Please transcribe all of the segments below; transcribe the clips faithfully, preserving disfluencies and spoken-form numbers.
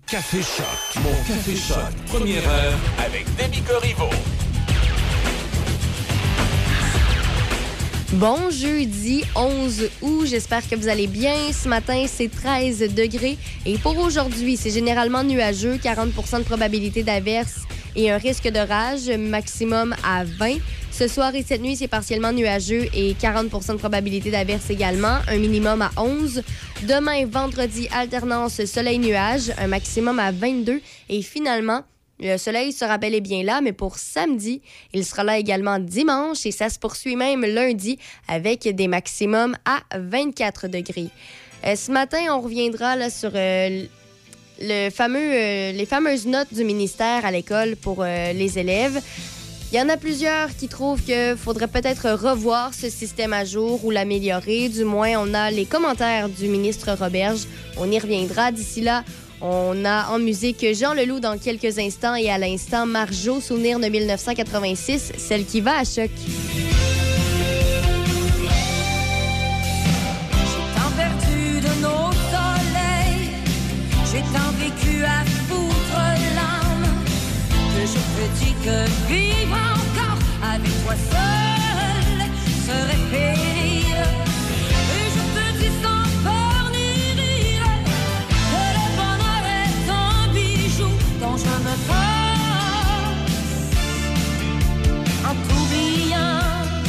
Café Choc, mon Café Choc, première heure avec Demi Corriveau. Bon jeudi onze août, j'espère que vous allez bien. Ce matin, c'est treize degrés et pour aujourd'hui, c'est généralement nuageux, quarante pour cent de probabilité d'averse et un risque d'orage, maximum à vingt. Ce soir et cette nuit, c'est partiellement nuageux et quarante pour cent de probabilité d'averse également, un minimum à onze. Demain, vendredi, alternance soleil-nuage, un maximum à vingt-deux. Et finalement, le soleil sera bel et bien là, mais pour samedi, il sera là également dimanche et ça se poursuit même lundi avec des maximums à vingt-quatre degrés. Euh, ce matin, on reviendra là, sur euh, le fameux, euh, les fameuses notes du ministère à l'école pour euh, les élèves. Il y en a plusieurs qui trouvent qu'il faudrait peut-être revoir ce système à jour ou l'améliorer. Du moins, on a les commentaires du ministre Roberge. On y reviendra. D'ici là, on a en musique Jean Leloup dans quelques instants et à l'instant Marjo, souvenir de dix-neuf cent quatre-vingt-six, celle qui va à Choc. J'ai tant perdu de nos soleils, j'ai tant vécu à foutre l'âme, que je te dis que vivre encore avec toi seul serait périr. Et je te dis sans peur ni rire que le bonheur est un bijou dont je me passe en t'oubliant.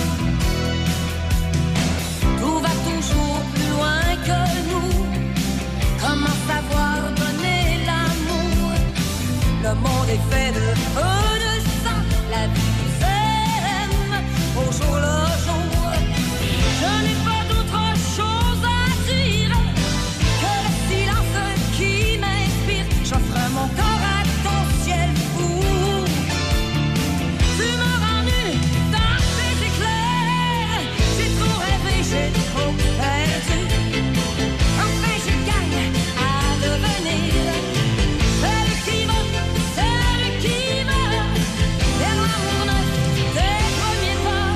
Tout va toujours plus loin que nous. Comment savoir donner l'amour? Le monde est fait de feu, de sang. La vie nous aime au jour le jour. Je n'ai pas d'autre chose à dire que le silence qui m'inspire. J'offre mon corps à ton ciel fou. Tu me rends nu dans tes éclairs. J'ai trop rêvé, j'ai trop perdu. Enfin je gagne à devenir celle qui va, celle qui va vers l'amour neuf des premiers pas.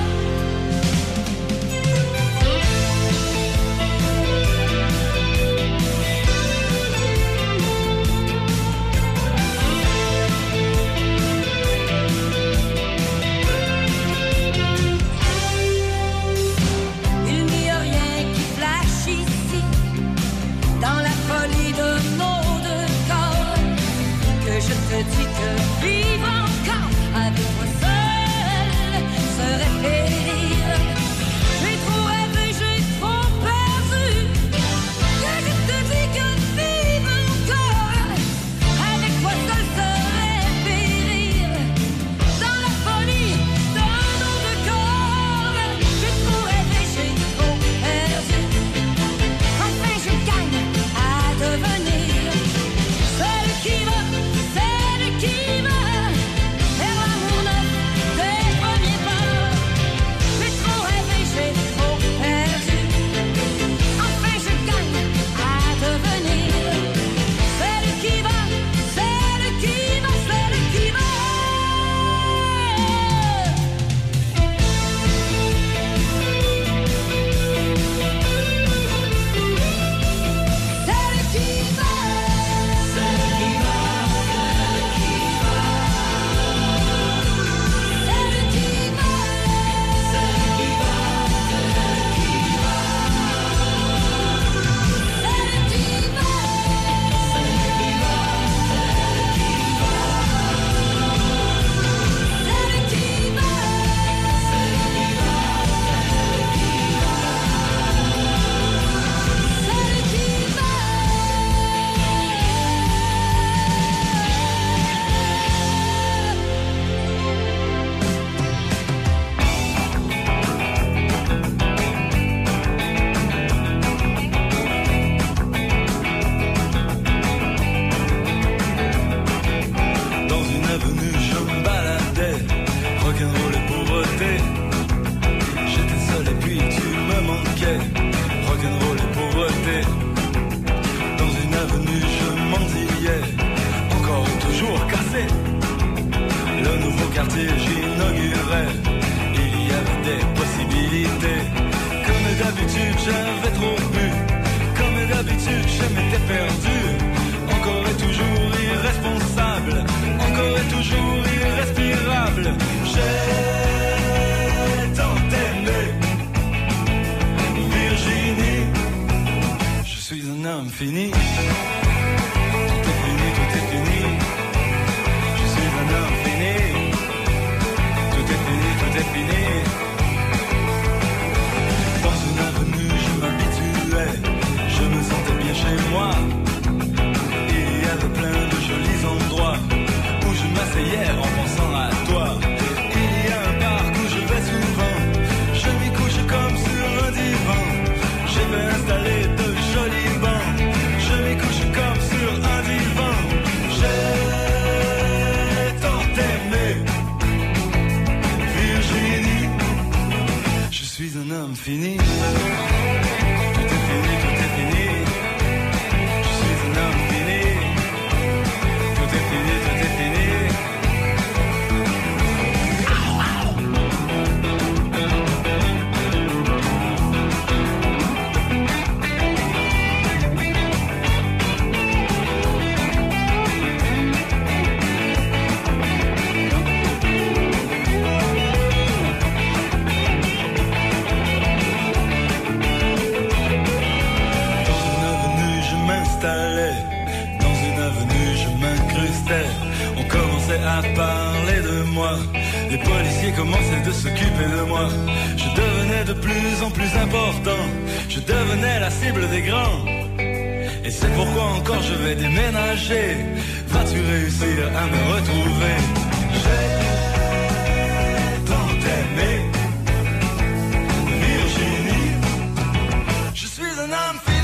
Il n'y a rien qui flash ici, dans la folie de nos deux corps, que je te dis que vivre encore avec toi seul serait périr. J'ai trop rêvé, j'ai trop perdu, que je te dis que vivre encore avec toi seul serait périr. Dans la folie de nos deux corps, j'ai trop rêvé, j'ai trop perdu. Enfin je gagne à devenir celle qui va, celle qui va vers l'amour neuf des premiers pas. J'ai trop rêvé, j'ai trop perdu. Enfin je gagne à devenir celle qui va, celle qui va, celle qui va. Celle qui va, celle qui va, celle qui va, celle qui va, celle qui va, celle qui va, celle qui va. Dans une avenue, je me baladais, rock'n'roll et pauvreté. J'étais seul et puis tu me manquais, rock'n'roll et pauvreté. Dans une avenue, je mendillais, encore et toujours cassé. Le nouveau quartier, j'inaugurais, il y avait des possibilités. Comme d'habitude, j'avais trop bu, comme d'habitude, je m'étais perdu. Encore et toujours, fini. Tout est fini, tout est fini. Je suis un homme fini. Tout est fini, tout est fini. Dans une avenue, je m'habituais. Je me sentais bien chez moi. Il y avait plein de jolis endroits où je m'asseyais en pensant à toi. Il y a un parc où je vais souvent. Je m'y couche comme sur un divan. J'ai fait installer de jolis bancs. Je m'y couche comme sur un divan. J'ai tant aimé Virginie. Je suis un homme fini. Tout est fini, tout est fini. Je suis un homme fini. Tout est fini, tout est fini. Dans une avenue, je m'incrustais. On commençait à parler de moi. Les policiers commençaient de s'occuper de moi. Je devenais de plus en plus important. Je devenais la cible des grands. Et c'est pourquoi encore je vais déménager. Vas-tu réussir à me retrouver? J'ai tant aimé Virginie. Je suis un homme fini.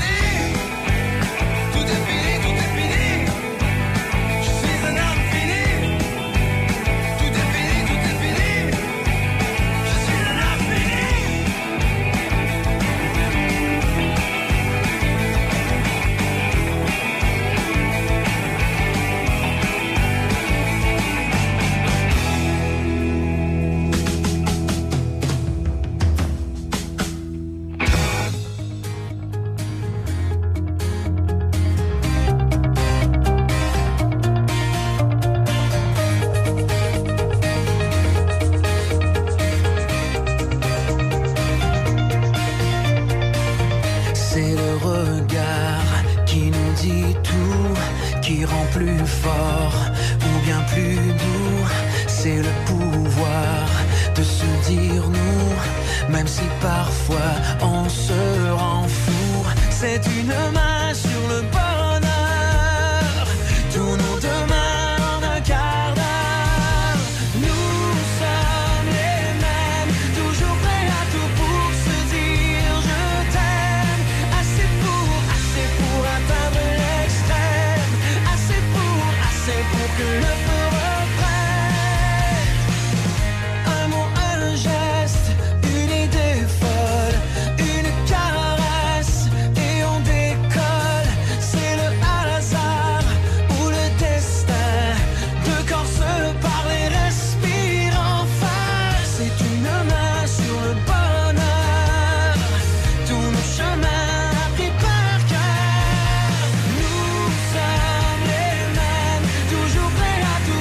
Plus fort ou bien plus doux, c'est le pouvoir de se dire nous, même si parfois on se rend fou. C'est une main sur le bonheur, tous nos demain en un quart d'heure. Nous sommes les mêmes, toujours prêts à tout pour se dire je t'aime. Assez pour, assez pour atteindre l'extrême. C'est pour que le feu reprenne. Un mot, un geste, une idée folle, une caresse et on décolle. C'est le hasard ou le destin. Deux corps se parlent et respirent enfin. C'est une main sur le bonheur. Tous nos chemins appris par cœur. Nous sommes les mêmes. Toujours prêt à tout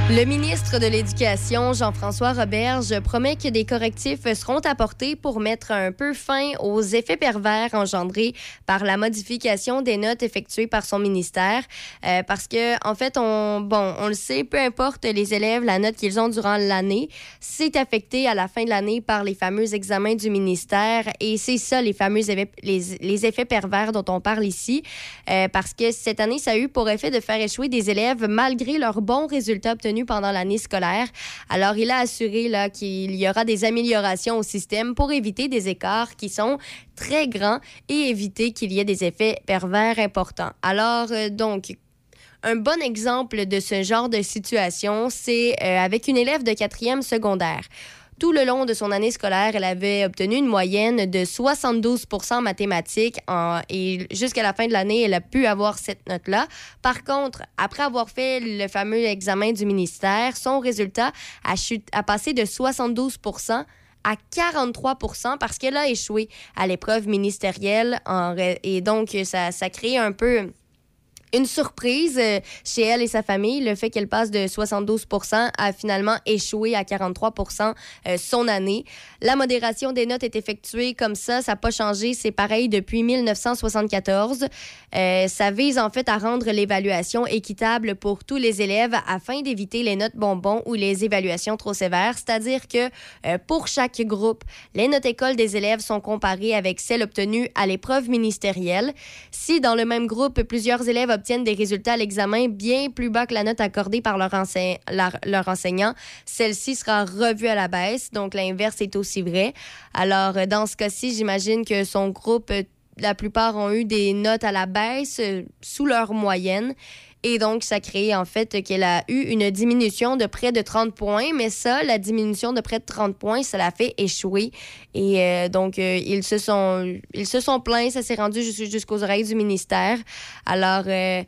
Le ministre de l'Éducation, Jean-François Roberge, promet que des correctifs seront apportés pour mettre un peu fin aux effets pervers engendrés par la modification des notes effectuées par son ministère. Euh, parce que, en fait, on, bon, on le sait, peu importe les élèves, la note qu'ils ont durant l'année, c'est affecté à la fin de l'année par les fameux examens du ministère. Et c'est ça, les fameux effets, les, les effets pervers dont on parle ici. Euh, parce que cette année, ça a eu pour effet de faire échouer des élèves malgré leurs bons résultats obtenus pendant l'année scolaire. Alors, il a assuré là, qu'il y aura des améliorations au système pour éviter des écarts qui sont très grands et éviter qu'il y ait des effets pervers importants. Alors, euh, donc, un bon exemple de ce genre de situation, c'est euh, avec une élève de quatrième secondaire. Tout le long de son année scolaire, elle avait obtenu une moyenne de soixante-douze pour cent en mathématiques en, et jusqu'à la fin de l'année, elle a pu avoir cette note-là. Par contre, après avoir fait le fameux examen du ministère, son résultat a, chut, a passé de soixante-douze pour cent à quarante-trois pour cent parce qu'elle a échoué à l'épreuve ministérielle. En, et donc, ça, ça crée un peu une surprise euh, chez elle et sa famille, le fait qu'elle passe de soixante-douze pour cent à finalement échouer à quarante-trois pour cent euh, son année. La modération des notes est effectuée comme ça, ça n'a pas changé, c'est pareil depuis mille neuf cent soixante-quatorze. Euh, ça vise en fait à rendre l'évaluation équitable pour tous les élèves afin d'éviter les notes bonbons ou les évaluations trop sévères, c'est-à-dire que euh, pour chaque groupe, les notes écoles des élèves sont comparées avec celles obtenues à l'épreuve ministérielle. Si dans le même groupe, plusieurs élèves obtiennent des résultats à l'examen bien plus bas que la note accordée par leur, ense- la, leur enseignant, celle-ci sera revue à la baisse. Donc, l'inverse est aussi vrai. Alors, dans ce cas-ci, j'imagine que son groupe, la plupart ont eu des notes à la baisse euh, sous leur moyenne. Et donc, ça crée en fait qu'elle a eu une diminution de près de trente points. Mais ça, la diminution de près de trente points, ça l'a fait échouer. Et euh, donc, euh, ils se sont ils se sont plaints. Ça s'est rendu jus- jusqu'aux oreilles du ministère. Alors, euh,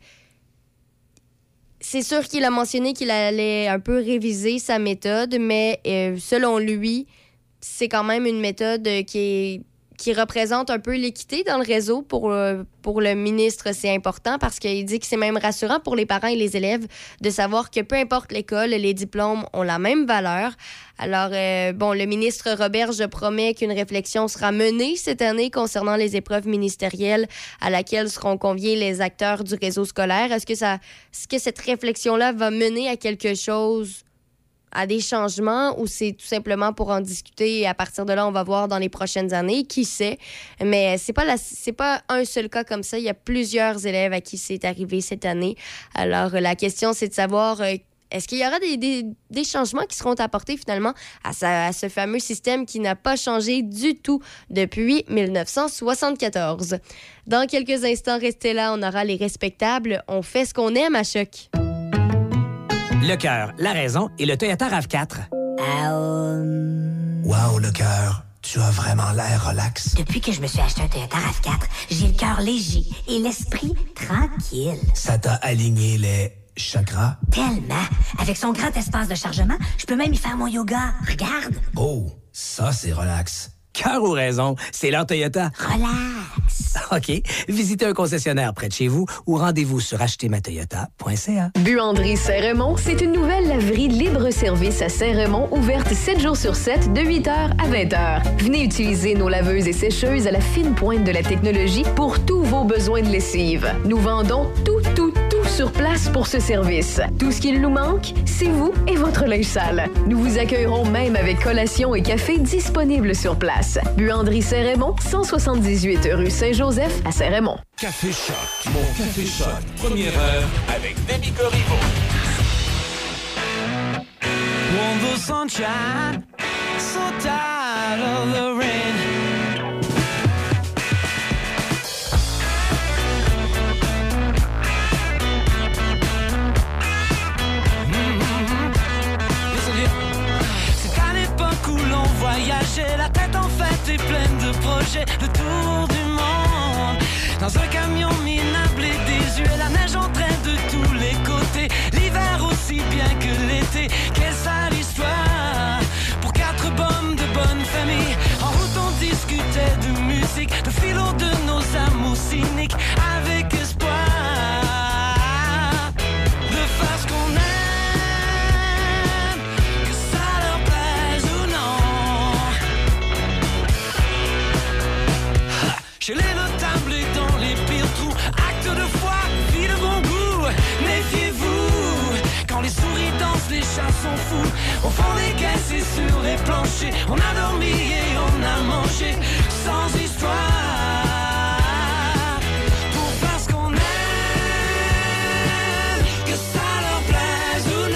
c'est sûr qu'il a mentionné qu'il allait un peu réviser sa méthode. Mais euh, selon lui, c'est quand même une méthode qui est... qui représente un peu l'équité dans le réseau. Pour, euh, pour le ministre, c'est important parce qu'il dit que c'est même rassurant pour les parents et les élèves de savoir que peu importe l'école, les diplômes ont la même valeur. Alors, euh, bon, le ministre Roberge promet qu'une réflexion sera menée cette année concernant les épreuves ministérielles à laquelle seront conviés les acteurs du réseau scolaire. Est-ce que, ça, est-ce que cette réflexion-là va mener à quelque chose, à des changements, ou c'est tout simplement pour en discuter et à partir de là, on va voir dans les prochaines années, qui sait. Mais c'est pas la, c'est pas un seul cas comme ça. Il y a plusieurs élèves à qui c'est arrivé cette année. Alors, la question, c'est de savoir, euh, est-ce qu'il y aura des, des, des changements qui seront apportés finalement à, sa, à ce fameux système qui n'a pas changé du tout depuis mille neuf cent soixante-quatorze. Dans quelques instants, restez là, on aura les respectables. On fait ce qu'on aime à Choc. Le cœur, la raison et le Toyota RAV quatre. Um... Wow, le cœur, tu as vraiment l'air relax. Depuis que je me suis acheté un Toyota RAV quatre, j'ai le cœur léger et l'esprit tranquille. Ça t'a aligné les chakras? Tellement! Avec son grand espace de chargement, je peux même y faire mon yoga. Regarde! Oh, ça c'est relax. Cœur ou raison, c'est leur Toyota. Relax! OK. Visitez un concessionnaire près de chez vous ou rendez-vous sur acheter ma toyota point c a. Buanderie Saint-Raymond, c'est une nouvelle laverie libre-service à Saint-Raymond, ouverte sept jours sur sept, de huit heures à vingt heures. Venez utiliser nos laveuses et sécheuses à la fine pointe de la technologie pour tous vos besoins de lessive. Nous vendons tout, tout, tout sur place pour ce service. Tout ce qu'il nous manque, c'est vous et votre linge sale. Nous vous accueillerons même avec collation et café disponibles sur place. Buanderie Saint-Raymond, cent soixante-dix-huit rue Saint-Joseph à Saint-Raymond. Café Choc, mon Café Choc, première heure avec Demi Corriveau. Want the sunshine, so tired of the rain. Voyager, la tête en fête et pleine de projets, le tour du monde. Dans un camion minable et désuet, la neige entraîne de tous les côtés. L'hiver aussi bien que l'été, quelle sale histoire. Pour quatre bombes de bonne famille, en route on discutait de musique, de philo, de nos amours cyniques, avec espoir de faire ce qu'on aime. assis sur les planchers, on a dormi et on a mangé sans histoire. Pour faire ce qu'on aime, que ça leur plaise ou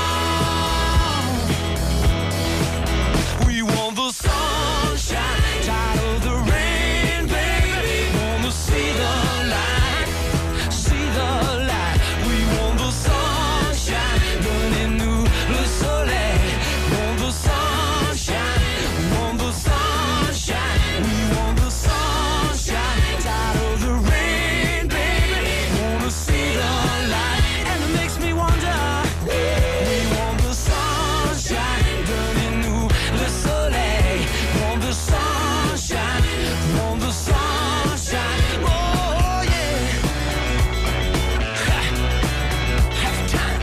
non. We want the sunshine, tired of the rain, baby. Wanna see the light, see the light. We want the sunshine, donnez-nous le soleil. Want the sunshine, want the sunshine. We want the sunshine, tired of the rain, baby. Wanna see the light, and it makes me wonder. We want the sunshine, donnez-nous le soleil. Want the sunshine, want the sunshine. Oh yeah. Have time.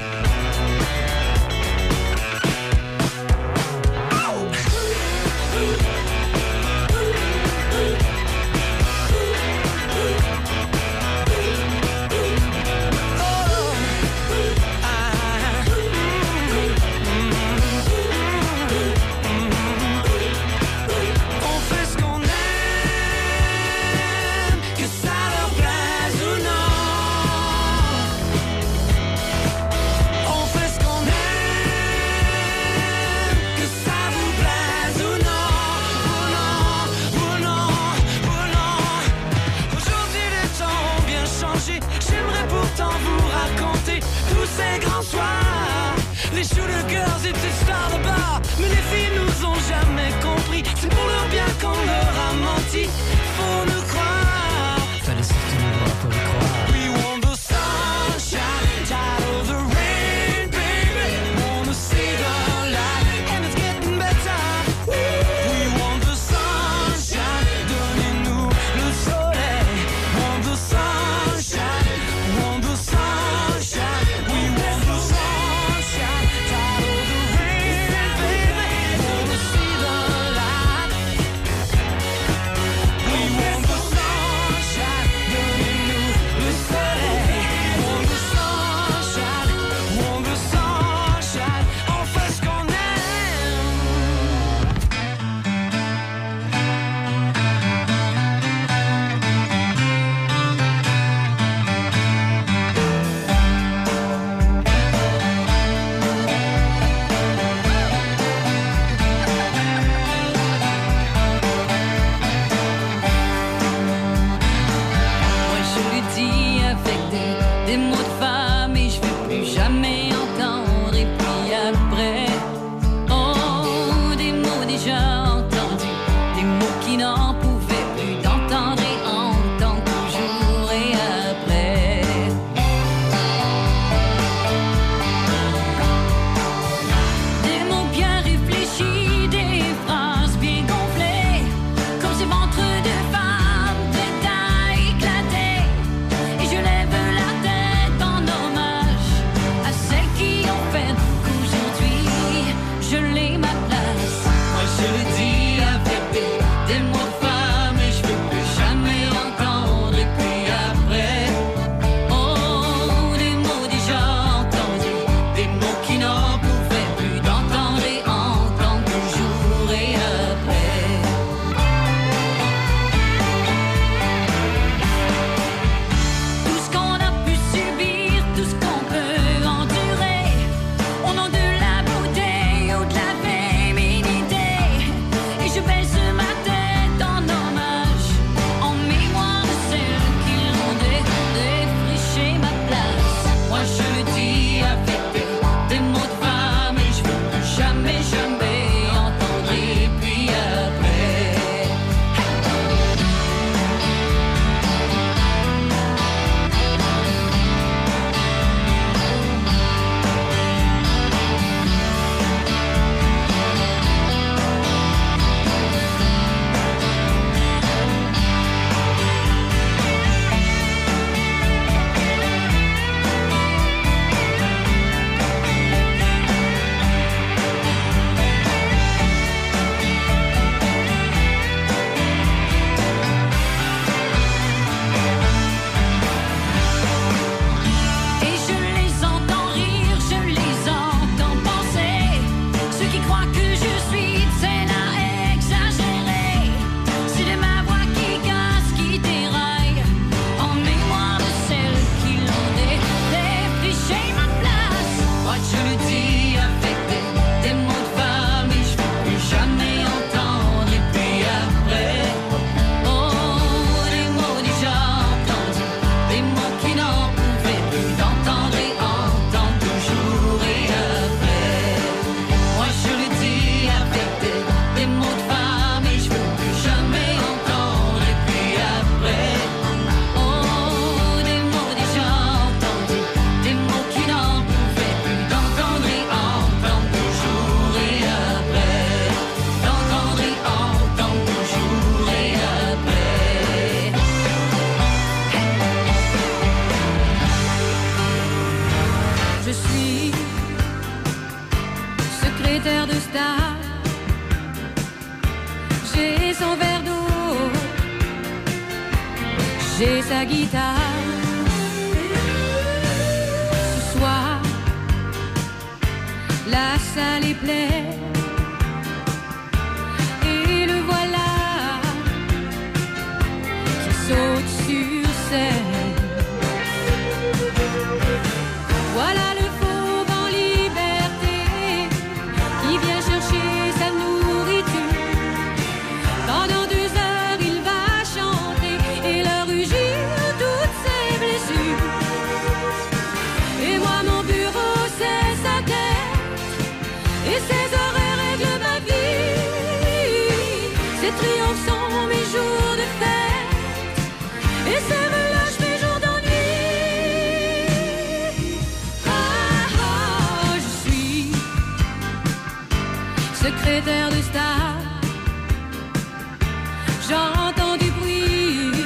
On fait ce qu'on aime, que ça leur plaise ou non. On fait ce qu'on aime, que ça vous plaise ou non. Ou non, ou non, ou non. Aujourd'hui les temps ont bien changé. J'aimerais pourtant vous raconter tous ces grands soirs. Les shooter girls étaient stars de bar, mais les filles nous ont jamais compris. C'est pour leur bien qu'on leur a menti. Faut nous croire. Fallait surtout nous voir pour y croire. We want the sunshine, tired of the rain, baby. Wanna see the light, and it's getting better. We want the sunshine, donnez-nous le soleil. Want the sunshine, want the sunshine. We want the sunshine, tired of the rain, baby. Wanna see the light. We want the secrétaire de star. J'ai son verre d'eau, j'ai sa guitare. Ce soir, la salle est pleine et le voilà qui saute sur scène. Voilà le fauve en liberté qui vient chercher sa nourriture. Pendant deux heures, il va chanter et leur rugir toutes ses blessures. Et moi, mon bureau, c'est sa tête et ses oreilles règlent ma vie. Ses triomphes sont mes jours de fête et ses relâches mes jours d'ennui. Secrétaire de star, j'entends du bruit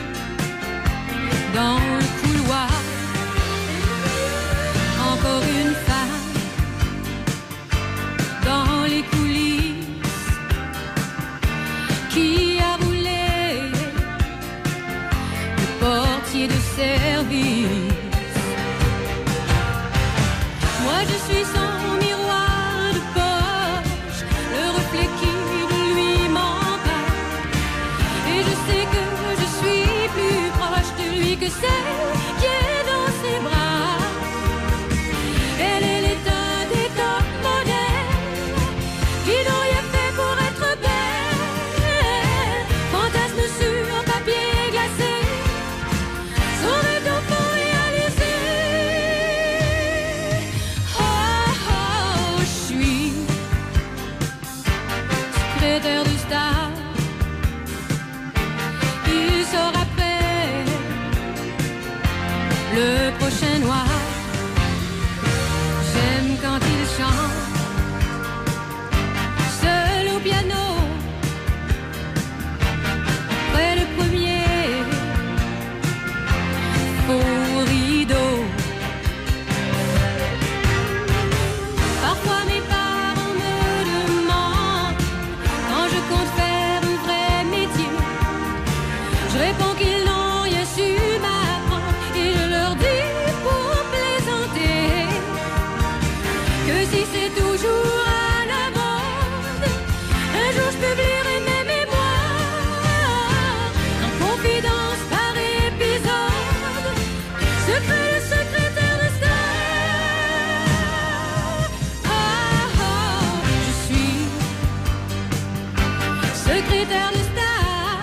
dans le couloir. Encore une femme dans les coulisses qui a roulé le portier de service. Moi je suis son que celle qui est dans ses bras. Elle, elle est un des top modèles qui n'ont rien fait pour être belle. Fantasme sur papier glacé, son rêve d'enfant réalisé. Oh, oh, je suis secrétaire de star. Il saura le prochain noir. J'aime quand il chante seul au piano près le premier faux rideau. Parfois mes parents me demandent quand je compte faire un vrai métier. Je réponds qu'ils n'ont rien su m'apprendre. Que si c'est toujours à la mode, un jour je publierai mes mémoires en confidence par épisode. Secret le secrétaire de star. Oh, oh, je suis secrétaire de star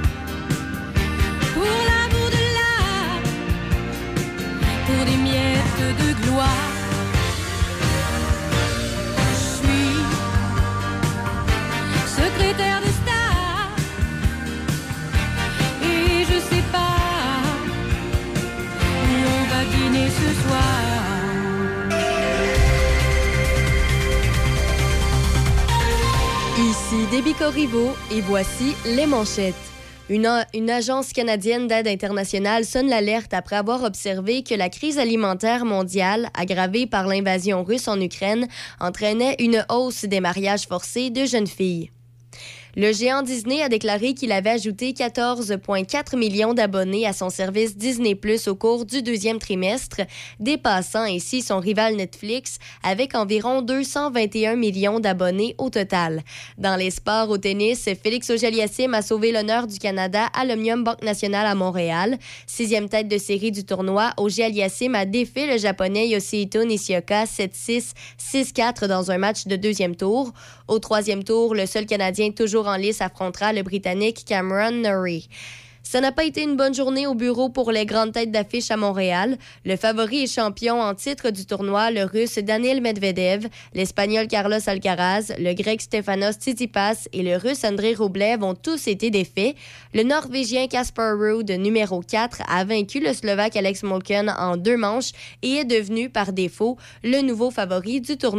pour l'amour de l'art, pour des miettes de gloire. Secrétaire de star, et je sais pas où on va dîner ce soir. Ici Déby Corriveau et voici les manchettes. Une, a- une agence canadienne d'aide internationale sonne l'alerte après avoir observé que la crise alimentaire mondiale, aggravée par l'invasion russe en Ukraine, entraînait une hausse des mariages forcés de jeunes filles. Le géant Disney a déclaré qu'il avait ajouté quatorze virgule quatre millions d'abonnés à son service Disney plus au cours du deuxième trimestre, dépassant ainsi son rival Netflix avec environ deux cent vingt et un millions d'abonnés au total. Dans les sports au tennis, Félix Auger-Aliassime a sauvé l'honneur du Canada à l'Omnium Banque Nationale à Montréal. Sixième tête de série du tournoi, Auger-Aliassime a défait le Japonais Yoshihito Nishioka sept six, six quatre dans un match de deuxième tour. Au troisième tour, le seul Canadien toujours en lice affrontera le Britannique Cameron Norrie. Ça n'a pas été une bonne journée au bureau pour les grandes têtes d'affiche à Montréal. Le favori et champion en titre du tournoi, le Russe Daniil Medvedev, l'Espagnol Carlos Alcaraz, le Grec Stefanos Tsitsipas et le Russe Andrei Rublev ont tous été défaits. Le Norvégien Casper Ruud, numéro quatre, a vaincu le Slovaque Alex Molcan en deux manches et est devenu, par défaut, le nouveau favori du tournoi.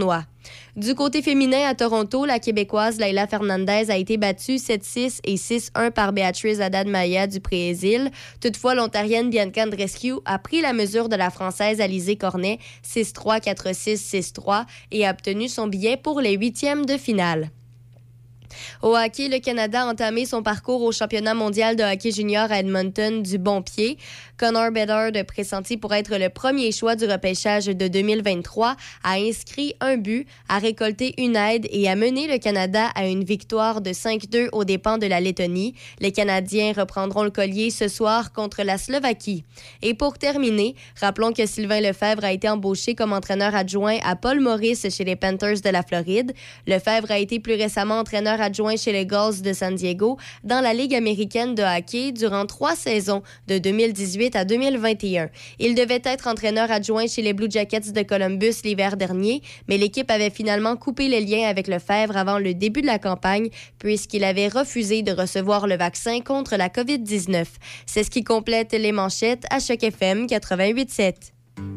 Du côté féminin, à Toronto, la Québécoise Layla Fernandez a été battue sept six et six un par Béatrice Haddad-Maia du Brésil. Toutefois, l'Ontarienne Bianca Andreescu a pris la mesure de la Française Alizée Cornet six trois, quatre six, six trois et a obtenu son billet pour les huitièmes de finale. Au hockey, le Canada a entamé son parcours au championnat mondial de hockey junior à Edmonton du bon pied. Connor Bedard, pressenti pour être le premier choix du repêchage de deux mille vingt-trois, a inscrit un but, a récolté une aide et a mené le Canada à une victoire de cinq deux aux dépens de la Lettonie. Les Canadiens reprendront le collier ce soir contre la Slovaquie. Et pour terminer, rappelons que Sylvain Lefebvre a été embauché comme entraîneur adjoint à Paul Maurice chez les Panthers de la Floride. Lefebvre a été plus récemment entraîneur adjoint chez les Gulls de San Diego dans la Ligue américaine de hockey durant trois saisons de deux mille dix-huit à deux mille vingt et un. Il devait être entraîneur adjoint chez les Blue Jackets de Columbus l'hiver dernier, mais l'équipe avait finalement coupé les liens avec Lefebvre avant le début de la campagne puisqu'il avait refusé de recevoir le vaccin contre la covid dix-neuf. C'est ce qui complète les manchettes à Choc F M quatre-vingt-huit sept.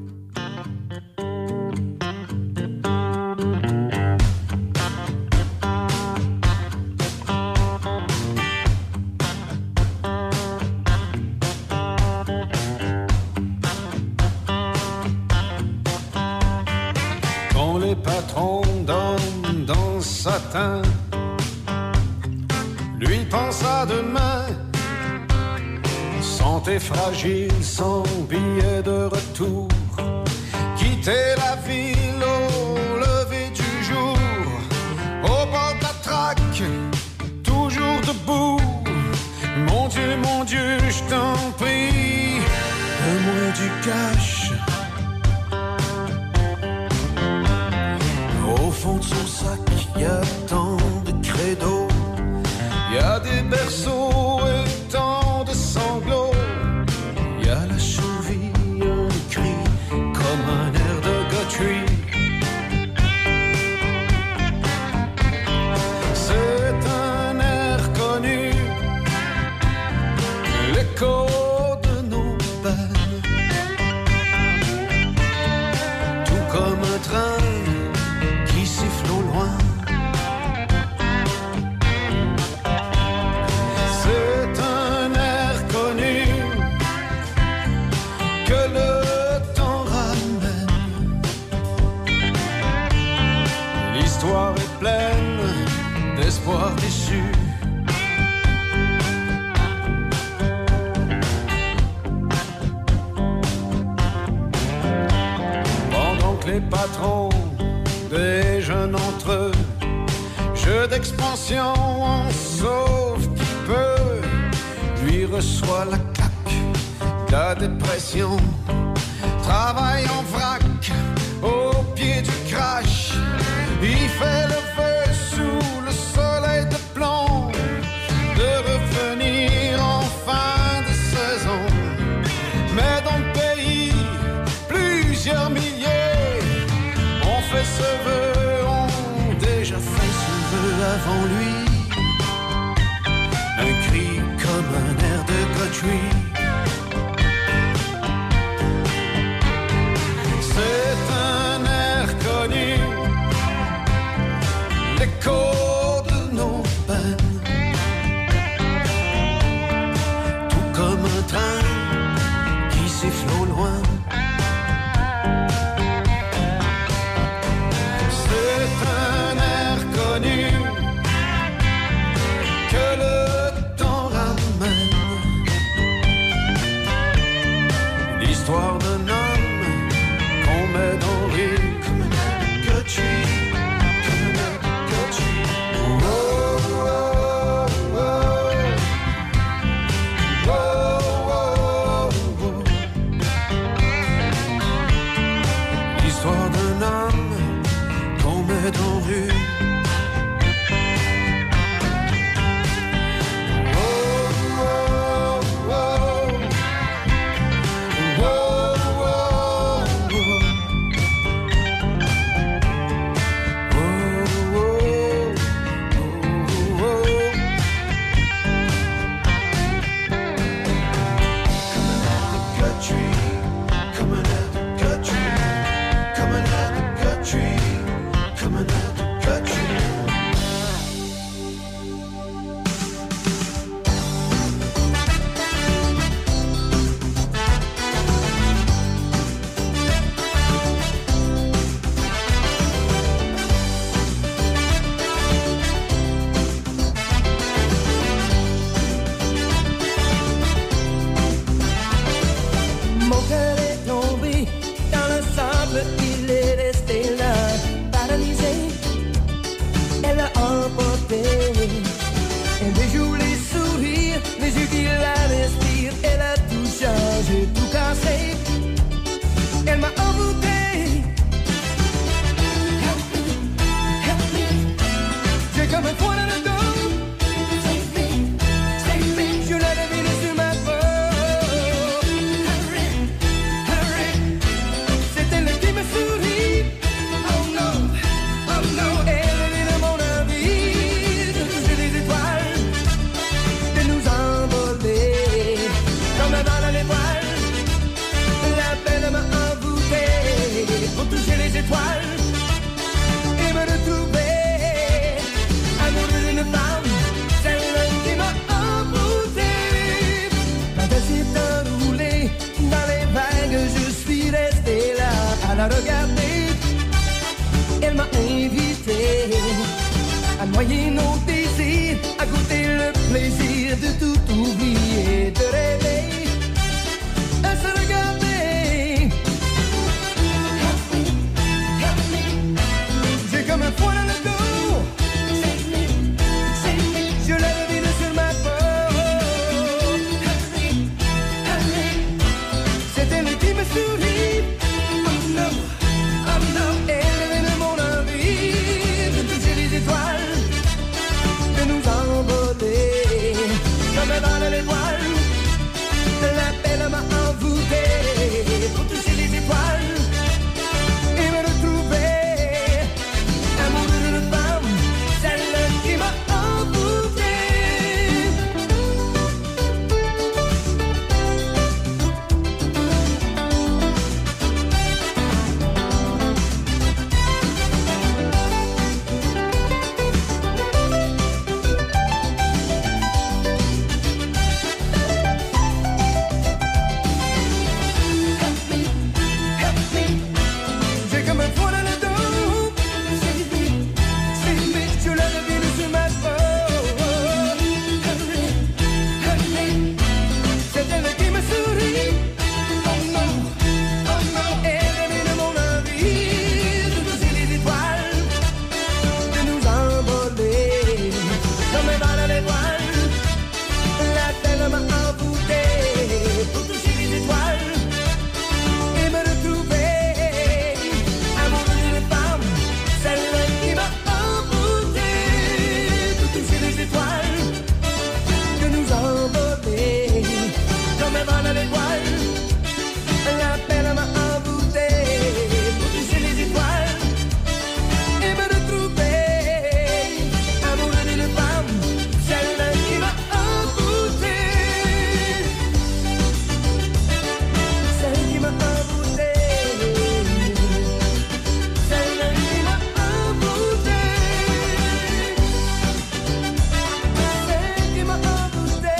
Patron d'homme dans satin, lui pensa demain, santé fragile, sans billet de retour, quitter la ville au lever du jour, au bord de la traque, toujours debout. Mon Dieu, mon Dieu, je t'en prie, donne-moi du cash. Au fond de son sac, il y a tant de credos, il y a des berceaux et tant de sanglots, il y a la cheville, un cri comme un air de Guthrie. C'est un air connu, l'écho de nos peines, tout comme un train siffle au loin. C'est un air connu que le temps ramène. L'histoire est pleine d'espoir déçu. Pendant que les patrons des jeunes entre eux, jeu d'expansion, on sauve qui peut, lui reçoit la claque, la dépression, travaille en vrac, au pied du crash, il fait le feu sous le soleil de plomb, de revenir en fin de saison, mais dans le pays, plusieurs milliers fait ce vœu, ont déjà fait ce vœu avant lui. Un cri comme un air de Guthrie. C'est un air connu, l'écho de nos peines, tout comme un train qui siffle au loin. fait. Elle déjoue les sourires, les yeux qui la respirent. Elle a tout changé, tout cassé. Elle m'a envoûté. Help me, help me. J'ai comme un poing dans le dos. Save me, save me. Je la devine sur ma peau. Hurry, hurry. C'est elle qui me sourit. Oh no, oh no. Elle est de mon avis. De toucher les étoiles, de nous envoler comme un vol à l'étoile. La belle m'a envoûté pour toucher les étoiles et me retrouver amoureux d'une femme, celle qui m'a envoûté. Quand elle s'est enroulée dans les vagues, je suis resté là à la regarder. Elle m'a invité à noyer nos désirs, à goûter le plaisir de tout oublier, de rêver, à se regarder. Help me, help me. J'ai comme un poing dans le dos. Save me, save me. Je la devine sur ma peau. Hurry, hurry. C'est elle qui me sourit. Oh no, oh no. Elle est de mon envie de toucher les étoiles, de nous envoler comme un vol à l'étoile. La belle m'a envoûté pour toucher les étoiles et me retrouver amoureux d'une femme, celle qui m'a envoûté. Help me, help me. J'ai comme un poing dans le dos. Save me, save me. Je la devine sur ma peau. Hurry, hurry. C'est elle qui me sourit. Oh no, oh no. Elle est de mon envie de toucher les étoiles, de nous envoler comme un vol à l'étoile. La belle m'a envoûté pour toucher les étoiles et me retrouver amoureux d'une femme, celle qui m'a envoûté pour toucher les étoiles, de nous envoler comme un vol à l'étoile. La belle m'a envoûté pour toucher les étoiles et me retrouver amoureux d'une femme, celle qui m'a envoûté, celle qui m'a envoûté, celle qui m'a envoûté, celle qui m'a envoûté,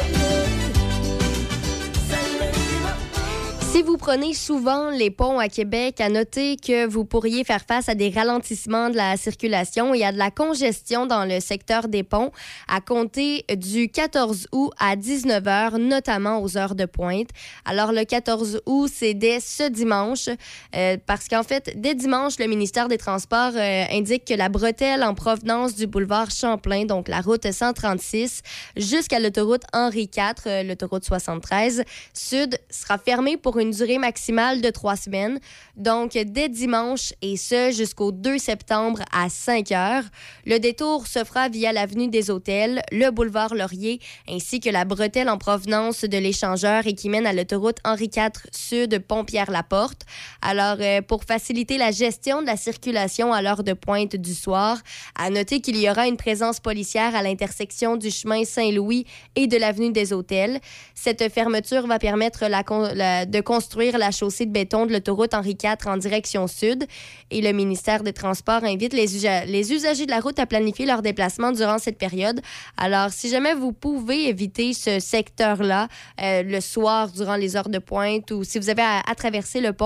celle qui m'a. Si vous prenez souvent les ponts à Québec, à noter que vous pourriez faire face à des ralentissements de la circulation et à de la congestion dans le secteur des ponts à compter du quatorze août à dix-neuf heures, notamment aux heures de pointe. Alors, le quatorze août, c'est dès ce dimanche, euh, parce qu'en fait, dès dimanche, le ministère des Transports euh, indique que la bretelle en provenance du boulevard Champlain, donc la route cent trente-six, jusqu'à l'autoroute Henri quatre, euh, l'autoroute soixante-treize Sud, sera fermée pour une durée maximale de trois semaines. Donc, dès dimanche, et ce, jusqu'au deux septembre à cinq heures. Le détour se fera via l'avenue des Hôtels, le boulevard Laurier, ainsi que la bretelle en provenance de l'échangeur et qui mène à l'autoroute Henri quatre Sud, Pont-Pierre-Laporte. Alors, euh, pour faciliter la gestion de la circulation à l'heure de pointe du soir, à noter qu'il y aura une présence policière à l'intersection du chemin Saint-Louis et de l'avenue des Hôtels. Cette fermeture va permettre la, la, de construire la chaussée de béton de l'autoroute Henri quatre en direction sud. Et le ministère des Transports invite les, usa- les usagers de la route à planifier leur déplacement durant cette période. Alors, si jamais vous pouvez éviter ce secteur-là euh, le soir durant les heures de pointe ou si vous avez à, à traverser le pont,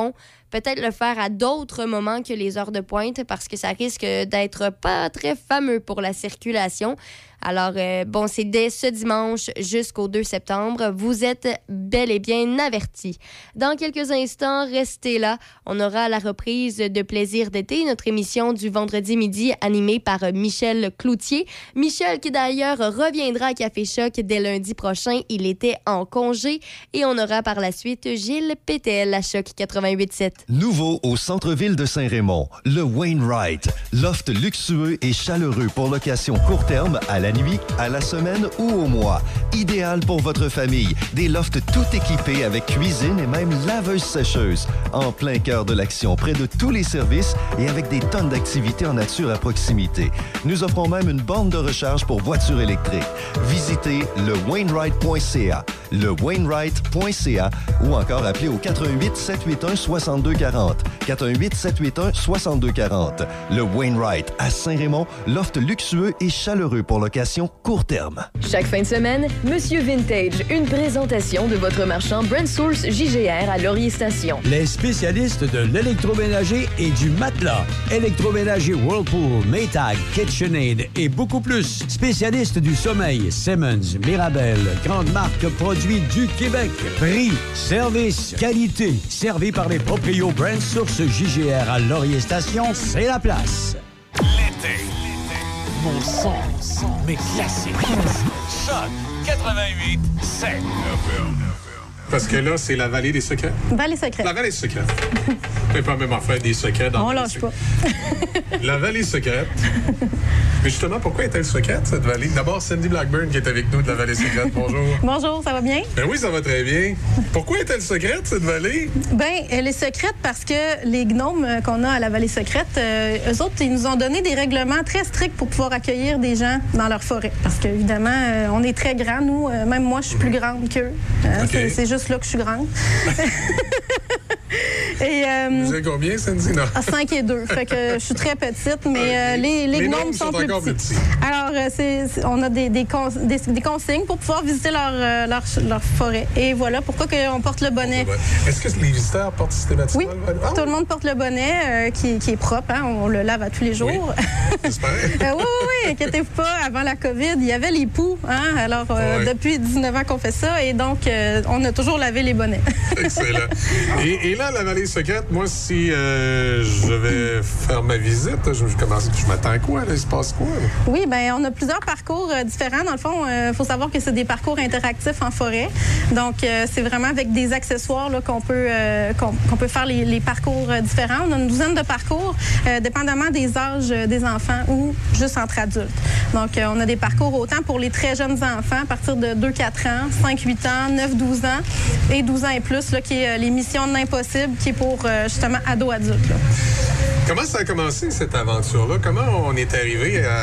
peut-être le faire à d'autres moments que les heures de pointe parce que ça risque d'être pas très fameux pour la circulation. Alors, euh, bon, c'est dès ce dimanche jusqu'au deux septembre. Vous êtes bel et bien avertis. Dans quelques instants, restez là. On aura la reprise de Plaisir d'été, notre émission du vendredi midi animée par Michel Cloutier. Michel qui d'ailleurs reviendra à Café Choc dès lundi prochain. Il était en congé. Et on aura par la suite Gilles Pétel à Choc quatre-vingt-huit sept. Nouveau au centre-ville de Saint-Raymond, le Wainwright. Loft luxueux et chaleureux pour location court terme à la nuit, à la semaine ou au mois. Idéal pour votre famille. Des lofts tout équipés avec cuisine et même laveuse-sécheuse. En plein cœur de l'action, près de tous les services et avec des tonnes d'activités en nature à proximité. Nous offrons même une borne de recharge pour voitures électriques. Visitez le wainwright point c a, le wainwright point c a ou encore appelez au quatre un huit, sept huit un, six deux quatre zéro. quatre un huit, sept huit un, six deux quatre zéro. Le Wainwright à Saint-Raymond, loft luxueux et chaleureux pour location court terme. Chaque fin de semaine, Monsieur Vintage, une présentation de votre marchand Brand Source J G R à Laurier Station. Les spécialistes de l'électroménager et du matelas. Électroménager Whirlpool, Maytag, KitchenAid et beaucoup plus. Spécialistes du sommeil, Simmons, Mirabel, grande marque produits du Québec. Prix, service, qualité. Servi par les proprios Brand Source J G R à Laurier Station, c'est la place. L'été. Mon son, son, mes classiques. Choc quatre-vingt-huit sept. Parce que là, c'est la vallée des secrets. Vallée secrète. La vallée secrète. On peut pas même en faire des secrets dans On la lâche pas. La vallée secrète. Mais justement, pourquoi est-elle secrète, cette vallée? D'abord, Cindy Blackburn qui est avec nous de la vallée secrète. Bonjour. Bonjour, ça va bien? Ben oui, ça va très bien. Pourquoi est-elle secrète, cette vallée? Ben, elle est secrète parce que les gnomes qu'on a à la vallée secrète, euh, eux autres, ils nous ont donné des règlements très stricts pour pouvoir accueillir des gens dans leur forêt. Parce qu'évidemment, euh, on est très grands, nous. Euh, même moi, je suis plus grande qu'eux. Hein, okay. c'est, c'est juste là que je suis grande. Et, euh, vous êtes combien, Cindy? Non. À cinq et deux. Fait que je suis très petite, mais okay. euh, les, les, les gnomes sont, sont plus petits. petits. Alors, euh, c'est, c'est, on a des, des, cons, des, des consignes pour pouvoir visiter leur, euh, leur, leur forêt. Et voilà pourquoi on porte le bonnet. Est-ce que les visiteurs portent systématiquement oui, le bonnet? Ah, tout le monde porte le bonnet euh, qui, qui est propre. Hein? On le lave à tous les jours. Oui, j'espère. euh, oui, oui, oui. Inquiétez-vous pas. Avant la COVID, il y avait les poux. Hein? Alors, euh, oui. depuis dix-neuf ans qu'on fait ça. Et donc, euh, on a toujours lavé les bonnets. Excellent. Et, et là, la vallée secrète, moi, si euh, je vais faire ma visite, je, je, commence, je m'attends à quoi? Là? Il se passe quoi? Là? Oui, bien, on a plusieurs parcours euh, différents. Dans le fond, il euh, faut savoir que c'est des parcours interactifs en forêt. Donc, euh, c'est vraiment avec des accessoires là, qu'on, peut, euh, qu'on, qu'on peut faire les, les parcours euh, différents. On a une douzaine de parcours, euh, dépendamment des âges euh, des enfants ou juste entre adultes. Donc, euh, on a des parcours autant pour les très jeunes enfants, à partir de deux à quatre ans, cinq à huit ans, neuf à douze ans et douze ans et plus, là, qui est euh, les missions de l'impossible, qui est pour euh, justement ados-adultes. Là. Comment ça a commencé, cette aventure-là? Comment on est arrivé à,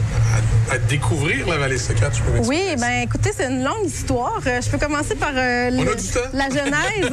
à, à découvrir la vallée secrète? Je peux m'expliquer? Oui, bien, écoutez, c'est une longue histoire. Euh, je peux commencer par euh, le, la genèse.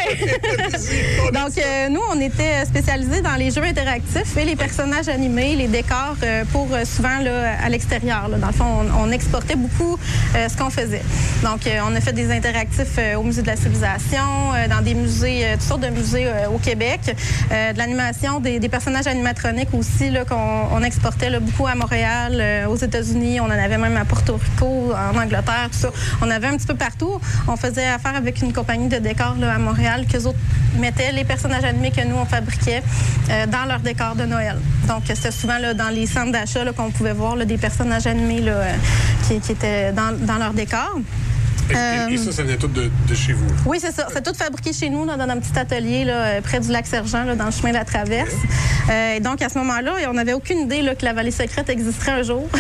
Ouais. Donc, euh, nous, on était spécialisés dans les jeux interactifs et les personnages animés, les décors euh, pour euh, souvent là, à l'extérieur. Là. Dans le fond, on, on exportait beaucoup euh, ce qu'on faisait. Donc, euh, on a fait des interactifs euh, au Musée de la Civilisation, euh, dans des musées, euh, toutes sortes de musées euh, au Québec, euh, de l'animation, des, des personnages animatroniques aussi là, qu'on on exportait là, beaucoup à Montréal, euh, aux États-Unis. On en avait même à Porto Rico, en Angleterre, tout ça. On avait un petit peu partout. On faisait affaire avec une compagnie de décors là, à Montréal qu'eux autres mettaient les personnages animés que nous, on fabriquait euh, dans leurs décors de Noël. Donc, c'était souvent là, dans les centres d'achat là, qu'on pouvait voir là, des personnages animés là, euh, qui, qui étaient dans, dans leurs décors. Et, euh, et ça, ça venait tout de, de chez vous? Oui, c'est ça. C'est tout fabriqué chez nous, là, dans un petit atelier là, près du lac Sergent, là, dans le chemin de la Traverse. Okay. Euh, et donc, à ce moment-là, on n'avait aucune idée là, que la vallée secrète existerait un jour.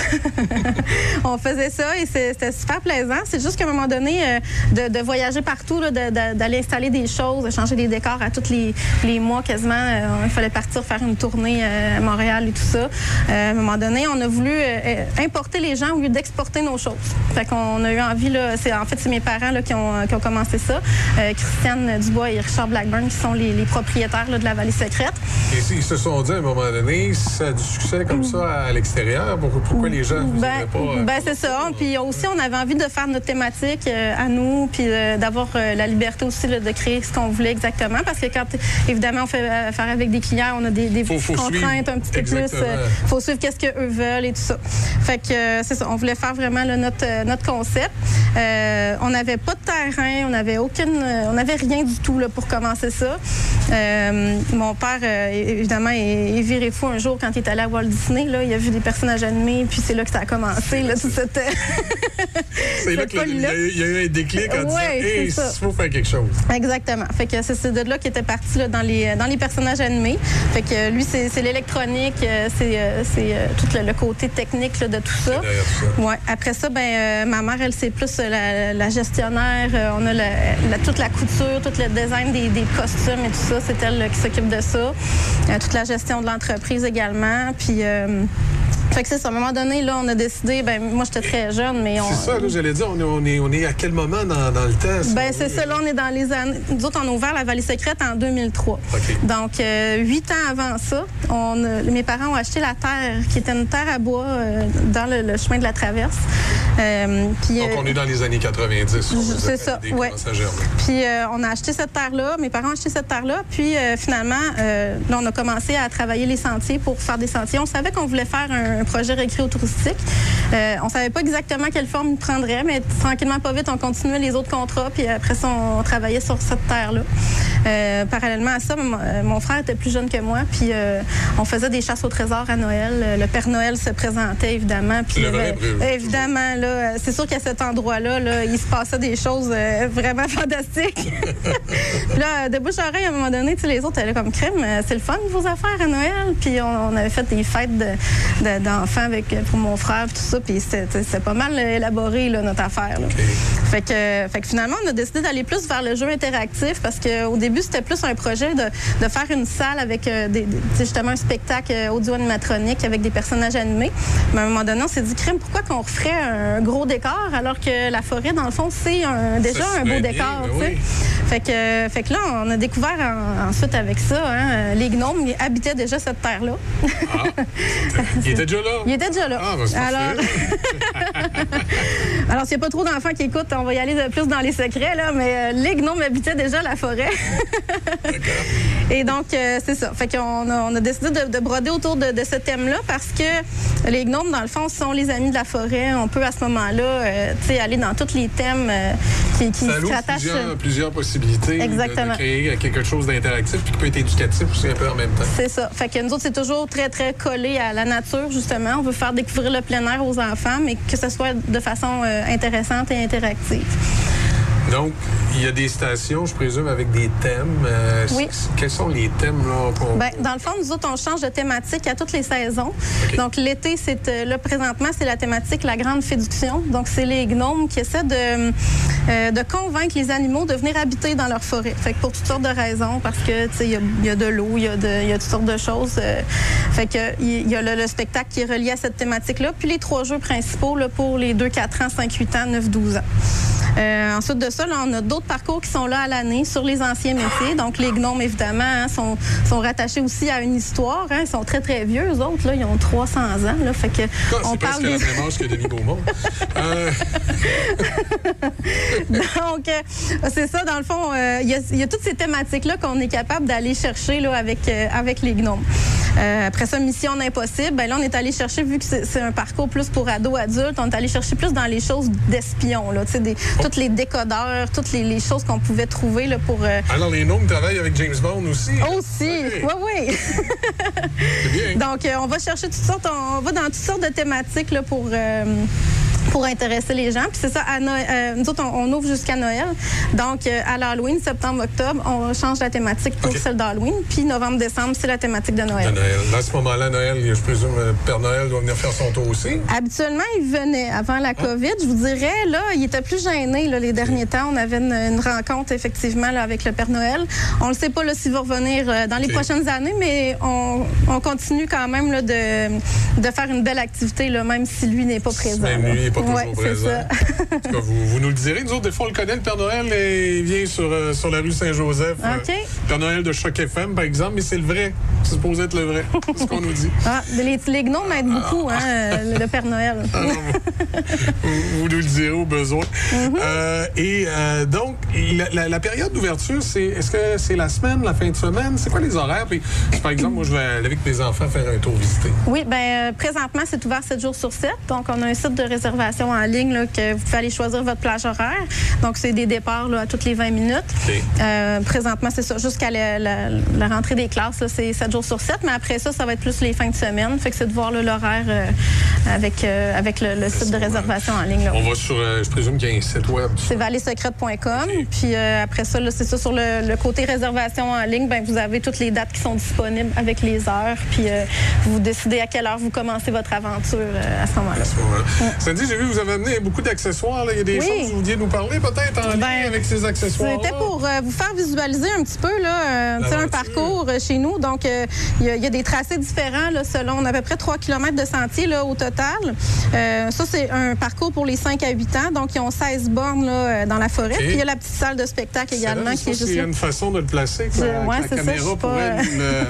On faisait ça et c'était super plaisant. C'est juste qu'à un moment donné, euh, de, de voyager partout, là, de, de, d'aller installer des choses, de changer des décors à tous les, les mois quasiment. Euh, il fallait partir faire une tournée euh, à Montréal et tout ça. Euh, à un moment donné, on a voulu euh, importer les gens au lieu d'exporter nos choses. Fait qu'on a eu envie, là, c'est, en fait, c'est mes parents là, qui, ont, qui ont commencé ça. Euh, Christiane Dubois et Richard Blackburn, qui sont les, les propriétaires là, de la Vallée Secrète. Et ils se sont dit à un moment donné, ça a du succès comme ça à l'extérieur, pourquoi, pourquoi les gens ne vous Ben, pas... Euh, ben c'est ça. Puis aussi, on avait envie de faire notre thématique euh, à nous, puis euh, d'avoir euh, la liberté aussi là, de créer ce qu'on voulait exactement. Parce que quand, évidemment, on fait affaire avec des clients, on a des, des faut, petites faut contraintes un petit peu Exactement. plus. Il euh, faut suivre qu'est-ce qu'eux veulent et tout ça. Fait que euh, c'est ça. On voulait faire vraiment là, notre, euh, notre concept. Euh, on n'avait pas de terrain, on n'avait aucune... Euh, on n'avait rien du tout là, pour commencer ça. Euh, mon père, euh, évidemment, est, est viré fou un jour quand il est allé à Walt Disney. Là, il a vu des personnages animés, puis c'est là que ça a commencé. Là, tout cette, c'est là qu'il y, y a eu un déclic en ouais, disant hey, « il faut faire quelque chose ». Exactement. Fait que c'est, c'est de là qu'il était parti là, dans, les, dans les personnages animés. Fait que lui, c'est, c'est l'électronique, c'est, c'est euh, tout le, le côté technique là, de tout ça. ça. Ouais. Après ça, ben, euh, ma mère, elle, c'est plus la, la gestionnaire. Euh, on a la, la, toute la couture, tout le design des, des costumes et tout ça. C'est elle là, qui s'occupe de ça. Euh, toute la gestion de l'entreprise également. Puis... Euh, Fait que c'est ça. À un moment donné, là, on a décidé, ben moi, j'étais très jeune, mais on... C'est ça, là, j'allais dire, on est, on est, on est à quel moment dans, dans le temps? Ben c'est ça, là, on est dans les années... Nous autres, on a ouvert la Vallée Secrète en deux mille trois. Okay. Donc, euh, huit ans avant ça, on a... mes parents ont acheté la terre, qui était une terre à bois euh, dans le, le chemin de la Traverse. Euh, puis, Donc, on est dans les années quatre-vingt-dix. C'est ça, oui. Puis, euh, on a acheté cette terre-là, mes parents ont acheté cette terre-là, puis euh, finalement, euh, là, on a commencé à travailler les sentiers pour faire des sentiers. On savait qu'on voulait faire un, un projet récréo-touristique. Euh, on savait pas exactement quelle forme il prendrait, mais tranquillement, pas vite, on continuait les autres contrats, puis après ça, on travaillait sur cette terre-là. Euh, parallèlement à ça, mon, mon frère était plus jeune que moi, puis euh, on faisait des chasses au trésor à Noël. Le Père Noël se présentait, évidemment. Puis, vrai, euh, évidemment, là, c'est sûr qu'à cet endroit-là, là, il se passait des choses euh, vraiment fantastiques. Puis là, de bouche à oreille, à un moment donné, les autres allaient comme crème. C'est le fun, vos affaires à Noël. Puis on, on avait fait des fêtes de, de, d'enfants avec, pour mon frère, tout ça. Puis c'était pas mal élaboré, là, notre affaire. Là. Okay. Fait que, fait que finalement, on a décidé d'aller plus vers le jeu interactif parce qu'au début, c'était plus un projet de, de faire une salle avec euh, des, des, justement un spectacle audio-animatronique avec des personnages animés. Mais à un moment donné, on s'est dit, crème, pourquoi qu'on referait un gros décor alors que la forêt, dans le fond, c'est un, déjà un beau bien, décor. Oui. Fait que, fait que là, on a découvert en, ensuite avec ça, hein, les gnomes ils habitaient déjà cette terre-là. Ah, il était déjà là? Il était déjà là. Ah, ben c'est Alors, Alors s'il n'y a pas trop d'enfants qui écoutent, on va y aller de plus dans les secrets, là, mais euh, les gnomes habitaient déjà la forêt. Et donc, euh, c'est ça. Fait qu'on a, on a décidé de, de broder autour de, de ce thème-là parce que les gnomes, dans le fond, sont les amis de la forêt. On peut, à ce moment-là, euh, tu sais, aller dans tous les thèmes euh, qui, qui ça se rattachent. Plusieurs, plusieurs possibilités Exactement. De, de créer quelque chose d'interactif puis qui peut être éducatif aussi un peu en même temps. C'est ça. Fait que nous autres, c'est toujours très, très collé à la nature, justement. On veut faire découvrir le plein air aux enfants, mais que ce soit de façon euh, intéressante et interactive. Donc, il y a des stations, je présume, avec des thèmes. Euh, oui. Quels sont les thèmes, là? Pour... Bien, dans le fond, nous autres, on change de thématique à toutes les saisons. Okay. Donc, l'été, c'est euh, là, présentement, c'est la thématique La Grande Féduction. Donc, c'est les gnomes qui essaient de, euh, de convaincre les animaux de venir habiter dans leur forêt. Fait que pour toutes sortes de raisons, parce que, tu sais, il y, y a de l'eau, il y, y a toutes sortes de choses. Euh, fait que, il y a le, le spectacle qui est relié à cette thématique-là. Puis les trois jeux principaux là, pour les deux, quatre ans, cinq, huit ans, neuf, douze ans. Euh, ensuite de ça, là, on a d'autres parcours qui sont là à l'année sur les anciens métiers. Donc, les gnomes, évidemment, hein, sont, sont rattachés aussi à une histoire. Hein. Ils sont très, très vieux, eux autres. Là, ils ont trois cents ans. Là, fait que ah, on c'est parle presque des... la même âge que Denis Beaumont. euh... Donc, euh, c'est ça, dans le fond, euh, il y, y a toutes ces thématiques-là qu'on est capable d'aller chercher là, avec, euh, avec les gnomes. Euh, après ça, Mission Impossible, ben là, on est allé chercher, vu que c'est, c'est un parcours plus pour ados, adultes, on est allé chercher plus dans les choses d'espions, là, tu sais, des, oh. tous les décodeurs, toutes les, les choses qu'on pouvait trouver là, pour... Euh... Alors, les gnomes travaillent avec James Bond aussi? Aussi, oui, oui. oui. C'est bien. Donc, euh, on va chercher toutes sortes, on va dans toutes sortes de thématiques là, pour... Euh, pour intéresser les gens. Puis c'est ça, à Noël, euh, nous autres, on, on ouvre jusqu'à Noël. Donc, euh, à l'Halloween, septembre, octobre, on change la thématique pour okay. celle d'Halloween. Puis novembre, décembre, c'est la thématique de Noël. De Noël. À ce moment-là, Noël, je présume, le Père Noël doit venir faire son tour aussi? Habituellement, il venait avant la oh. COVID. Je vous dirais, là, il était plus gêné là, les derniers okay. temps. On avait une, une rencontre, effectivement, là, avec le Père Noël. On ne sait pas là, s'il va revenir euh, dans les okay. prochaines années, mais on, on continue quand même là, de, de faire une belle activité, là, même si lui n'est pas présent. Même lui n'est pas toujours Ouais, c'est présent. ça. En tout cas, vous, vous nous le direz. Nous autres, des fois, on le connaît, le Père Noël, et il vient sur, euh, sur la rue Saint-Joseph. OK. Euh, Père Noël de Choc F M, par exemple, mais c'est le vrai. C'est supposé être le vrai. C'est ce qu'on nous dit. Ah, les, les gnomes aident beaucoup, hein, euh, le Père Noël. Alors, vous, vous nous le direz au besoin. Mm-hmm. Euh, et euh, donc, la, la, la période d'ouverture, c'est est-ce que c'est la semaine, la fin de semaine? C'est quoi les horaires? Puis, si, par exemple, moi, je vais aller avec mes enfants faire un tour visiter. Oui, bien, présentement, c'est ouvert sept jours sur sept. Donc, on a un site de réservation en ligne là, que vous pouvez aller choisir votre plage horaire. Donc, c'est des départs là, à toutes les vingt minutes. Okay. Euh, présentement, c'est ça. Jusqu'à la, la, la rentrée des classes, là, c'est sept jours sur sept. Mais après ça, ça va être plus les fins de semaine. Fait que c'est de voir là, l'horaire euh, avec, euh, avec le, le site de réservation en ligne. Là. On va sur, euh, je présume qu'il y a un site web. C'est vallée secrète point com. Okay. Puis euh, après ça, là, c'est ça, sur le, le côté réservation en ligne, ben, vous avez toutes les dates qui sont disponibles avec les heures. Puis euh, vous décidez à quelle heure vous commencez votre aventure euh, à ce moment-là. Ouais. Sandy, j'ai vu que vous avez amené beaucoup d'accessoires. Là. Il y a des oui. choses que vous vouliez nous parler peut-être en ben, lien avec ces accessoires. C'était pour euh, vous faire visualiser un petit peu là, euh, un parcours euh, chez nous. Donc, il euh, y, y a des tracés différents là, selon on a à peu près trois kilomètres de sentiers là, au total. Euh, ça, c'est un parcours pour les cinq à huit ans. Donc, ils ont seize bornes là, dans la forêt. Okay. Puis, il y a la petite salle de spectacle également là, qui est juste Il y a là. une façon de le placer. Que la, ouais, que la caméra ça, pourrait pas... le...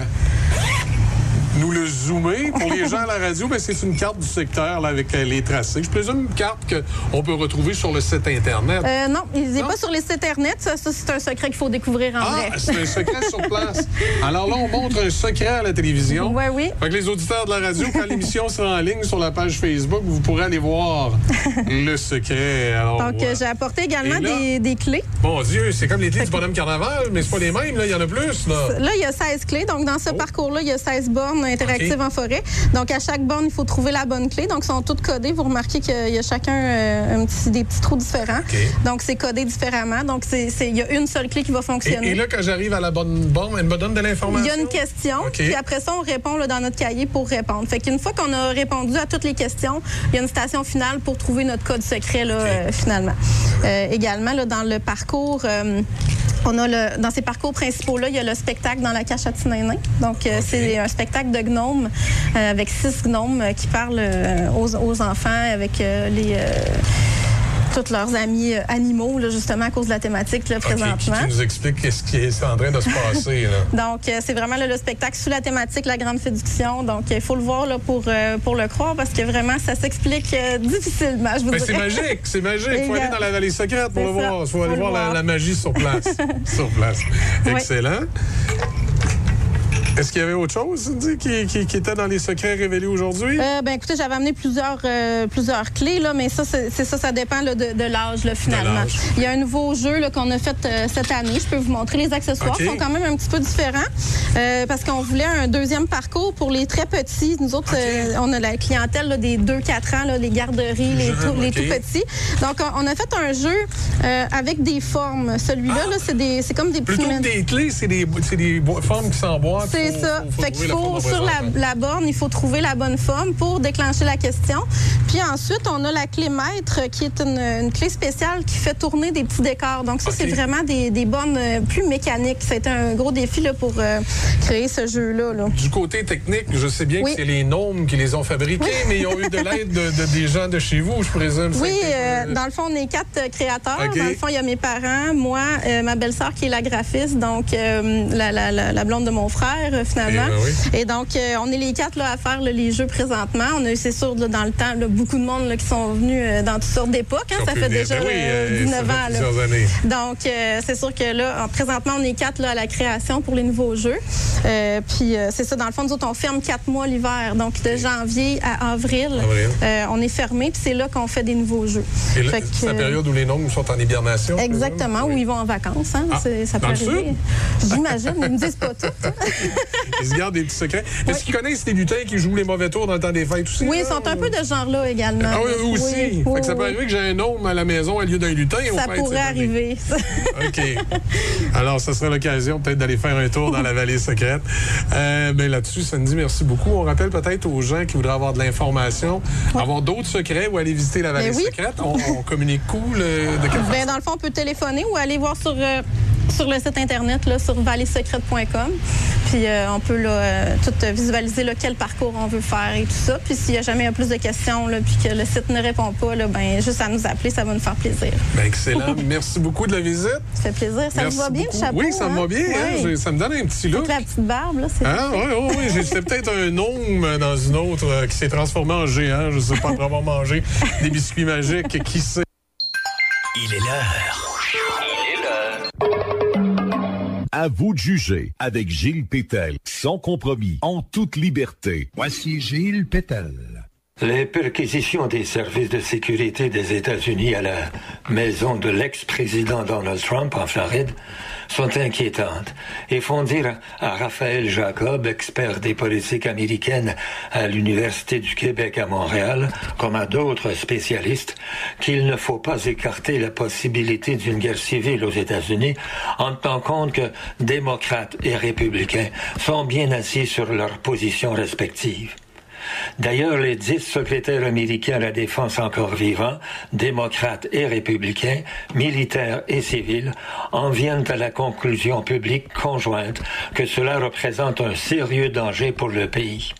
nous le zoomer. Pour les gens à la radio, ben, c'est une carte du secteur là, avec euh, les tracés. Je présume une carte qu'on peut retrouver sur le site Internet. Euh, non, il n'est pas sur les sites Internet. Ça, ça c'est un secret qu'il faut découvrir en ah, vrai. Ah, c'est un secret sur place. Alors là, on montre un secret à la télévision. Oui, oui. Fait que les auditeurs de la radio, quand l'émission sera en ligne sur la page Facebook, vous pourrez aller voir le secret. Alors, Donc, voilà. j'ai apporté également là, des, des clés. Mon Dieu, c'est comme les clés du bonhomme carnaval, mais c'est pas les mêmes. Là. Il y en a plus. Là, là il y a seize clés. Donc, dans ce oh. parcours-là, il y a seize bornes interactives okay. en forêt. Donc, à chaque borne, il faut trouver la bonne clé. Donc, ils sont toutes codées. Vous remarquez qu'il y a chacun euh, un petit, des petits trous différents. Okay. Donc, c'est codé différemment. Donc, c'est, c'est, il y a une seule clé qui va fonctionner. Et, et là, quand j'arrive à la bonne borne, elle me donne de l'information? Il y a une question. Okay. Puis après ça, on répond là, dans notre cahier pour répondre. Fait qu'une fois qu'on a répondu à toutes les questions, il y a une station finale pour trouver notre code secret, là, okay. euh, finalement. Euh, également, là, dans le parcours... Euh, On a le, dans ces parcours principaux-là, il y a le spectacle dans la cache à Tinainin. Donc, euh, okay. c'est un spectacle de gnomes euh, avec six gnomes euh, qui parlent euh, aux, aux enfants avec euh, les... Euh, tous leurs amis euh, animaux, là, justement, à cause de la thématique, là, okay, présentement. Qui nous explique qu'est-ce qui est en train de se passer, là. Donc, euh, c'est vraiment là, le spectacle sous la thématique La Grande Séduction. Donc, il faut le voir là, pour, euh, pour le croire, parce que vraiment, ça s'explique euh, difficilement, je vous ben, dirais. C'est magique, c'est magique. Il faut aller dans la vallée secrète pour le voir. Il faut aller voir, voir. La, la magie sur place. sur place. Oui. Excellent. Est-ce qu'il y avait autre chose, Cindy, qui, qui, qui était dans les secrets révélés aujourd'hui? Euh, ben, écoutez, j'avais amené plusieurs, euh, plusieurs clés, là, mais ça, c'est, c'est ça, ça dépend là, de, de l'âge, là, finalement. L'âge. Il y a un nouveau jeu là, qu'on a fait euh, cette année. Je peux vous montrer les accessoires. Okay. Ils sont quand même un petit peu différents euh, parce qu'on voulait un deuxième parcours pour les très petits. Nous autres, okay. euh, on a la clientèle là, des deux quatre ans, là, les garderies, les, tout, okay. les tout petits. Donc, on, on a fait un jeu euh, avec des formes. Celui-là, ah. là, c'est, des, c'est comme des petits... Plutôt que des clés, c'est des, c'est des formes qui s'emboîtent. C'est C'est ça. Faut, faut fait qu'il faut, sur la, la borne, il faut trouver la bonne forme pour déclencher la question. Puis ensuite, on a la clé maître, qui est une, une clé spéciale qui fait tourner des petits décors. Donc ça, okay. c'est vraiment des, des bornes plus mécaniques. C'était un gros défi là, pour euh, créer ce jeu-là. Là. Du côté technique, je sais bien oui. que c'est les gnomes qui les ont fabriqués, oui. mais ils ont eu de l'aide de, de, des gens de chez vous, je présume. Oui, euh, dans le fond, on est quatre créateurs. Okay. Dans le fond, il y a mes parents, moi, euh, ma belle-sœur qui est la graphiste, donc euh, la, la, la, la blonde de mon frère, finalement. Ben oui. Et donc, euh, on est les quatre là, à faire là, les jeux présentement. On a eu, c'est sûr, là, dans le temps, là, beaucoup de monde là, qui sont venus euh, dans toutes sortes d'époques. Hein, ça fait déjà ben oui, euh, dix-neuf ans. Là. Années. Donc, euh, c'est sûr que là, présentement, on est quatre là, à la création pour les nouveaux jeux. Euh, puis, euh, c'est ça, dans le fond, nous autres, on ferme quatre mois l'hiver. Donc, de janvier à avril, avril. Euh, on est fermé. Puis, c'est là qu'on fait des nouveaux jeux. Et là, c'est la période où les gnomes sont en hibernation. Exactement, où oui. ils vont en vacances. Hein, ah, c'est, ça peut dans arriver. J'imagine, ils ne me disent pas tout. Hein. Ils se gardent des petits secrets. Est-ce oui. qu'ils connaissent les lutins qui jouent les mauvais tours dans le temps des fêtes aussi? Oui, là, ils sont ou... un peu de ce genre-là également. Ah oui, eux aussi. Oui, fait oui, que ça oui. peut arriver que j'ai un gnome à la maison au lieu d'un lutin. Ça pourrait arriver. OK. Alors, ça sera l'occasion peut-être d'aller faire un tour dans la vallée secrète. Euh, ben, là-dessus, Sandy, merci beaucoup. On rappelle peut-être aux gens qui voudraient avoir de l'information, oui. avoir d'autres secrets ou aller visiter la vallée oui. secrète. On, on communique cool. Euh, de quelle ben, dans le fond, on peut téléphoner ou aller voir sur... Euh, sur le site Internet, là, sur vallée secrète point com. Puis euh, on peut là, euh, tout visualiser là, quel parcours on veut faire et tout ça. Puis s'il y a jamais plus de questions, là, puis que le site ne répond pas, là, ben, juste à nous appeler, ça va nous faire plaisir. Ben, excellent. Merci beaucoup de la visite. Ça fait plaisir. Ça Merci vous va bien, beaucoup. le chapeau? Oui, ça me va bien. Ouais. Hein? J'ai- Ça me donne un petit look. Avec la petite barbe, là, c'est Ah, oui, oui, oui. J'étais peut-être un gnome dans une autre euh, qui s'est transformé en géant. Je ne sais pas, après avoir mangé des biscuits magiques. Qui sait? Il est l'heure. Il est l'heure. À vous de juger avec Gilles Pétel, sans compromis, en toute liberté. Voici Gilles Pétel. Les perquisitions des services de sécurité des États-Unis à la maison de l'ex-président Donald Trump en Floride sont inquiétantes et font dire à Raphaël Jacob, expert des politiques américaines à l'Université du Québec à Montréal, comme à d'autres spécialistes, qu'il ne faut pas écarter la possibilité d'une guerre civile aux États-Unis en tenant compte que démocrates et républicains sont bien assis sur leurs positions respectives. D'ailleurs, les dix secrétaires américains à la défense encore vivants, démocrates et républicains, militaires et civils, en viennent à la conclusion publique conjointe que cela représente un sérieux danger pour le pays.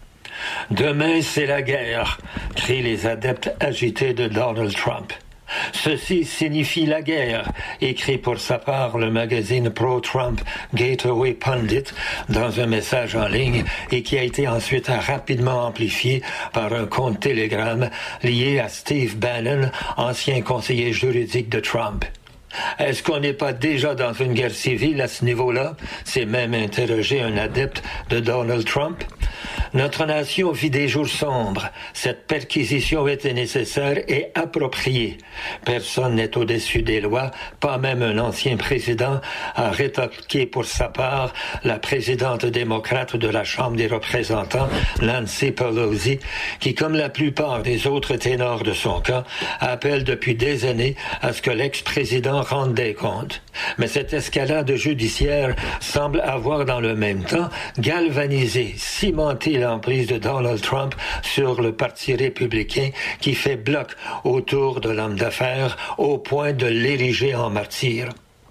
Demain, c'est la guerre, crient les adeptes agités de Donald Trump. Ceci signifie la guerre, écrit pour sa part le magazine pro-Trump Gateway Pundit dans un message en ligne et qui a été ensuite rapidement amplifié par un compte Telegram lié à Steve Bannon, ancien conseiller juridique de Trump. Est-ce qu'on n'est pas déjà dans une guerre civile à ce niveau-là? C'est même interrogé un adepte de Donald Trump. Notre nation vit des jours sombres. Cette perquisition était nécessaire et appropriée. Personne n'est au-dessus des lois, pas même un ancien président, a rétorqué pour sa part la présidente démocrate de la Chambre des représentants, Nancy Pelosi, qui, comme la plupart des autres ténors de son camp, appelle depuis des années à ce que l'ex-président rende des comptes. Mais cette escalade judiciaire semble avoir dans le même temps galvanisé, cimenté l'emprise de Donald Trump sur le Parti républicain qui fait bloc autour de l'homme d'affaires au point de l'ériger en martyr.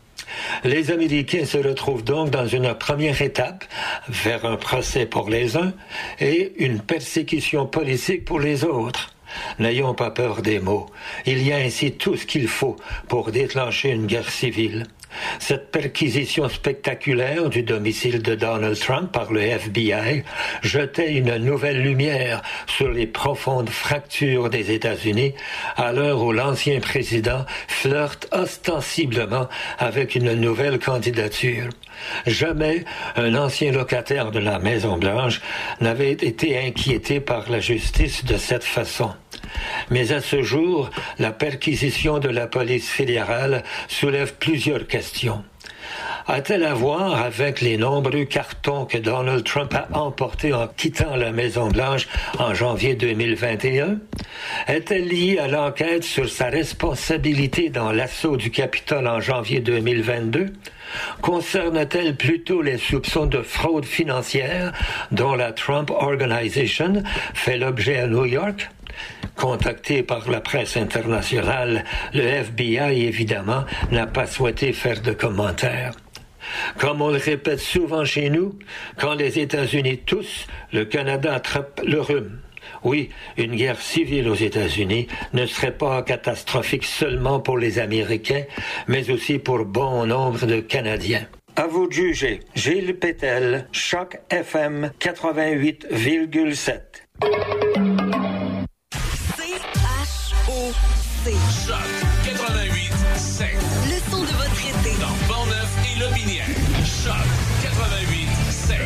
Les Américains se retrouvent donc dans une première étape vers un procès pour les uns et une persécution politique pour les autres. N'ayons pas peur des mots. Il y a ainsi tout ce qu'il faut pour déclencher une guerre civile. Cette perquisition spectaculaire du domicile de Donald Trump par le F B I jetait une nouvelle lumière sur les profondes fractures des États-Unis à l'heure où l'ancien président flirte ostensiblement avec une nouvelle candidature. Jamais un ancien locataire de la Maison-Blanche n'avait été inquiété par la justice de cette façon. Mais à ce jour, la perquisition de la police fédérale soulève plusieurs questions. A-t-elle à voir avec les nombreux cartons que Donald Trump a emportés en quittant la Maison-Blanche en janvier deux mille vingt et un? Est-elle liée à l'enquête sur sa responsabilité dans l'assaut du Capitole en janvier deux mille vingt-deux? Concerne-t-elle plutôt les soupçons de fraude financière dont la Trump Organization fait l'objet à New York? Contacté par la presse internationale, le F B I, évidemment, n'a pas souhaité faire de commentaires. Comme on le répète souvent chez nous, quand les États-Unis toussent, le Canada attrape le rhume. Oui, une guerre civile aux États-Unis ne serait pas catastrophique seulement pour les Américains, mais aussi pour bon nombre de Canadiens. À vous de juger. Gilles Pétel, Choc F M quatre-vingt-huit virgule sept. Choc quatre-vingt-huit sept. Le son de votre été. Dans Pont-Neuf et Lotbinière. Choc quatre-vingt-huit sept.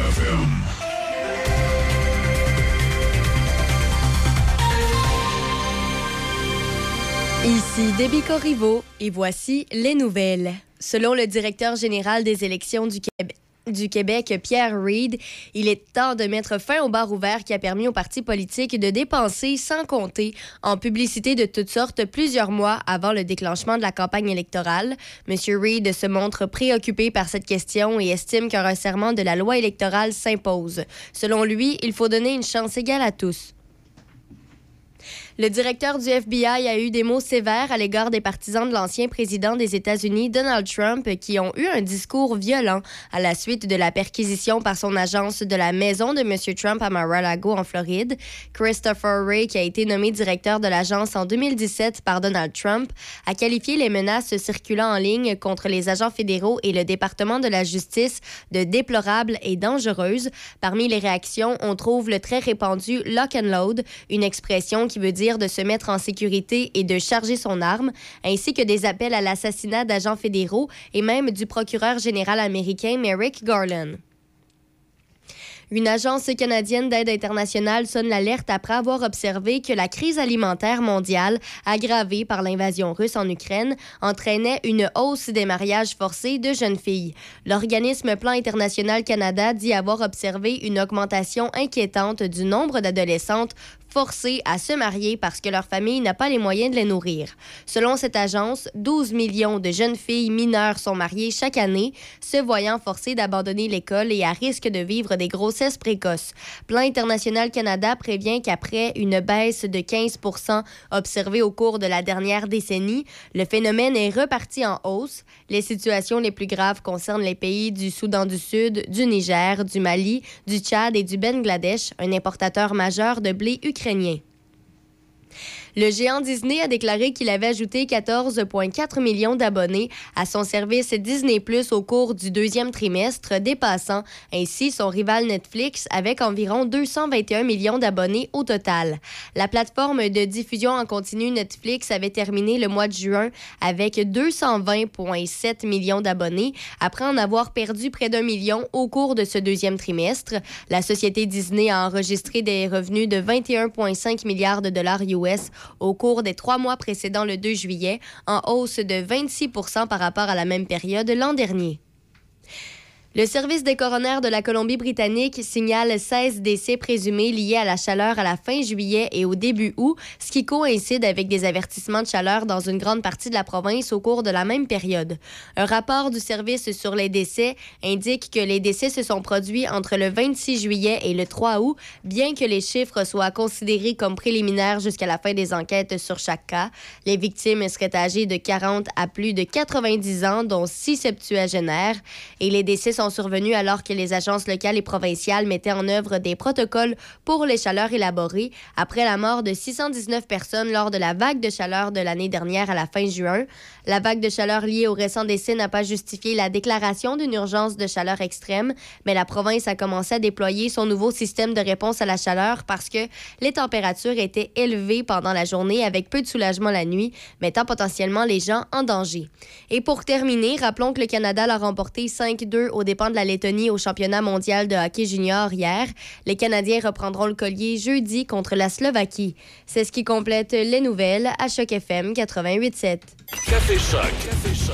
Ici Debbie Corriveau et voici les nouvelles. Selon le directeur général des élections du Québec, du Québec, Pierre Reid, il est temps de mettre fin au bar ouvert qui a permis aux partis politiques de dépenser sans compter en publicité de toutes sortes plusieurs mois avant le déclenchement de la campagne électorale. M. Reid se montre préoccupé par cette question et estime qu'un resserrement de la loi électorale s'impose. Selon lui, il faut donner une chance égale à tous. Le directeur du F B I a eu des mots sévères à l'égard des partisans de l'ancien président des États-Unis, Donald Trump, qui ont eu un discours violent à la suite de la perquisition par son agence de la maison de M. Trump à Mar-a-Lago, en Floride. Christopher Wray, qui a été nommé directeur de l'agence en deux mille dix-sept par Donald Trump, a qualifié les menaces circulant en ligne contre les agents fédéraux et le département de la justice de déplorables et dangereuses. Parmi les réactions, on trouve le très répandu « lock and load », une expression qui veut dire de se mettre en sécurité et de charger son arme, ainsi que des appels à l'assassinat d'agents fédéraux et même du procureur général américain Merrick Garland. Une agence canadienne d'aide internationale sonne l'alerte après avoir observé que la crise alimentaire mondiale, aggravée par l'invasion russe en Ukraine, entraînait une hausse des mariages forcés de jeunes filles. L'organisme Plan International Canada dit avoir observé une augmentation inquiétante du nombre d'adolescentes forcées à se marier parce que leur famille n'a pas les moyens de les nourrir. Selon cette agence, douze millions de jeunes filles mineures sont mariées chaque année, se voyant forcées d'abandonner l'école et à risque de vivre des grossesses précoces. Plan International Canada prévient qu'après une baisse de quinze pour cent observée au cours de la dernière décennie, le phénomène est reparti en hausse. Les situations les plus graves concernent les pays du Soudan du Sud, du Niger, du Mali, du Tchad et du Bangladesh, un importateur majeur de blé ukrainien. Le géant Disney a déclaré qu'il avait ajouté quatorze virgule quatre millions d'abonnés à son service Disney Plus au cours du deuxième trimestre, dépassant ainsi son rival Netflix avec environ deux cent vingt et un millions d'abonnés au total. La plateforme de diffusion en continu Netflix avait terminé le mois de juin avec deux cent vingt virgule sept millions d'abonnés après en avoir perdu près d'un million au cours de ce deuxième trimestre. La société Disney a enregistré des revenus de vingt et un virgule cinq milliards de dollars U S au cours des trois mois précédant le deux juillet, en hausse de vingt-six pour cent par rapport à la même période l'an dernier. Le service des coronaires de la Colombie-Britannique signale seize décès présumés liés à la chaleur à la fin juillet et au début août, ce qui coïncide avec des avertissements de chaleur dans une grande partie de la province au cours de la même période. Un rapport du service sur les décès indique que les décès se sont produits entre le vingt-six juillet et le trois août, bien que les chiffres soient considérés comme préliminaires jusqu'à la fin des enquêtes sur chaque cas. Les victimes seraient âgées de quarante à plus de quatre-vingt-dix ans, dont six septuagénaires, et les décès sont survenus alors que les agences locales et provinciales mettaient en œuvre des protocoles pour les chaleurs élaborés après la mort de six cent dix-neuf personnes lors de la vague de chaleur de l'année dernière à la fin juin. La vague de chaleur liée au récent décès n'a pas justifié la déclaration d'une urgence de chaleur extrême, mais la province a commencé à déployer son nouveau système de réponse à la chaleur parce que les températures étaient élevées pendant la journée avec peu de soulagement la nuit, mettant potentiellement les gens en danger. Et pour terminer, rappelons que le Canada l'a remporté cinq deux au dépend de la Lettonie au championnat mondial de hockey junior hier. Les Canadiens reprendront le collier jeudi contre la Slovaquie. C'est ce qui complète les nouvelles à Choc F M quatre-vingt-huit sept. Café Choc. Café Choc.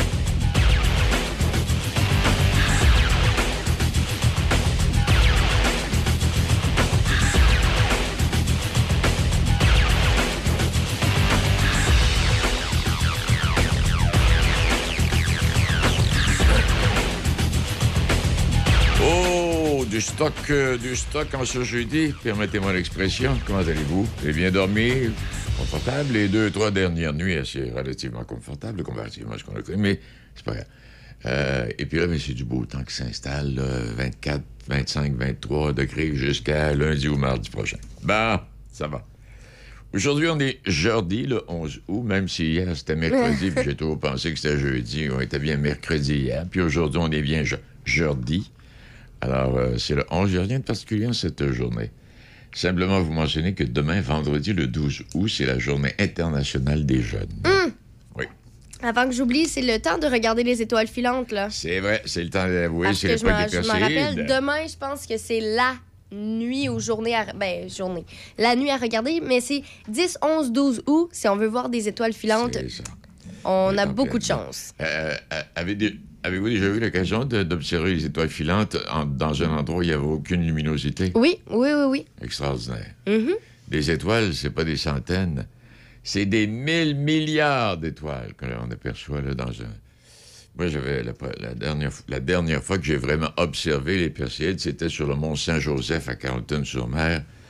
Oh, du stock, euh, du stock en ce jeudi, permettez-moi l'expression. Comment allez-vous? Vous avez bien dormi? Confortable? Les deux, trois dernières nuits, assez relativement confortable, comparativement à ce qu'on a connu, mais c'est pas grave. Euh, et puis là, ben, c'est du beau temps qui s'installe, là, vingt-quatre, vingt-cinq, vingt-trois degrés jusqu'à lundi ou mardi prochain. Bon, ça va. Aujourd'hui, on est jeudi, le onze août, même si hier, c'était mercredi, puis j'ai toujours pensé que c'était jeudi. On était bien mercredi hier, puis aujourd'hui, on est bien je- jeudi. Alors, euh, c'est le onze. Il n'y a rien de particulier en cette journée. Simplement vous mentionner que demain, vendredi, le douze août, c'est la journée internationale des jeunes. Hum! Oui. Avant que j'oublie, c'est le temps de regarder les étoiles filantes, là. C'est vrai, c'est le temps d'avouer, Parce c'est que le je me, pas des je me rappelle, demain, je pense que c'est la nuit ou journée à... Ben, journée. La nuit à regarder, mais c'est dix, onze, douze août, si on veut voir des étoiles filantes. C'est ça. On a Donc, beaucoup de euh, chance. Euh, euh, avez des- Avez-vous déjà eu l'occasion de- d'observer les étoiles filantes en- dans un endroit où il n'y avait aucune luminosité? Oui, oui, oui, oui. Extraordinaire. Mhm. Des étoiles, c'est pas des centaines, c'est des mille milliards d'étoiles que l'on aperçoit là, dans un... Moi, j'avais la, la dernière, la dernière fois que j'ai vraiment observé les Perséides, c'était sur le mont Saint-Joseph à Carleton-sur-Mer.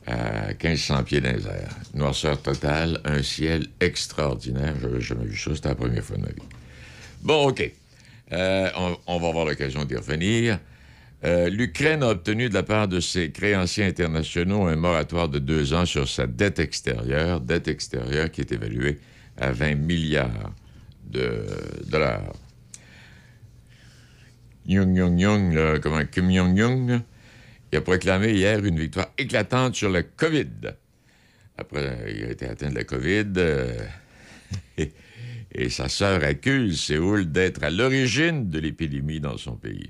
à mille cinq cents pieds dans les airs. Noirceur totale, un ciel extraordinaire. Je n'avais jamais vu ça, c'était la première fois de ma vie. Bon, OK. Euh, on, on va avoir l'occasion d'y revenir. Euh, L'Ukraine a obtenu de la part de ses créanciers internationaux un moratoire de deux ans sur sa dette extérieure, dette extérieure qui est évaluée à vingt milliards de dollars. Jung Jung Jung, là, comment, Kim Jong Jung, il a proclamé hier une victoire éclatante sur le COVID. Après, il a été atteint de la COVID euh, et, et sa sœur accuse Séoul d'être à l'origine de l'épidémie dans son pays.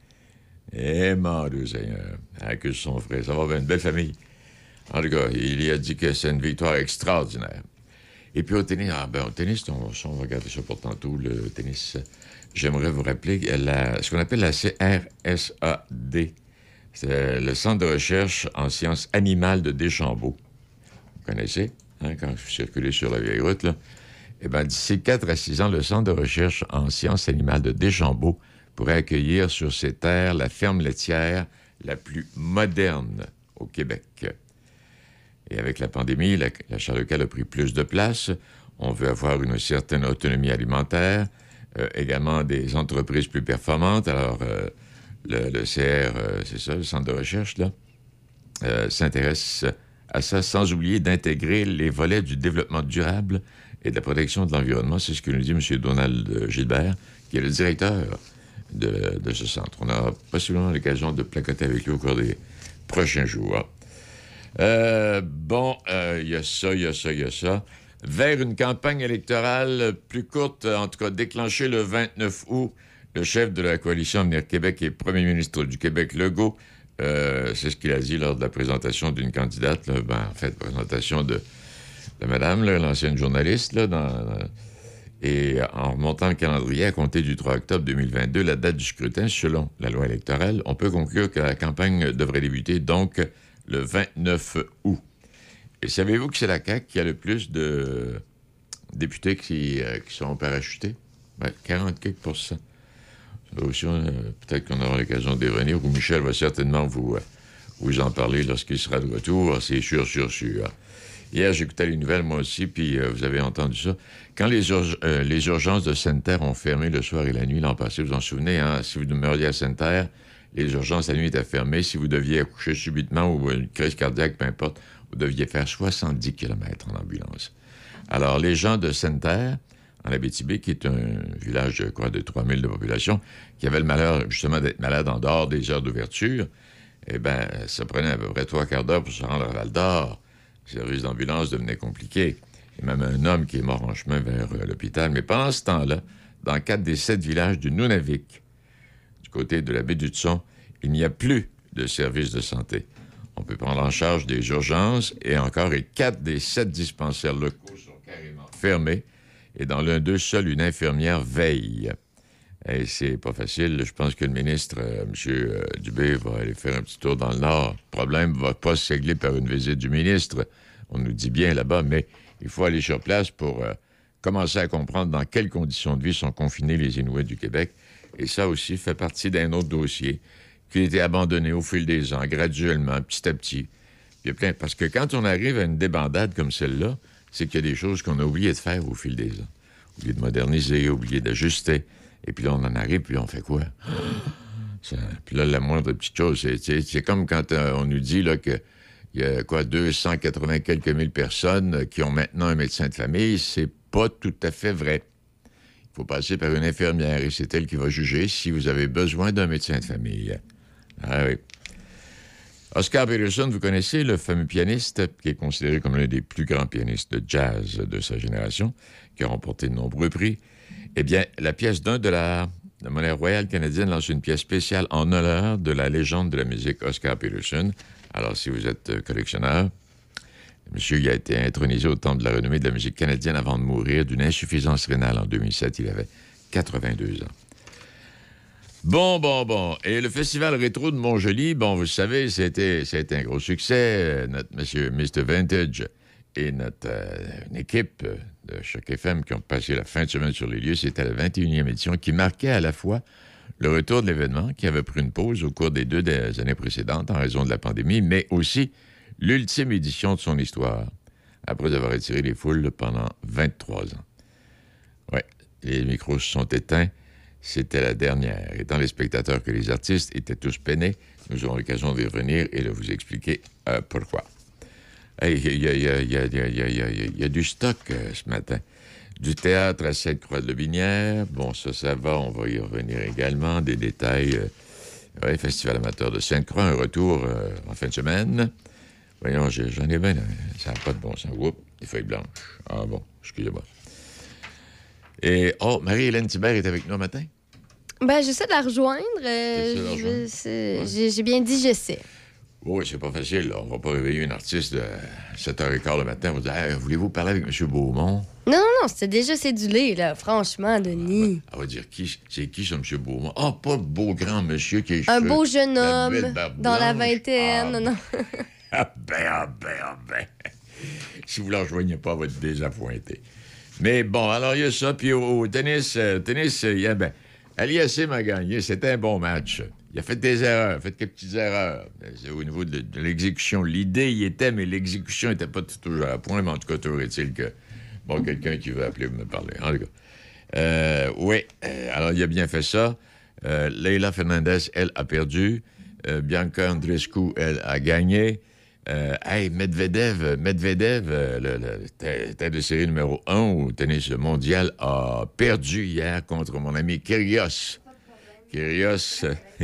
Eh, mon Dieu Seigneur, elle accuse son frère. Ça va faire une belle famille. En tout cas, il y a dit que c'est une victoire extraordinaire. Et puis au tennis, ah ben au tennis, on, on va regarder ça pour tantôt, le tennis. J'aimerais vous rappeler la, ce qu'on appelle la C R S A D. C'est le Centre de recherche en sciences animales de Deschambault. Vous connaissez, hein, quand je circulais sur la vieille route, là. Eh bien, d'ici quatre à six ans, le Centre de recherche en sciences animales de Deschambault pourrait accueillir sur ses terres la ferme laitière la plus moderne au Québec. Et avec la pandémie, la, la chair de cale a pris plus de place. On veut avoir une certaine autonomie alimentaire, euh, également des entreprises plus performantes. Alors, euh, le, le C R, euh, c'est ça, le Centre de recherche, là, euh, s'intéresse à ça, sans oublier d'intégrer les volets du développement durable et de la protection de l'environnement. C'est ce que nous dit M. Donald Gilbert, qui est le directeur de, de ce centre. On aura possiblement l'occasion de placoter avec lui au cours des prochains jours. Euh, bon, il euh, y a ça, il y a ça, il y a ça. Vers une campagne électorale plus courte, en tout cas déclenchée le vingt-neuf août, le chef de la coalition Avenir Québec et premier ministre du Québec, Legault, euh, c'est ce qu'il a dit lors de la présentation d'une candidate, là, ben, en fait, présentation de, de madame, là, l'ancienne journaliste, là, dans, dans, et en remontant le calendrier à compter du trois octobre deux mille vingt-deux, la date du scrutin, selon la loi électorale, on peut conclure que la campagne devrait débuter, donc, le vingt-neuf août. Et savez-vous que c'est la C A Q qui a le plus de députés qui, euh, qui sont parachutés? Ben, quarante-quatre pour cent. Ça aussi, euh, peut-être qu'on aura l'occasion d'y revenir, ou Michel va certainement vous, euh, vous en parler lorsqu'il sera de retour. C'est sûr, sûr, sûr. Hier, j'écoutais les nouvelles, moi aussi, puis euh, vous avez entendu ça. Quand les, ur- euh, les urgences de Sainte-Terre ont fermé le soir et la nuit l'an passé, vous vous en souvenez, hein? Si vous demeuriez à Sainte-Terre, les urgences la nuit étaient fermées. Si vous deviez accoucher subitement ou une crise cardiaque, peu importe, vous deviez faire soixante-dix kilomètres en ambulance. Alors, les gens de Sainte-Terre, en Abitibi, qui est un village de, quoi, de trois mille de population, qui avait le malheur, justement, d'être malade en dehors des heures d'ouverture, eh bien, ça prenait à peu près trois quarts d'heure pour se rendre à Val-d'Or. Le service d'ambulance devenait compliqué. Il y a même un homme qui est mort en chemin vers euh, l'hôpital. Mais pendant ce temps-là, dans quatre des sept villages du Nunavik, du côté de la baie du Tson, il n'y a plus de service de santé. On peut prendre en charge des urgences et encore, et quatre des sept dispensaires locaux sont carrément fermés. Et dans l'un d'eux, seule une infirmière veille. Et c'est pas facile. Je pense que le ministre, euh, M. Euh, Dubé, va aller faire un petit tour dans le Nord. Le problème ne va pas se régler par une visite du ministre. On nous dit bien là-bas, mais il faut aller sur place pour euh, commencer à comprendre dans quelles conditions de vie sont confinés les Inuits du Québec. Et ça aussi fait partie d'un autre dossier qui a été abandonné au fil des ans, graduellement, petit à petit. Il y a plein... Parce que quand on arrive à une débandade comme celle-là, c'est qu'il y a des choses qu'on a oublié de faire au fil des ans. Oublié de moderniser, oublié d'ajuster. Et puis là, on en arrive, puis on fait quoi? Ça... Puis là, la moindre petite chose, c'est, c'est, c'est comme quand euh, on nous dit là, qu'il y a quoi, deux cent quatre-vingt quelques mille personnes qui ont maintenant un médecin de famille. C'est pas tout à fait vrai. Il faut passer par une infirmière et c'est elle qui va juger si vous avez besoin d'un médecin de famille. Ah oui. Oscar Peterson, vous connaissez le fameux pianiste qui est considéré comme l'un des plus grands pianistes de jazz de sa génération, qui a remporté de nombreux prix. Eh bien, la pièce d'un dollar, la monnaie royale canadienne lance une pièce spéciale en honneur de la légende de la musique Oscar Peterson. Alors, si vous êtes collectionneur, monsieur il a été intronisé au temple de la renommée de la musique canadienne avant de mourir d'une insuffisance rénale en deux mille sept. Il avait quatre-vingt-deux ans. Bon, bon, bon. Et le Festival rétro de Montjoly, bon, vous le savez, c'était, c'était un gros succès. Notre monsieur mister Vintage et notre euh, une équipe de Choc F M qui ont passé la fin de semaine sur les lieux, c'était la vingt et unième édition qui marquait à la fois le retour de l'événement qui avait pris une pause au cours des deux des années précédentes en raison de la pandémie, mais aussi l'ultime édition de son histoire, après avoir attiré les foules pendant vingt-trois ans. Ouais, les micros se sont éteints. C'était la dernière. Et tant les spectateurs que les artistes étaient tous peinés, nous aurons l'occasion d'y revenir et de vous expliquer euh, pourquoi. Il hey, y, y, y, y, y a du stock euh, ce matin. Du théâtre à Sainte-Croix-de-Lobinière. Bon, ça, ça va, on va y revenir également. Des détails. Euh, ouais, Festival amateur de Sainte-Croix, un retour euh, en fin de semaine. Voyons, j'en ai bien, ça n'a pas de bon sens. Oups, des feuilles blanches. Ah bon, excusez-moi. Et, oh, Marie-Hélène Thibert est avec nous ce matin? Ben, j'essaie de la rejoindre. Euh, de la rejoindre? Je, c'est, ouais. j'ai, j'ai bien dit j'essaie. Oui, c'est pas facile. Là. On va pas réveiller une artiste de sept heures quinze le matin. On va dire hey, « Voulez-vous parler avec M. Beaumont? » Non, non, non, c'était déjà cédulé, là. Franchement, Denis. On va dire qui, c'est qui, ça, M. Beaumont? Ah, oh, pas le beau grand monsieur qui est... Un cheveux, beau jeune homme, dans blanche. la vingtaine. Ah, non. ah ben, ah ben, ah ben. Si vous ne la rejoignez pas, elle va être désappointée. Mais bon, alors il y a ça. Puis au, au tennis, euh, tennis, il y a... Ben, Aliassime a gagné. C'était un bon match. Il a fait des erreurs, fait quelques petites erreurs. C'est au niveau de, de l'exécution. L'idée y était, mais l'exécution n'était pas toujours à point. Mais en tout cas, toujours est-il que... Bon, quelqu'un qui veut appeler me parler. En tout cas. Euh, oui, euh, alors il a bien fait ça. Euh, Leila Fernandez, elle, a perdu. Euh, Bianca Andreescu, elle, a gagné. Euh, hey, Medvedev, Medvedev euh, le, le tête de série numéro un au tennis mondial, a perdu hier contre mon ami Kyrgios. Kyrgios...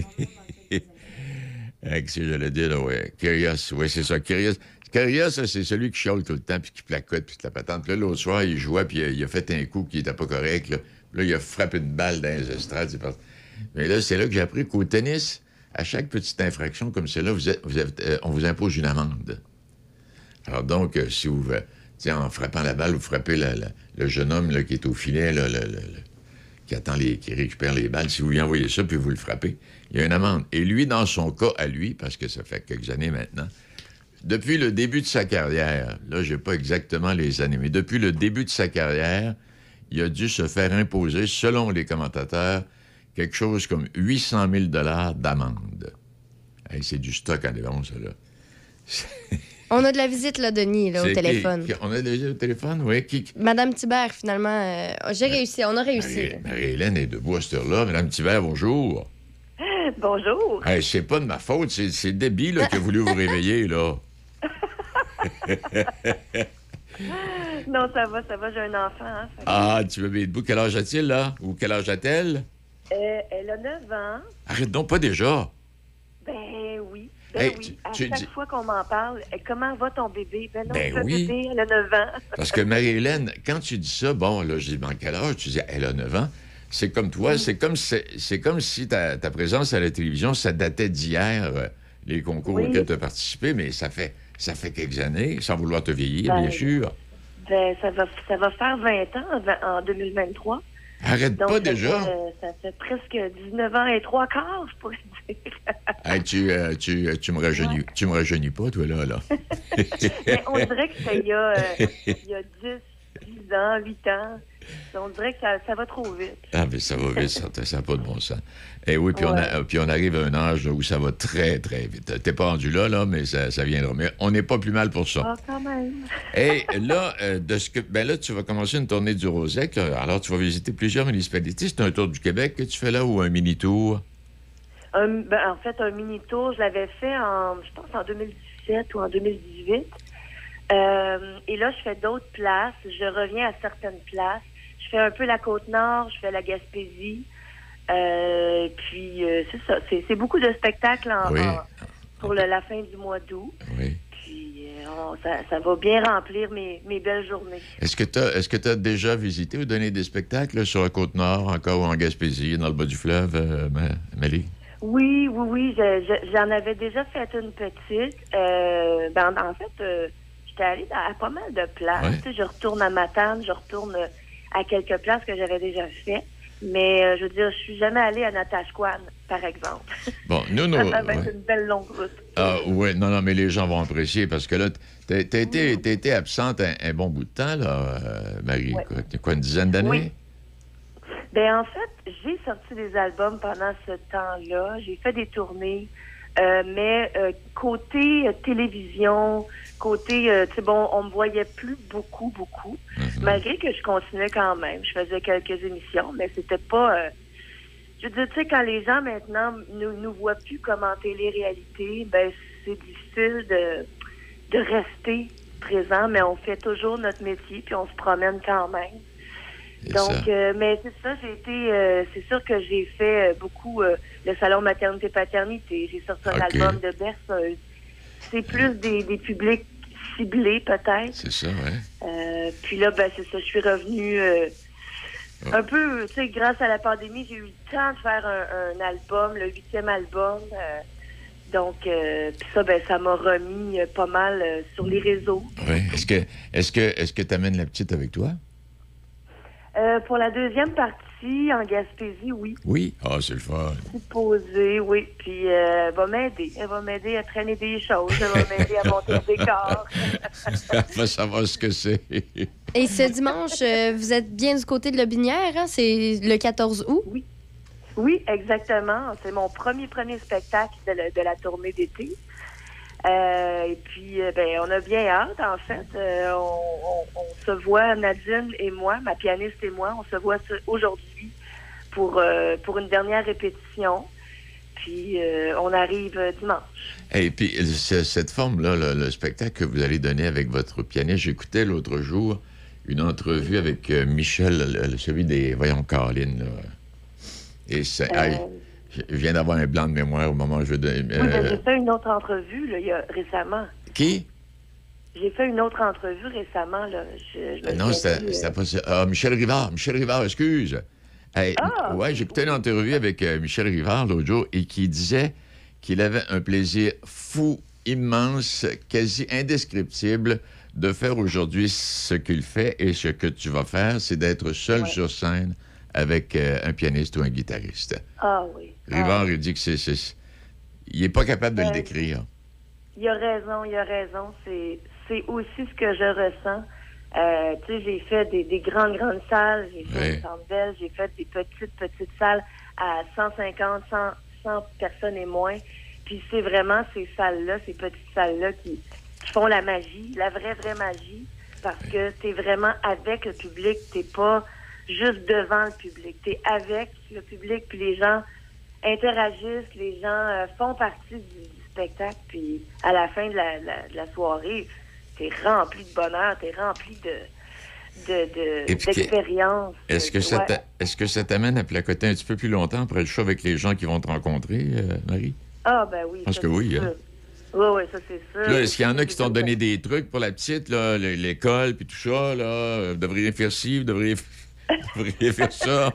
Qu'est-ce que j'allais dire, là, ouais. Kyrgios, oui, c'est ça, Kyrgios. Kyrgios, c'est celui qui chiale tout le temps, puis qui placote, puis qui la patente. Là, l'autre soir, il jouait, puis il a fait un coup qui n'était pas correct. Là. là, il a frappé une balle dans les estrades. Mais là, c'est là que j'ai appris qu'au tennis, à chaque petite infraction comme celle-là, vous êtes, vous êtes, euh, on vous impose une amende. Alors donc, euh, si vous, euh, en frappant la balle, vous frappez la, la, le jeune homme là, qui est au filet, là, le, le, le, qui attend les, qui récupère les balles, si vous lui envoyez ça, puis vous le frappez, il y a une amende. Et lui, dans son cas, à lui, parce que ça fait quelques années maintenant, depuis le début de sa carrière, là, j'ai pas exactement les années, mais depuis le début de sa carrière, il a dû se faire imposer, selon les commentateurs, quelque chose comme huit cent mille dollars d'amende. Hey, c'est du stock en dévon, ça, là. On a de la visite, là, Denis, là, au c'est téléphone. Qui, qui, on a déjà au téléphone, oui. Qui, qui... Madame Thibert, finalement, euh, j'ai réussi, on a réussi. Marie, Marie-Hélène est debout à cette heure-là. Madame Thibert, bonjour. Bonjour. Hey, c'est pas de ma faute, c'est, c'est Debbie là, qui a voulu vous réveiller, là. Non, ça va, ça va, j'ai un enfant. Hein, ah, tu veux bien debout. Quel âge a-t-il, là? Ou quel âge a-t-elle? Euh, elle a neuf ans. Arrête donc, pas déjà. Ben oui. Ben hey, oui. Tu, à tu chaque dis... fois qu'on m'en parle, comment va ton bébé? Ben non, ben le oui. bébé, elle a neuf ans. Parce que Marie-Hélène, quand tu dis ça, bon, là, je dis, dans quel âge? Tu dis, elle a neuf ans. C'est comme toi, mm. c'est comme c'est, c'est comme si ta, ta présence à la télévision, ça datait d'hier, euh, les concours oui. auxquels tu as participé, mais ça fait, ça fait quelques années, sans vouloir te vieillir, ben, bien sûr. Ben, ça va, ça va faire vingt ans en deux mille vingt-trois. Arrête Donc, pas ça déjà. Fait, euh, ça fait presque dix-neuf ans et trois quarts, je pourrais dire. Hey, tu, euh, tu, tu me rajeunis, ouais. tu me rajeunis pas, toi, là, là. Mais on dirait que c'était il y a, euh, il y a dix, dix ans, huit ans. On dirait que ça, ça va trop vite. Ah, mais ça va vite, ça n'a pas de bon sens. Et oui, puis, ouais. on a, puis on arrive à un âge là, où ça va très, très vite. T'es pas rendu là, là, mais ça, ça viendra. Mais on n'est pas plus mal pour ça. Ah, quand même. Et là, euh, de ce que, ben là, tu vas commencer une tournée du Rosec. Alors, tu vas visiter plusieurs municipalités. C'est un tour du Québec que tu fais là ou un mini-tour? Un, ben, en fait, un mini-tour, je l'avais fait en, je pense, en deux mille dix-sept ou en deux mille dix-huit. Euh, et là, je fais d'autres places. Je reviens à certaines places. Je fais un peu la Côte-Nord, je fais la Gaspésie. Euh, puis, euh, c'est ça. C'est, c'est beaucoup de spectacles en, oui. en, pour le, la fin du mois d'août. Oui. Puis, euh, on, ça, ça va bien remplir mes, mes belles journées. Est-ce que tu as est-ce que tu as déjà visité ou donné des spectacles là, sur la Côte-Nord, encore ou en Gaspésie, dans le bas du fleuve, euh, Marie? Oui, oui, oui. Je, je, j'en avais déjà fait une petite. Euh, ben, en fait, euh, j'étais allée à, à pas mal de places. Ouais. Tu sais, je retourne à Matane, je retourne à quelques places que j'avais déjà fait. Mais euh, je veux dire, je suis jamais allée à Natashquan, par exemple. Bon, nous, nous. Ça va être ouais. une belle longue route. Ah, oui, non, non, mais les gens vont apprécier parce que là, t'as, t'as, été, t'as été absente un, un bon bout de temps, là, euh, Marie. Ouais. Quoi, quoi, une dizaine d'années? Oui. Bien, en fait, j'ai sorti des albums pendant ce temps-là. J'ai fait des tournées. Euh, mais euh, côté euh, télévision, côté, euh, tu sais, bon, on me voyait plus beaucoup, beaucoup, mm-hmm. malgré que je continuais quand même. Je faisais quelques émissions, mais c'était pas... Euh, je veux dire, tu sais, quand les gens maintenant ne nous, nous voient plus commenter les réalités, ben c'est difficile de, de rester présent, mais on fait toujours notre métier, puis on se promène quand même. Et donc, euh, mais c'est ça, j'ai été, euh, c'est sûr que j'ai fait euh, beaucoup euh, le salon maternité-paternité. J'ai sorti un okay. album de berceuse. C'est plus des, des publics ciblés, peut-être. C'est ça, ouais. Euh, puis là, ben c'est ça, je suis revenue euh, oh. un peu, tu sais, grâce à la pandémie, j'ai eu le temps de faire un, un album, le huitième album. Euh, donc, euh, puis ça, ben ça m'a remis euh, pas mal euh, sur les réseaux. Oui. Est-ce que, est-ce que, est-ce que tu amènes la petite avec toi? Euh, pour la deuxième partie, en Gaspésie, oui. Oui? Ah, oh, c'est le fun. Supposé, oui. Puis euh, elle va m'aider. Elle va m'aider à traîner des choses. Elle va m'aider à monter le décor. Elle va savoir ce que c'est. Et ce dimanche, euh, vous êtes bien du côté de Lobinière, hein? C'est le quatorze août? Oui. Oui, exactement. C'est mon premier, premier spectacle de la, de la tournée d'été. Euh, et puis, euh, ben, on a bien hâte, en fait. Euh, on, on, on se voit, Nadine et moi, ma pianiste et moi, on se voit aujourd'hui pour, euh, pour une dernière répétition. Puis, euh, on arrive dimanche. Et puis, cette forme-là, le, le spectacle que vous allez donner avec votre pianiste, j'écoutais l'autre jour une entrevue avec euh, Michel, le, celui des Voyons Caroline, là. Et c'est... Euh... Aïe, je viens d'avoir un blanc de mémoire au moment où je... Euh... Oui, ben, j'ai fait une autre entrevue, là, il y a, récemment. Qui? J'ai fait une autre entrevue récemment, là. Je, je euh, non, c'était euh... pas ça. Ah, Michel Rivard. Michel Rivard, excuse. Hey, ah! Ouais, j'ai écouté une entrevue avec euh, Michel Rivard l'autre jour et qui disait qu'il avait un plaisir fou, immense, quasi indescriptible de faire aujourd'hui ce qu'il fait et ce que tu vas faire, c'est d'être seul ouais. sur scène avec euh, un pianiste ou un guitariste. Ah oui. Rivard, ah. il dit que c'est... c'est... Il n'est pas capable de euh, le décrire. Il a raison, il a raison. C'est, c'est aussi ce que je ressens. Euh, tu sais, j'ai fait des, des grandes, grandes salles. J'ai fait oui. des centres belles. J'ai fait des petites, petites salles à cent cinquante, cent, cent personnes et moins. Puis c'est vraiment ces salles-là, ces petites salles-là qui, qui font la magie, la vraie, vraie magie. Parce oui. que t'es vraiment avec le public. T'es pas juste devant le public. T'es avec le public, puis les gens interagissent, les gens euh, font partie du, du spectacle, puis à la fin de la, la, de la soirée, t'es rempli de bonheur, t'es rempli de, de, de, d'expérience. Est-ce que, ça ouais. est-ce que ça t'amène à placoter un petit peu plus longtemps après le show avec les gens qui vont te rencontrer, euh, Marie? Ah, ben oui. Parce que oui, hein? Oui, oui, ça, c'est sûr. Là, est-ce qu'il y en a qui t'ont donné des trucs pour la petite, là, l'école, puis tout ça, là? Vous devriez faire ci, vous devriez... Vous devriez faire ça.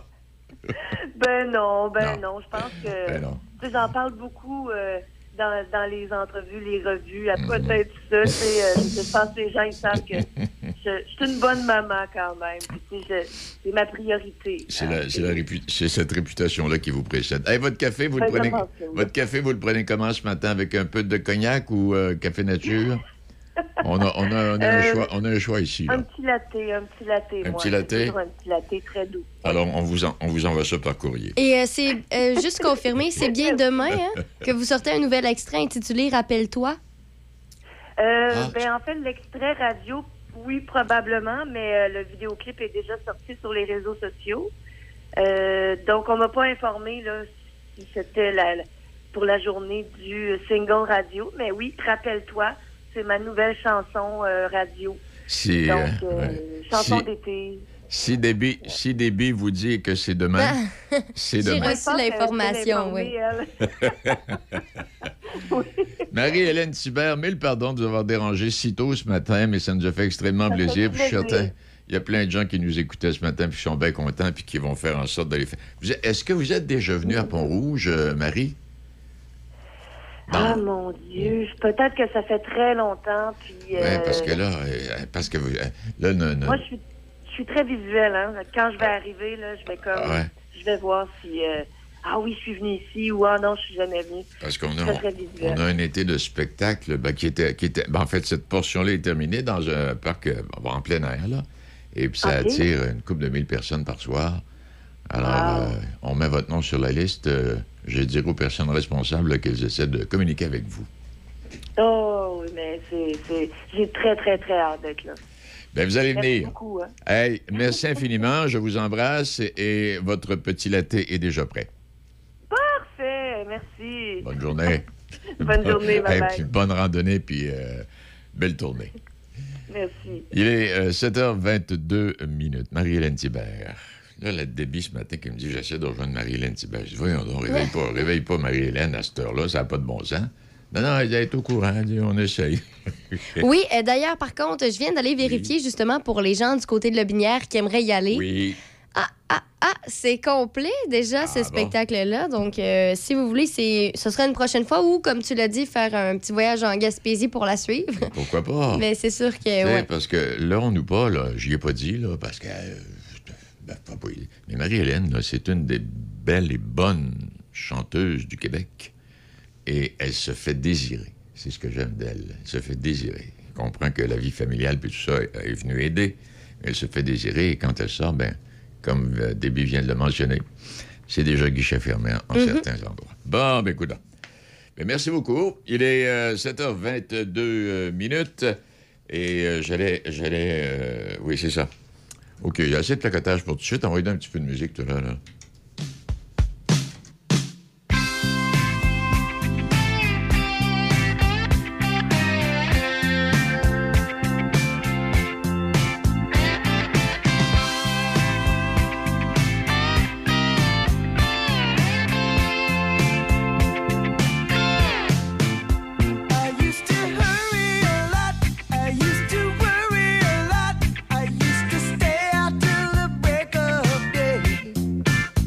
Ben non, ben non. non. Je pense que... Ben non. Tu sais, j'en parle beaucoup euh, dans, dans les entrevues, les revues. Après, mm-hmm. peut-être ça, tu sais, euh, je pense que les gens, ils savent que je, je suis une bonne maman quand même. Puis, tu sais, je, c'est ma priorité. C'est, hein, la, c'est, la répu- c'est cette réputation-là qui vous précède. Hey, votre café, vous ben, le prenez... Que, votre café, vous le prenez comment ce matin? Avec un peu de cognac ou euh, café nature? On a, on, a, on, a euh, un choix, on a un choix ici. Là. Un petit latte, un petit latte. Un moi, petit latte? Un petit latte très doux. Alors, on vous, en, on vous envoie ça par courrier. Et euh, c'est euh, juste confirmé, c'est bien demain hein, que vous sortez un nouvel extrait intitulé « Rappelle-toi ». Euh, ah. Ben, en fait, l'extrait radio, oui, probablement, mais euh, le vidéoclip est déjà sorti sur les réseaux sociaux. Euh, donc, on m'a pas informé là, si c'était la, la, pour la journée du single radio. Mais oui, « Rappelle-toi ». C'est ma nouvelle chanson euh, radio. Si, Donc, euh, ouais. chanson si, d'été. Si Déby, si Déby vous dit que c'est demain, c'est demain. J'ai reçu l'information, oui. oui. Marie-Hélène Thibert, mille pardons de vous avoir dérangé si tôt ce matin, mais ça nous a fait extrêmement ça plaisir. Puis je suis certain, il y a plein de gens qui nous écoutaient ce matin, puis qui sont bien contents, puis qui vont faire en sorte d'aller faire. Vous, est-ce que vous êtes déjà venu à Pont-Rouge, euh, Marie? Ah, mon Dieu. Peut-être que ça fait très longtemps. Puis, euh... oui, parce que là, euh, parce que vous, euh, là, non, non. Moi, je suis, je suis très visuelle. Hein. Quand je vais arriver, là, je vais comme, ah ouais. je vais voir si, euh, ah oui, je suis venue ici ou ah non, je suis jamais venue. Parce qu'on a, on, on a un été de spectacle ben, qui était, qui était, ben, en fait, cette portion-là est terminée dans un parc euh, en plein air, là. Et puis ça okay. attire une couple de mille personnes par soir. Alors, euh, on met votre nom sur la liste. Euh, je vais dire aux personnes responsables là, qu'elles essaient de communiquer avec vous. Oh, oui, mais c'est, c'est... j'ai très, très, très hâte d'être là. Bien, vous allez Merci venir. beaucoup, hein. Hey, merci infiniment. Je vous embrasse et, et votre petit latte est déjà prêt. Parfait, merci. Bonne journée. Bonne journée, bye Hey, bye. puis bonne randonnée, puis euh, belle tournée. Merci. Il est euh, sept heures vingt-deux minutes. Marie-Hélène Thibert. Là, la débit ce matin qui me dit j'essaie de rejoindre Marie-Hélène Thibert. Je dis voyons donc, réveille pas, réveille pas Marie-Hélène à cette heure-là, ça n'a pas de bon sens. Non, non, elle est au courant, elle dit, on essaye. Oui, euh, d'ailleurs, par contre, je viens d'aller vérifier justement pour les gens du côté de Lobinière qui aimeraient y aller. Oui. Ah, ah, ah, c'est complet déjà, ce bon? spectacle-là. Donc, euh, si vous voulez, c'est, ce sera une prochaine fois ou, comme tu l'as dit, faire un petit voyage en Gaspésie pour la suivre. Pourquoi pas? Mais c'est sûr que, Tu sais, ouais. parce que là, on nous pas, là, j'y ai pas dit, là, parce que... euh, ben, pas- pas- mais Marie-Hélène, là, c'est une des belles et bonnes chanteuses du Québec. Et elle se fait désirer. C'est ce que j'aime d'elle. Elle se fait désirer. Elle comprend que la vie familiale puis tout ça est venue aider. Elle se fait désirer et quand elle sort, ben, comme euh, Déby vient de le mentionner, c'est déjà guichet fermé en, en Mhm. certains endroits. Bon, ben écoute. Ben, merci beaucoup. Il est euh, sept heures vingt-deux euh, minutes et euh, j'allais... j'allais euh, oui, c'est ça. OK, il y a assez de placotage pour tout de suite. On va lui donner un petit peu de musique, tout là, là. I used to hurry a lot. I used to worry a lot. I used to stay out till the break of day.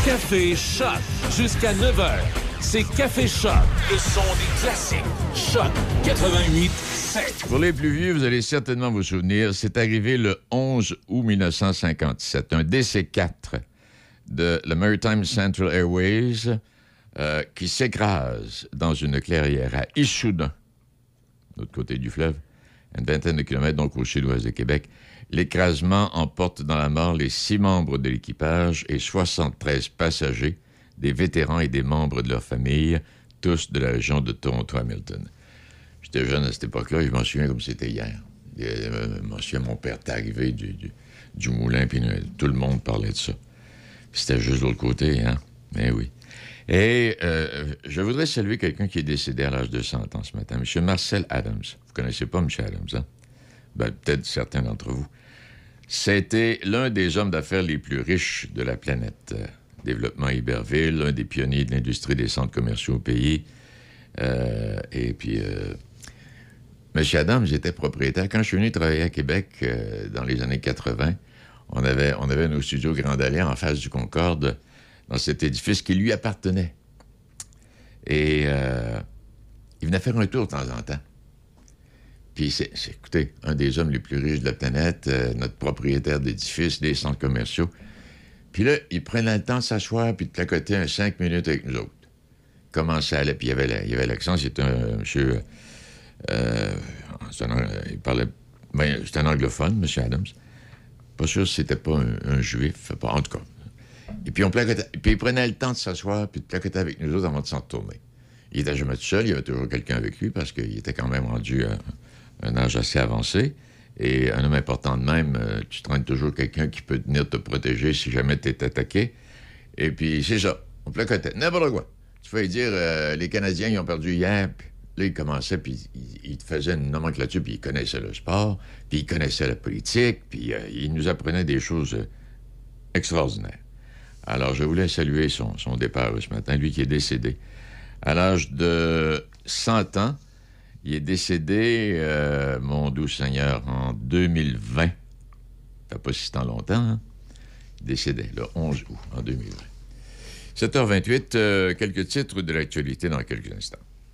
Café Choc. Jusqu'à neuf heures, c'est Café Choc. Le son des classiques. Choc quatre-vingt-huit sept. Pour les plus vieux, vous allez certainement vous souvenir, c'est arrivé le onze août mille neuf cent cinquante-sept. Un D C quatre de la Maritime Central Airways euh, qui s'écrase dans une clairière à Issoudun, de l'autre côté du fleuve, une vingtaine de kilomètres, donc au sud-ouest de Québec. L'écrasement emporte dans la mort les six membres de l'équipage et soixante-treize passagers, des vétérans et des membres de leur famille, tous de la région de Toronto-Hamilton. J'étais jeune à cette époque-là, je m'en souviens comme c'était hier. Je m'en souviens, mon père était arrivé du, du, du moulin, puis tout le monde parlait de ça. Puis c'était juste de l'autre côté, hein? Mais oui. Et euh, je voudrais saluer quelqu'un qui est décédé à l'âge de cent ans ce matin, M. Marcel Adams. Vous connaissez pas M. Adams, hein? Ben, peut-être certains d'entre vous. C'était l'un des hommes d'affaires les plus riches de la planète. Euh, développement Iberville, l'un des pionniers de l'industrie des centres commerciaux au pays. Euh, et puis, euh, M. Adams était propriétaire. Quand je suis venu travailler à Québec euh, dans les années quatre-vingt, on avait, on avait nos studios Grand Allée en face du Concorde, dans cet édifice qui lui appartenait. Et euh, il venait faire un tour de temps en temps. Puis c'est, c'est, écoutez, un des hommes les plus riches de la planète, euh, notre propriétaire d'édifices, des centres commerciaux. Puis là, il prenait le temps de s'asseoir puis de clacoter un cinq minutes avec nous autres. Comment ça allait? Puis il y avait, la, il y avait l'accent, c'était un monsieur... Euh, c'est un, il parlait... Ben, c'était un anglophone, M. Adams. Pas sûr si c'était pas un, un juif, pas, en tout cas. Et puis on placotait, puis il prenait le temps de s'asseoir puis de clacoter avec nous autres avant de s'en retourner. Il était jamais tout seul, il y avait toujours quelqu'un avec lui parce qu'il était quand même rendu à un âge assez avancé. Et un homme important de même, euh, tu traînes toujours quelqu'un qui peut venir te protéger si jamais tu es attaqué. Et puis c'est ça, on placotait, n'importe quoi. Tu peux dire, euh, les Canadiens, ils ont perdu hier, puis là, il commençait, puis il, il te faisait une nomenclature, puis il connaissait le sport, puis il connaissait la politique, puis euh, il nous apprenait des choses euh, extraordinaires. Alors, je voulais saluer son, son départ ce matin, lui qui est décédé. À l'âge de cent ans, il est décédé, euh, mon doux Seigneur, en deux mille vingt. Ça fait pas si tant longtemps, hein? Il décédait le onze août, en deux mille vingt. sept heures vingt-huit, euh, quelques titres de l'actualité dans quelques instants.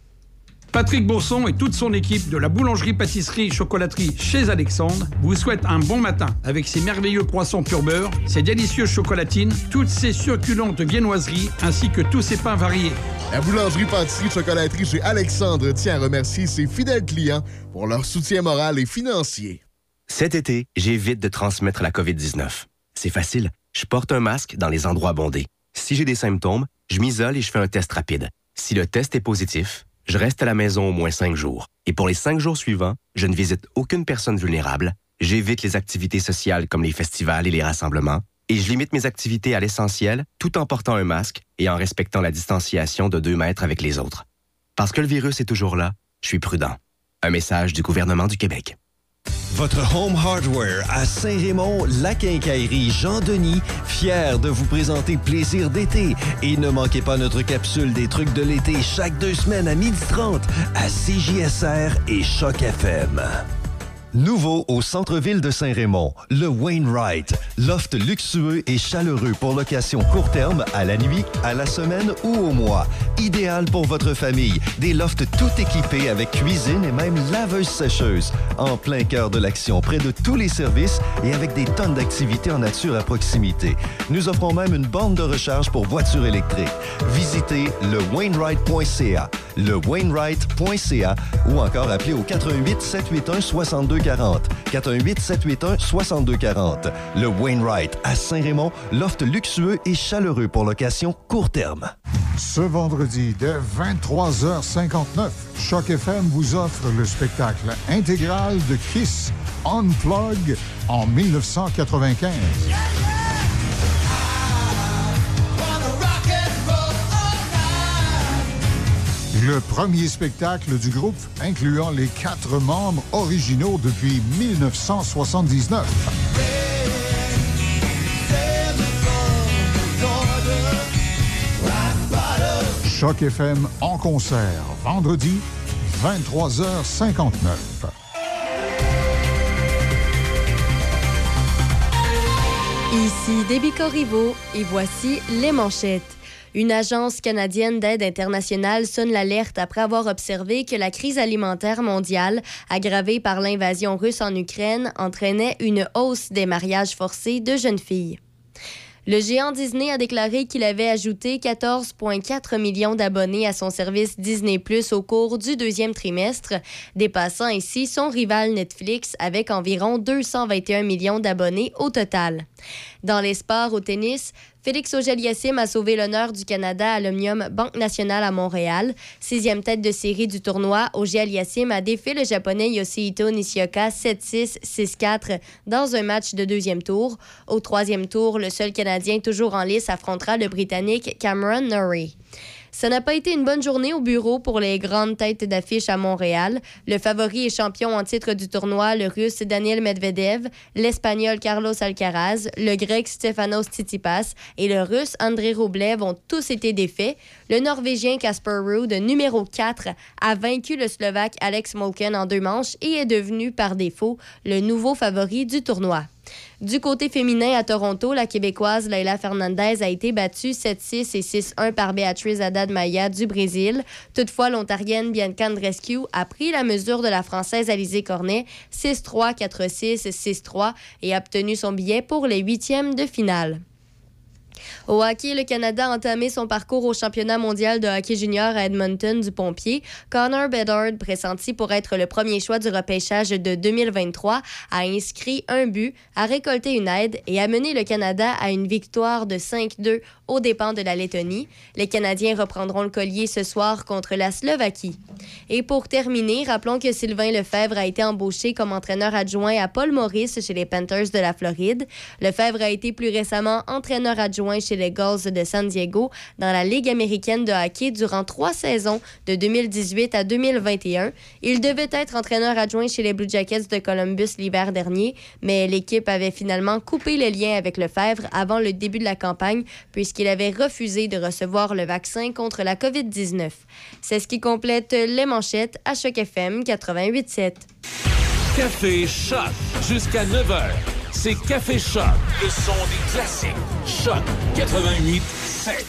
Patrick Bourson et toute son équipe de la boulangerie-pâtisserie-chocolaterie chez Alexandre vous souhaitent un bon matin avec ses merveilleux croissants pur beurre, ses délicieuses chocolatines, toutes ses succulentes viennoiseries ainsi que tous ses pains variés. La boulangerie-pâtisserie-chocolaterie chez Alexandre tient à remercier ses fidèles clients pour leur soutien moral et financier. Cet été, j'évite de transmettre la covid dix-neuf. C'est facile, je porte un masque dans les endroits bondés. Si j'ai des symptômes, je m'isole et je fais un test rapide. Si le test est positif, je reste à la maison au moins cinq jours. Et pour les cinq jours suivants, je ne visite aucune personne vulnérable, j'évite les activités sociales comme les festivals et les rassemblements, et je limite mes activités à l'essentiel tout en portant un masque et en respectant la distanciation de deux mètres avec les autres. Parce que le virus est toujours là, je suis prudent. Un message du gouvernement du Québec. Votre Home Hardware à Saint-Raymond, la quincaillerie Jean-Denis, fier de vous présenter Plaisir d'été. Et ne manquez pas notre capsule des trucs de l'été chaque deux semaines à midi trente à C J S R et Choc F M. Nouveau au centre-ville de Saint-Raymond, le Wainwright. Loft luxueux et chaleureux pour location court terme, à la nuit, à la semaine ou au mois. Idéal pour votre famille. Des lofts tout équipés avec cuisine et même laveuse-sécheuse. En plein cœur de l'action, près de tous les services et avec des tonnes d'activités en nature à proximité. Nous offrons même une borne de recharge pour voitures électriques. Visitez le wainwright point c a, le wainwright point c a ou encore appelez au quatre un huit, sept huit un, six deux quatre zéro. quatre un huit, sept huit un, six deux quatre zéro. Le Wainwright à Saint-Raymond, loft luxueux et chaleureux pour location court terme. Ce vendredi, dès vingt-trois heures cinquante-neuf, Choc F M vous offre le spectacle intégral de Kiss Unplug en dix-neuf cent quatre-vingt-quinze. Le premier spectacle du groupe, incluant les quatre membres originaux depuis dix-neuf cent soixante-dix-neuf. Choc F M en concert, vendredi, vingt-trois heures cinquante-neuf. Ici Ici Déby Corriveau et voici les manchettes. Une agence canadienne d'aide internationale sonne l'alerte après avoir observé que la crise alimentaire mondiale, aggravée par l'invasion russe en Ukraine, entraînait une hausse des mariages forcés de jeunes filles. Le géant Disney a déclaré qu'il avait ajouté quatorze virgule quatre millions d'abonnés à son service Disney plus au cours du deuxième trimestre, dépassant ainsi son rival Netflix avec environ deux cent vingt et un millions d'abonnés au total. Dans les sports au tennis, Félix Auger-Aliassime a sauvé l'honneur du Canada à l'Omnium Banque Nationale à Montréal. Sixième tête de série du tournoi, Auger-Aliassime a défait le Japonais Yoshihito Nishioka sept six, six quatre dans un match de deuxième tour. Au troisième tour, le seul Canadien toujours en lice affrontera le Britannique Cameron Norrie. Ça n'a pas été une bonne journée au bureau pour les grandes têtes d'affiche à Montréal. Le favori et champion en titre du tournoi, le Russe Daniil Medvedev, l'Espagnol Carlos Alcaraz, le Grec Stefanos Tsitsipas et le Russe Andrei Rublev ont tous été défaits. Le Norvégien Casper Ruud, numéro quatre, a vaincu le Slovaque Alex Molken en deux manches et est devenu, par défaut, le nouveau favori du tournoi. Du côté féminin, à Toronto, la Québécoise Leila Fernandez a été battue sept six et six un par Beatriz Haddad-Maia du Brésil. Toutefois, l'Ontarienne Bianca Andreescu a pris la mesure de la Française Alizé Cornet six trois, quatre six, six trois et a obtenu son billet pour les huitièmes de finale. Au hockey, le Canada a entamé son parcours au championnat mondial de hockey junior à Edmonton du Pompier. Connor Bedard, pressenti pour être le premier choix du repêchage de deux mille vingt-trois, a inscrit un but, a récolté une aide et a mené le Canada à une victoire de cinq deux aux dépens de la Lettonie. Les Canadiens reprendront le collier ce soir contre la Slovaquie. Et pour terminer, rappelons que Sylvain Lefebvre a été embauché comme entraîneur adjoint à Paul Maurice chez les Panthers de la Floride. Lefebvre a été plus récemment entraîneur adjoint chez les Gulls de San Diego dans la Ligue américaine de hockey durant trois saisons de deux mille dix-huit à deux mille vingt et un. Il devait être entraîneur adjoint chez les Blue Jackets de Columbus l'hiver dernier, mais l'équipe avait finalement coupé les liens avec Lefebvre avant le début de la campagne puisqu'il avait refusé de recevoir le vaccin contre la covid dix-neuf. C'est ce qui complète les manchettes à Choc F M quatre-vingt-huit sept. Café Choc jusqu'à neuf heures. C'est Café Choc, le son des classiques. Choc quatre-vingt-huit sept.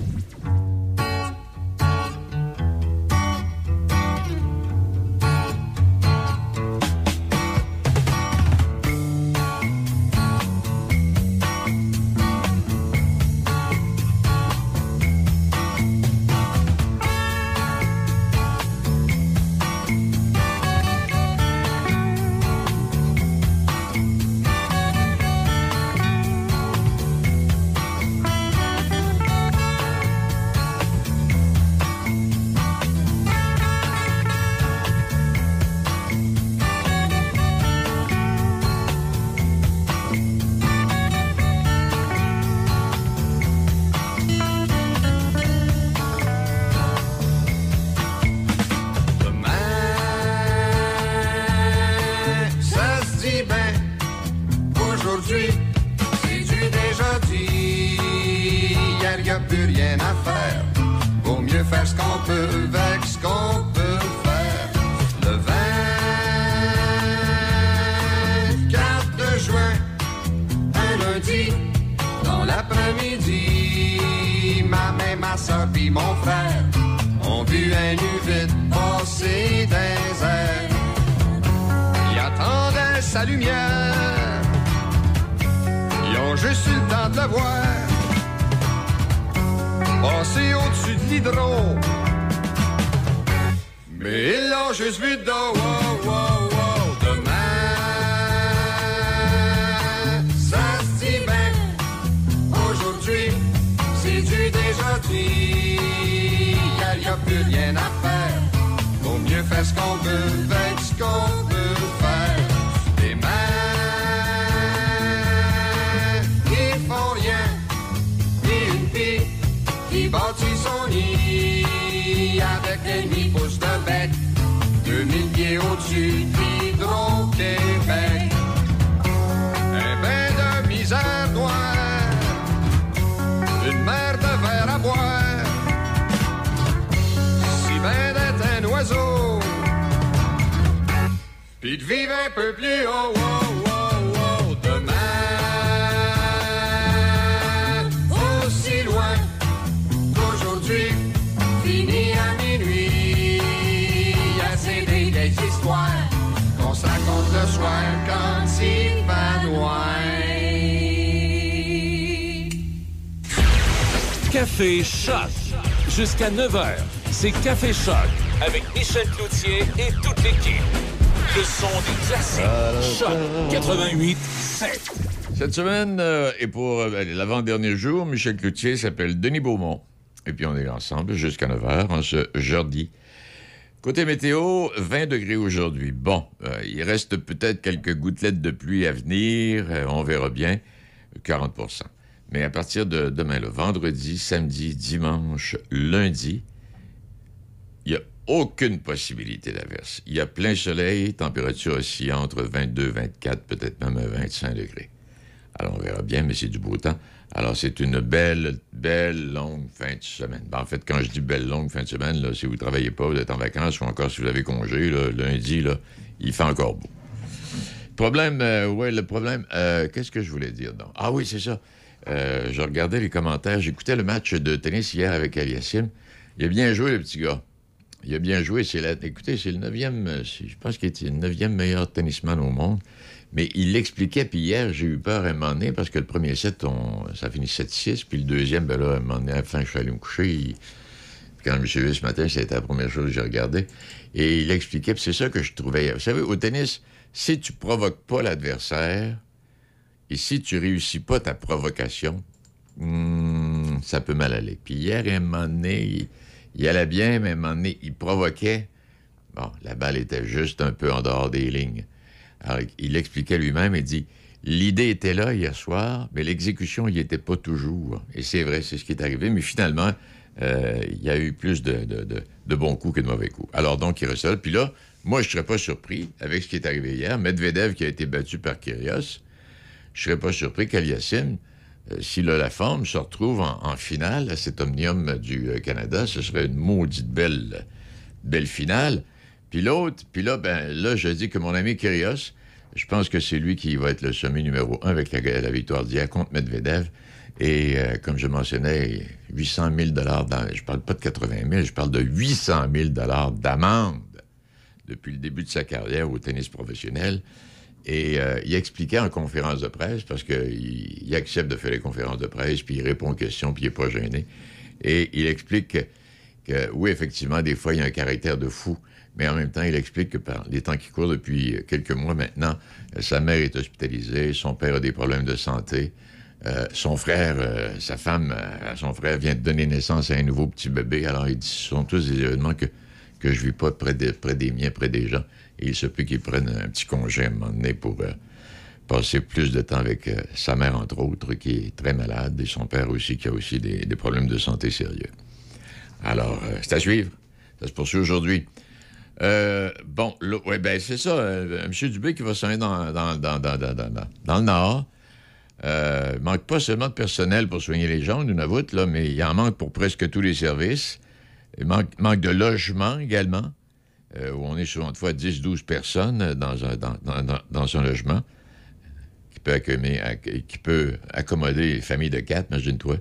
Puis de vivre un peu plus haut, oh, oh, oh, demain. Café Choc. Jusqu'à neuf heures, c'est Café Choc avec Michel Cloutier et toute l'équipe. Le son des classiques. Choc quatre-vingt-huit sept. Cette semaine, euh, et pour euh, l'avant-dernier jour, Michel Cloutier s'appelle Denis Beaumont. Et puis on est ensemble jusqu'à neuf heures, en ce jeudi. Côté météo, vingt degrés aujourd'hui. Bon, euh, il reste peut-être quelques gouttelettes de pluie à venir. Euh, on verra bien. quarante pour cent. Mais à partir de demain, le vendredi, samedi, dimanche, lundi, il n'y a aucune possibilité d'averse. Il y a plein soleil, température aussi entre vingt-deux, vingt-quatre, peut-être même vingt-cinq degrés. Alors, on verra bien, mais c'est du beau temps. Alors, c'est une belle, belle, longue fin de semaine. Ben, en fait, quand je dis belle, longue fin de semaine, là, si vous ne travaillez pas, vous êtes en vacances, ou encore si vous avez congé, là, lundi, là, il fait encore beau. Problème, euh, oui, le problème, euh, qu'est-ce que je voulais dire, donc? Ah oui, c'est ça. Euh, je regardais les commentaires, j'écoutais le match de tennis hier avec Aliassime. Il a bien joué, le petit gars. Il a bien joué. C'est la... Écoutez, c'est le neuvième, je pense qu'il était le neuvième meilleur tennisman au monde. Mais il l'expliquait, puis hier, j'ai eu peur à un moment donné, parce que le premier set, on... ça a fini sept six, puis le deuxième, ben là, à un moment donné, à la fin, je suis allé me coucher. Il... Quand je me suis levé ce matin, c'était la première chose que j'ai regardée. Et il expliquait, puis c'est ça que je trouvais. Vous savez, au tennis, si tu provoques pas l'adversaire, et si tu réussis pas ta provocation, hmm, ça peut mal aller. Puis hier, à un moment donné, il... il allait bien, mais à un moment donné, il provoquait. Bon, la balle était juste un peu en dehors des lignes. Alors, il expliquait lui-même, il dit, l'idée était là hier soir, mais l'exécution n'y était pas toujours. Et c'est vrai, c'est ce qui est arrivé, mais finalement, euh, il y a eu plus de, de, de, de bons coups que de mauvais coups. Alors donc, il reste là. Puis là, moi, je ne serais pas surpris, avec ce qui est arrivé hier, Medvedev qui a été battu par Kyrgios, je ne serais pas surpris qu'Aliassime, euh, s'il a la forme, se retrouve en, en finale à cet Omnium du euh, Canada. Ce serait une maudite belle, belle finale. Puis l'autre, puis là, ben là, je dis que mon ami Kyrgios, je pense que c'est lui qui va être le sommet numéro un avec la, la victoire d'hier contre Medvedev. Et euh, comme je mentionnais, huit cent mille dollars, je parle pas de quatre-vingt mille, je parle de huit cent mille dollars d'amende depuis le début de sa carrière au tennis professionnel. Et euh, il expliquait en conférence de presse, parce qu'il il accepte de faire les conférences de presse, puis il répond aux questions, puis il n'est pas gêné. Et il explique que, que, oui, effectivement, des fois, il y a un caractère de fou. Mais en même temps, il explique que par les temps qui courent depuis quelques mois maintenant, sa mère est hospitalisée, son père a des problèmes de santé, euh, son frère, euh, sa femme, euh, son frère vient de donner naissance à un nouveau petit bébé. Alors, il dit, ce sont tous des événements que, que je ne vis pas près, de, près des miens, près des gens. Et il se peut qu'il prenne un petit congé à un moment donné pour euh, passer plus de temps avec euh, sa mère, entre autres, qui est très malade, et son père aussi, qui a aussi des, des problèmes de santé sérieux. Alors, euh, c'est à suivre. Ça se poursuit aujourd'hui. Euh, bon, oui, ben c'est ça. Euh, M. Dubé qui va s'en aller dans, dans, dans, dans, dans, dans, dans le Nord. Euh, il manque pas seulement de personnel pour soigner les gens, nous n'avoue, là, mais il en manque pour presque tous les services. Il manque, manque de logement également, euh, où on est souvent de fois dix à douze personnes dans un, dans, dans, dans un logement qui peut, accommoder, qui peut accommoder les familles de quatre, imagine-toi.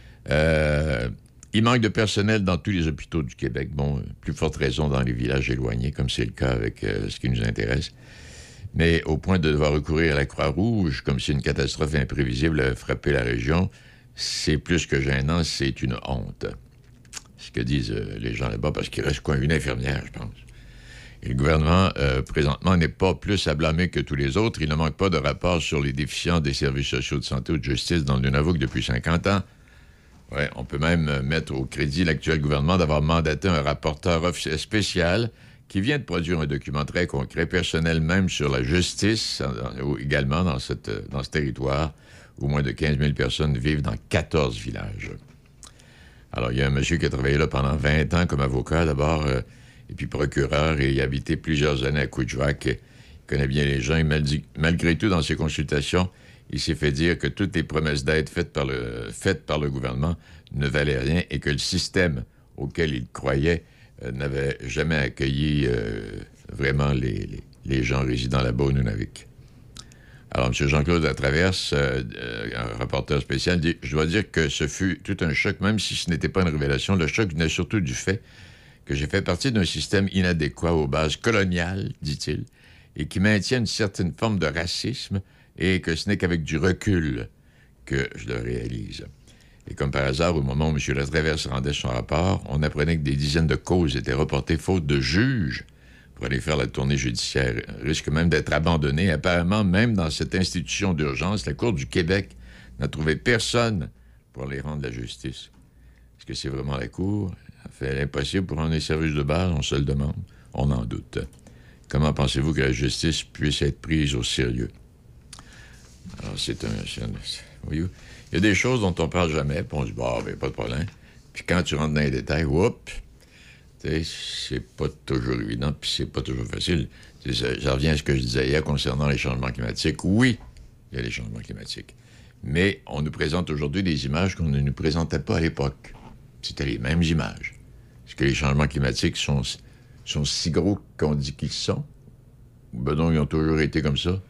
Euh... Il manque de personnel dans tous les hôpitaux du Québec. Bon, plus forte raison dans les villages éloignés, comme c'est le cas avec euh, ce qui nous intéresse. Mais au point de devoir recourir à la Croix-Rouge, comme si une catastrophe imprévisible avait frappé la région, c'est plus que gênant, c'est une honte. Ce que disent euh, les gens là-bas, parce qu'il reste quoi, une infirmière, je pense. Et le gouvernement, euh, présentement, n'est pas plus à blâmer que tous les autres. Il ne manque pas de rapport sur les déficiences des services sociaux de santé ou de justice dans le Nunavut depuis cinquante ans. Ouais, on peut même mettre au crédit l'actuel gouvernement d'avoir mandaté un rapporteur spécial qui vient de produire un document très concret, personnel même sur la justice, également dans, cette, dans ce territoire, où moins de quinze mille personnes vivent dans quatorze villages. Alors, il y a un monsieur qui a travaillé là pendant vingt ans comme avocat d'abord, euh, et puis procureur, et il a habité plusieurs années à Coudjouac. Il connaît bien les gens, et mal dit, malgré tout, dans ses consultations, il s'est fait dire que toutes les promesses d'aide faites par le, faites par le gouvernement ne valaient rien et que le système auquel il croyait euh, n'avait jamais accueilli euh, vraiment les, les, les gens résidant là-bas au Nunavik. Alors, M. Jean-Claude Latraverse, euh, euh, un rapporteur spécial, dit « Je dois dire que ce fut tout un choc, même si ce n'était pas une révélation. Le choc venait surtout du fait que j'ai fait partie d'un système inadéquat aux bases coloniales, dit-il, et qui maintient une certaine forme de racisme, et que ce n'est qu'avec du recul que je le réalise. » Et comme par hasard, au moment où M. Latraverse rendait son rapport, on apprenait que des dizaines de causes étaient reportées faute de juges pour aller faire la tournée judiciaire. Risque même d'être abandonné. Apparemment, même dans cette institution d'urgence, la Cour du Québec n'a trouvé personne pour aller rendre la justice. Est-ce que c'est vraiment la Cour? Elle fait l'impossible pour rendre les services de base, on se le demande. On en doute. Comment pensez-vous que la justice puisse être prise au sérieux? Alors, c'est un... C'est un voyez-vous? Il y a des choses dont on ne parle jamais, puis on se dit, bah, ben, pas de problème. Puis quand tu rentres dans les détails, oups, tu sais, c'est pas toujours évident, puis c'est pas toujours facile. Ça, ça revient à ce que je disais hier concernant les changements climatiques. Oui, il y a les changements climatiques. Mais on nous présente aujourd'hui des images qu'on ne nous présentait pas à l'époque. C'était les mêmes images. Est-ce que les changements climatiques sont, sont si gros qu'on dit qu'ils sont? Ou ben non, ils ont toujours été comme ça?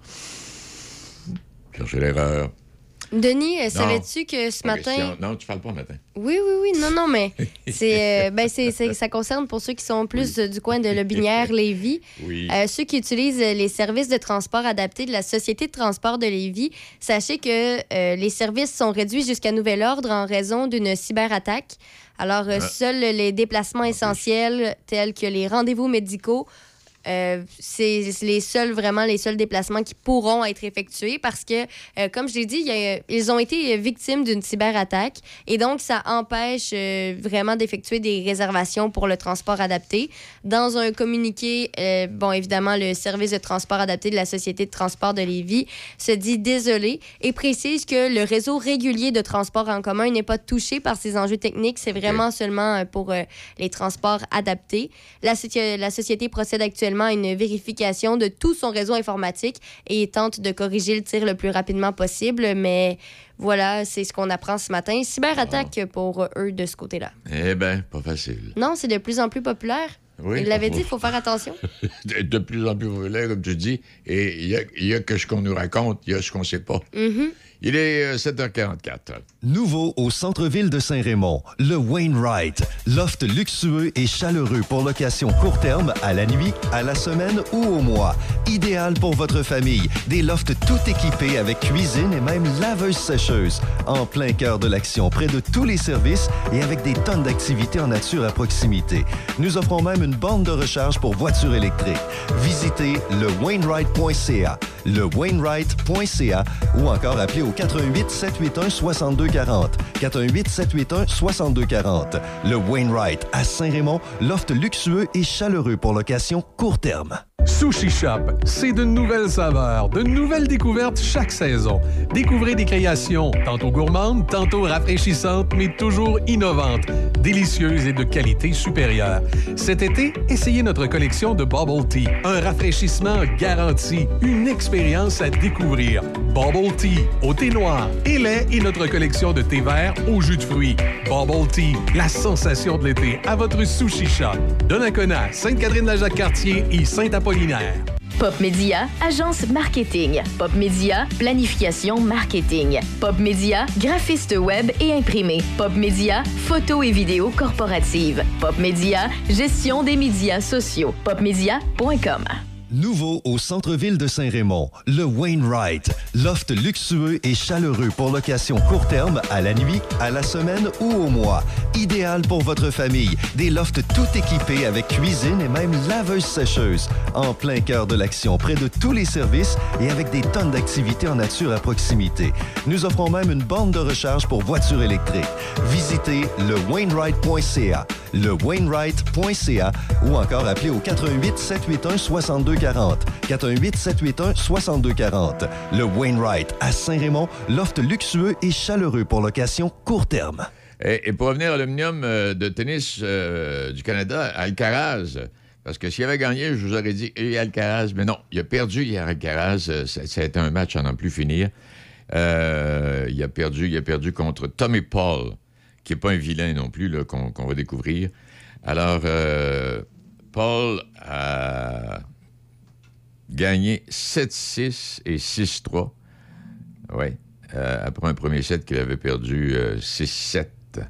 Cherchez l'erreur. Denis, euh, savais-tu que ce matin... Question. Non, tu parles pas matin. Oui, oui, oui. Non, non, mais c'est, euh, ben c'est, c'est, ça concerne pour ceux qui sont plus oui. du coin de Lobinière, Lévis. Oui. Euh, ceux qui utilisent les services de transport adaptés de la Société de transport de Lévis, sachez que euh, les services sont réduits jusqu'à nouvel ordre en raison d'une cyberattaque. Alors, euh, ah. seuls les déplacements essentiels, tels que les rendez-vous médicaux, Euh, c'est les seuls, vraiment, les seuls déplacements qui pourront être effectués parce que, euh, comme je l'ai dit, y a, ils ont été victimes d'une cyberattaque et donc ça empêche euh, vraiment d'effectuer des réservations pour le transport adapté. Dans un communiqué, euh, bon, évidemment, le service de transport adapté de la Société de transport de Lévis se dit désolé et précise que le réseau régulier de transport en commun n'est pas touché par ces enjeux techniques. C'est vraiment okay. seulement pour euh, les transports adaptés. La, la Société procède actuellement à une vérification de tout son réseau informatique et tente de corriger le tir le plus rapidement possible. Mais voilà, c'est ce qu'on apprend ce matin. Cyberattaque oh. pour eux de ce côté-là. Eh bien, pas facile. Non, c'est de plus en plus populaire. Oui, il l'avait dit, il faut faire attention. De plus en plus populaire, comme tu dis. Et il y a, y a que ce qu'on nous raconte, il y a ce qu'on ne sait pas. Mm-hmm. Il est sept heures quarante-quatre. Nouveau au centre-ville de Saint-Raymond, le Wainwright. Loft luxueux et chaleureux pour location court terme, à la nuit, à la semaine ou au mois. Idéal pour votre famille. Des lofts tout équipés avec cuisine et même laveuse-sécheuse. En plein cœur de l'action, près de tous les services et avec des tonnes d'activités en nature à proximité. Nous offrons même une borne de recharge pour voitures électriques. Visitez le wainwright point c a, le wainwright point c a ou encore appelez au quatre un huit, sept huit un, six deux quatre zéro. quatre un huit, sept huit un, six deux quatre zéro. Le Wainwright à Saint-Raymond, loft luxueux et chaleureux pour location court terme. Sushi Shop, c'est de nouvelles saveurs, de nouvelles découvertes chaque saison. Découvrez des créations tantôt gourmandes, tantôt rafraîchissantes, mais toujours innovantes, délicieuses et de qualité supérieure. Cet été, essayez notre collection de Bubble Tea, un rafraîchissement garanti, une expérience à découvrir. Bubble Tea, au thé noir et lait et notre collection de thé vert au jus de fruits. Bubble Tea, la sensation de l'été à votre Sushi Shop. Donnacona, Sainte-Catherine-la-Jacques-Cartier et Saint-Apollinaire. Pop Média, agence marketing. Pop Média, planification marketing. Pop Média, graphiste web et imprimé. Pop Média, photo et vidéo corporative. Pop Média, gestion des médias sociaux. pop média point com. Nouveau au centre-ville de Saint-Raymond, le Wainwright. Loft luxueux et chaleureux pour location court terme, à la nuit, à la semaine ou au mois. Idéal pour votre famille. Des lofts tout équipés avec cuisine et même laveuse-sécheuse. En plein cœur de l'action, près de tous les services et avec des tonnes d'activités en nature à proximité. Nous offrons même une borne de recharge pour voitures électriques. Visitez le wainwright point c a, le wainwright point c a ou encore appelez au quatre un huit, sept huit un, six deux quatre zéro. quatre un huit, sept huit un, six deux quatre zéro. Le Wainwright à Saint-Raymond, loft luxueux et chaleureux pour location court terme. Et, et pour revenir à l'Omnium euh, de tennis euh, du Canada, Alcaraz, parce que s'il avait gagné, je vous aurais dit et Alcaraz, mais non, il a perdu hier Alcaraz. Ça, ça a été un match à n'en plus finir. Euh, il a perdu, il a perdu contre Tommy Paul, qui n'est pas un vilain non plus, là, qu'on, qu'on va découvrir. Alors, euh, Paul a gagné sept six et six trois. Oui. Euh, après un premier set qu'il avait perdu euh, six sept.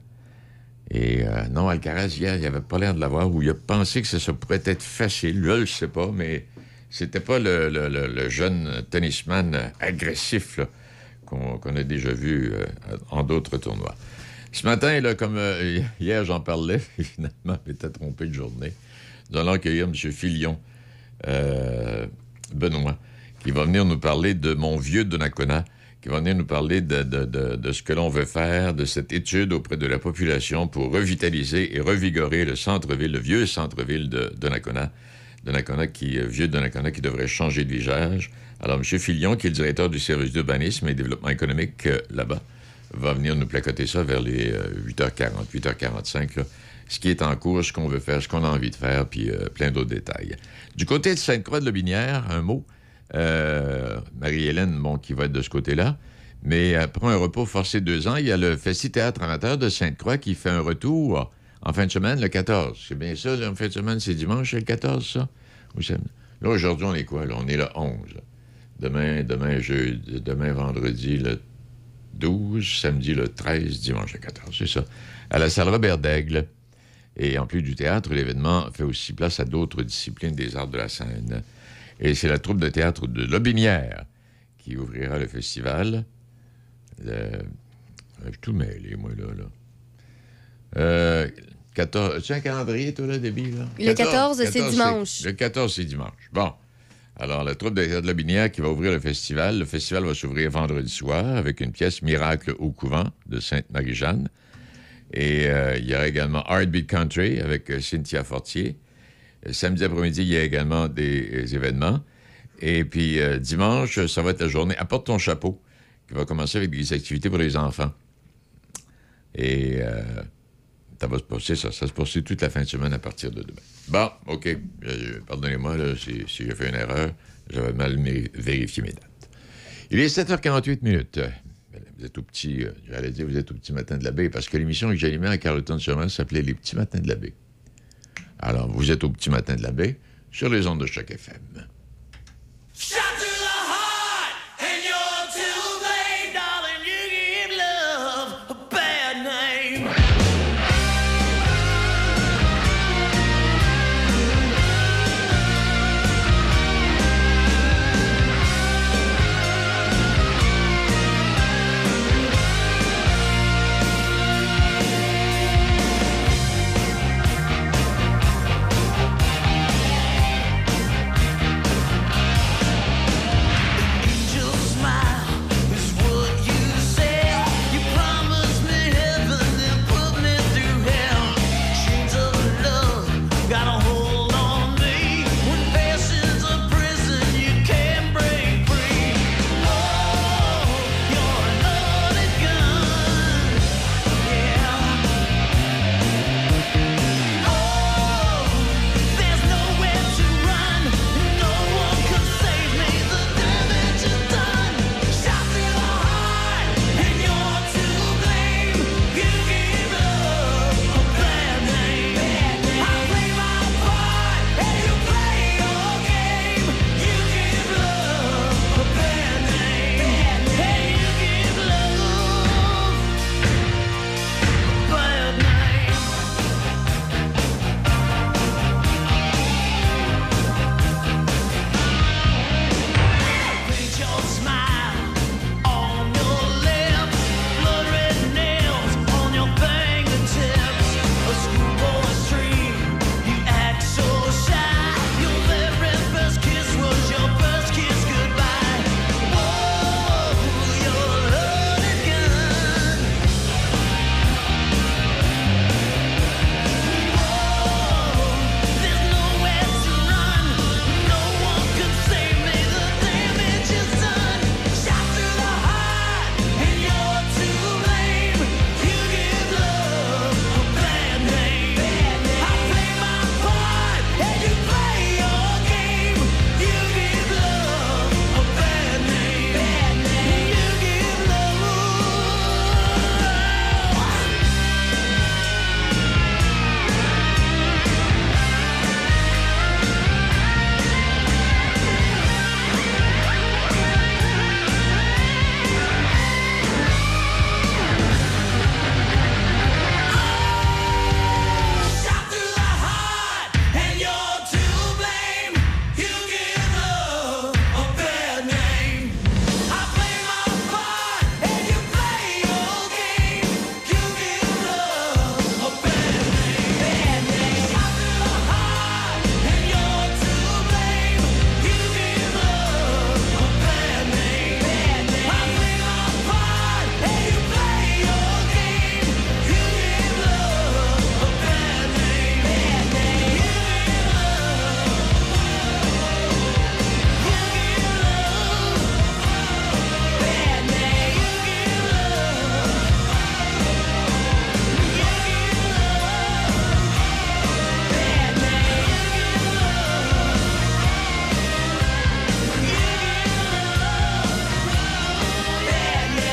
Et euh, non, Alcaraz, hier, il n'avait pas l'air de l'avoir, ou il a pensé que ça, ça pourrait être facile. Je ne sais pas, mais c'était pas le, le, le, le jeune tennisman agressif là, qu'on, qu'on a déjà vus euh, en d'autres tournois. Ce matin, là, comme euh, hier, j'en parlais, finalement, je m'étais trompé de journée. Nous allons accueillir M. Filion, euh, Benoît, qui va venir nous parler de Mon Vieux Donnacona, qui va venir nous parler de, de, de, de ce que l'on veut faire, de cette étude auprès de la population pour revitaliser et revigorer le centre-ville, le vieux centre-ville de Donnacona. Donnacona qui, euh, vieux Donnacona qui devrait changer de visage. Alors, M. Filion, qui est le directeur du service d'urbanisme et développement économique euh, là-bas, va venir nous placoter ça vers les euh, huit heures quarante, huit heures quarante-cinq, là, ce qui est en cours, ce qu'on veut faire, ce qu'on a envie de faire, puis euh, plein d'autres détails. Du côté de Sainte-Croix-de-Lobinière, un mot, euh, Marie-Hélène, bon, qui va être de ce côté-là, mais après un repos forcé de deux ans, il y a le Festi-Théâtre amateur de Sainte-Croix qui fait un retour en fin de semaine, le quatorze. C'est bien ça, en fin de semaine, c'est dimanche, c'est le quatorze, ça? Ou c'est... Là, aujourd'hui, on est quoi? Là? On est le onze. Là. Demain, demain, jeudi, demain, vendredi, le douze, samedi, le treize, dimanche, le quatorze, c'est ça. À la salle Robert-Daigle. Et en plus du théâtre, l'événement fait aussi place à d'autres disciplines des arts de la scène. Et c'est la troupe de théâtre de Lobinière qui ouvrira le festival. Le... Je suis tout mêlé, moi, là. là. Euh, quatorze... As-tu un calendrier, toi, là, Déby? Là? Le quatorze, quatorze c'est dimanche. C'est... Le quatorze, c'est dimanche. Bon. Alors, la troupe de théâtre de Lobinière qui va ouvrir le festival. Le festival va s'ouvrir vendredi soir avec une pièce Miracle au couvent de Sainte-Marie-Jeanne. Et euh, il y aura également Heartbeat Country avec euh, Cynthia Fortier. Euh, samedi après-midi, il y a également des euh, événements. Et puis euh, dimanche, ça va être la journée Apporte ton chapeau, qui va commencer avec des activités pour les enfants. Et euh, ça va se passer, ça, ça se poursuit toute la fin de semaine à partir de demain. Bon, OK. Euh, pardonnez-moi là, si, si j'ai fait une erreur. J'avais mal mé- vérifié mes dates. Il est sept heures quarante-huit minutes. Vous êtes au petit, euh, j'allais dire, vous êtes au petit matin de la baie, parce que l'émission que j'animais à Carleton-sur-Mer s'appelait Les petits matins de la baie. Alors, vous êtes au petit matin de la baie, sur les ondes de Choc F M.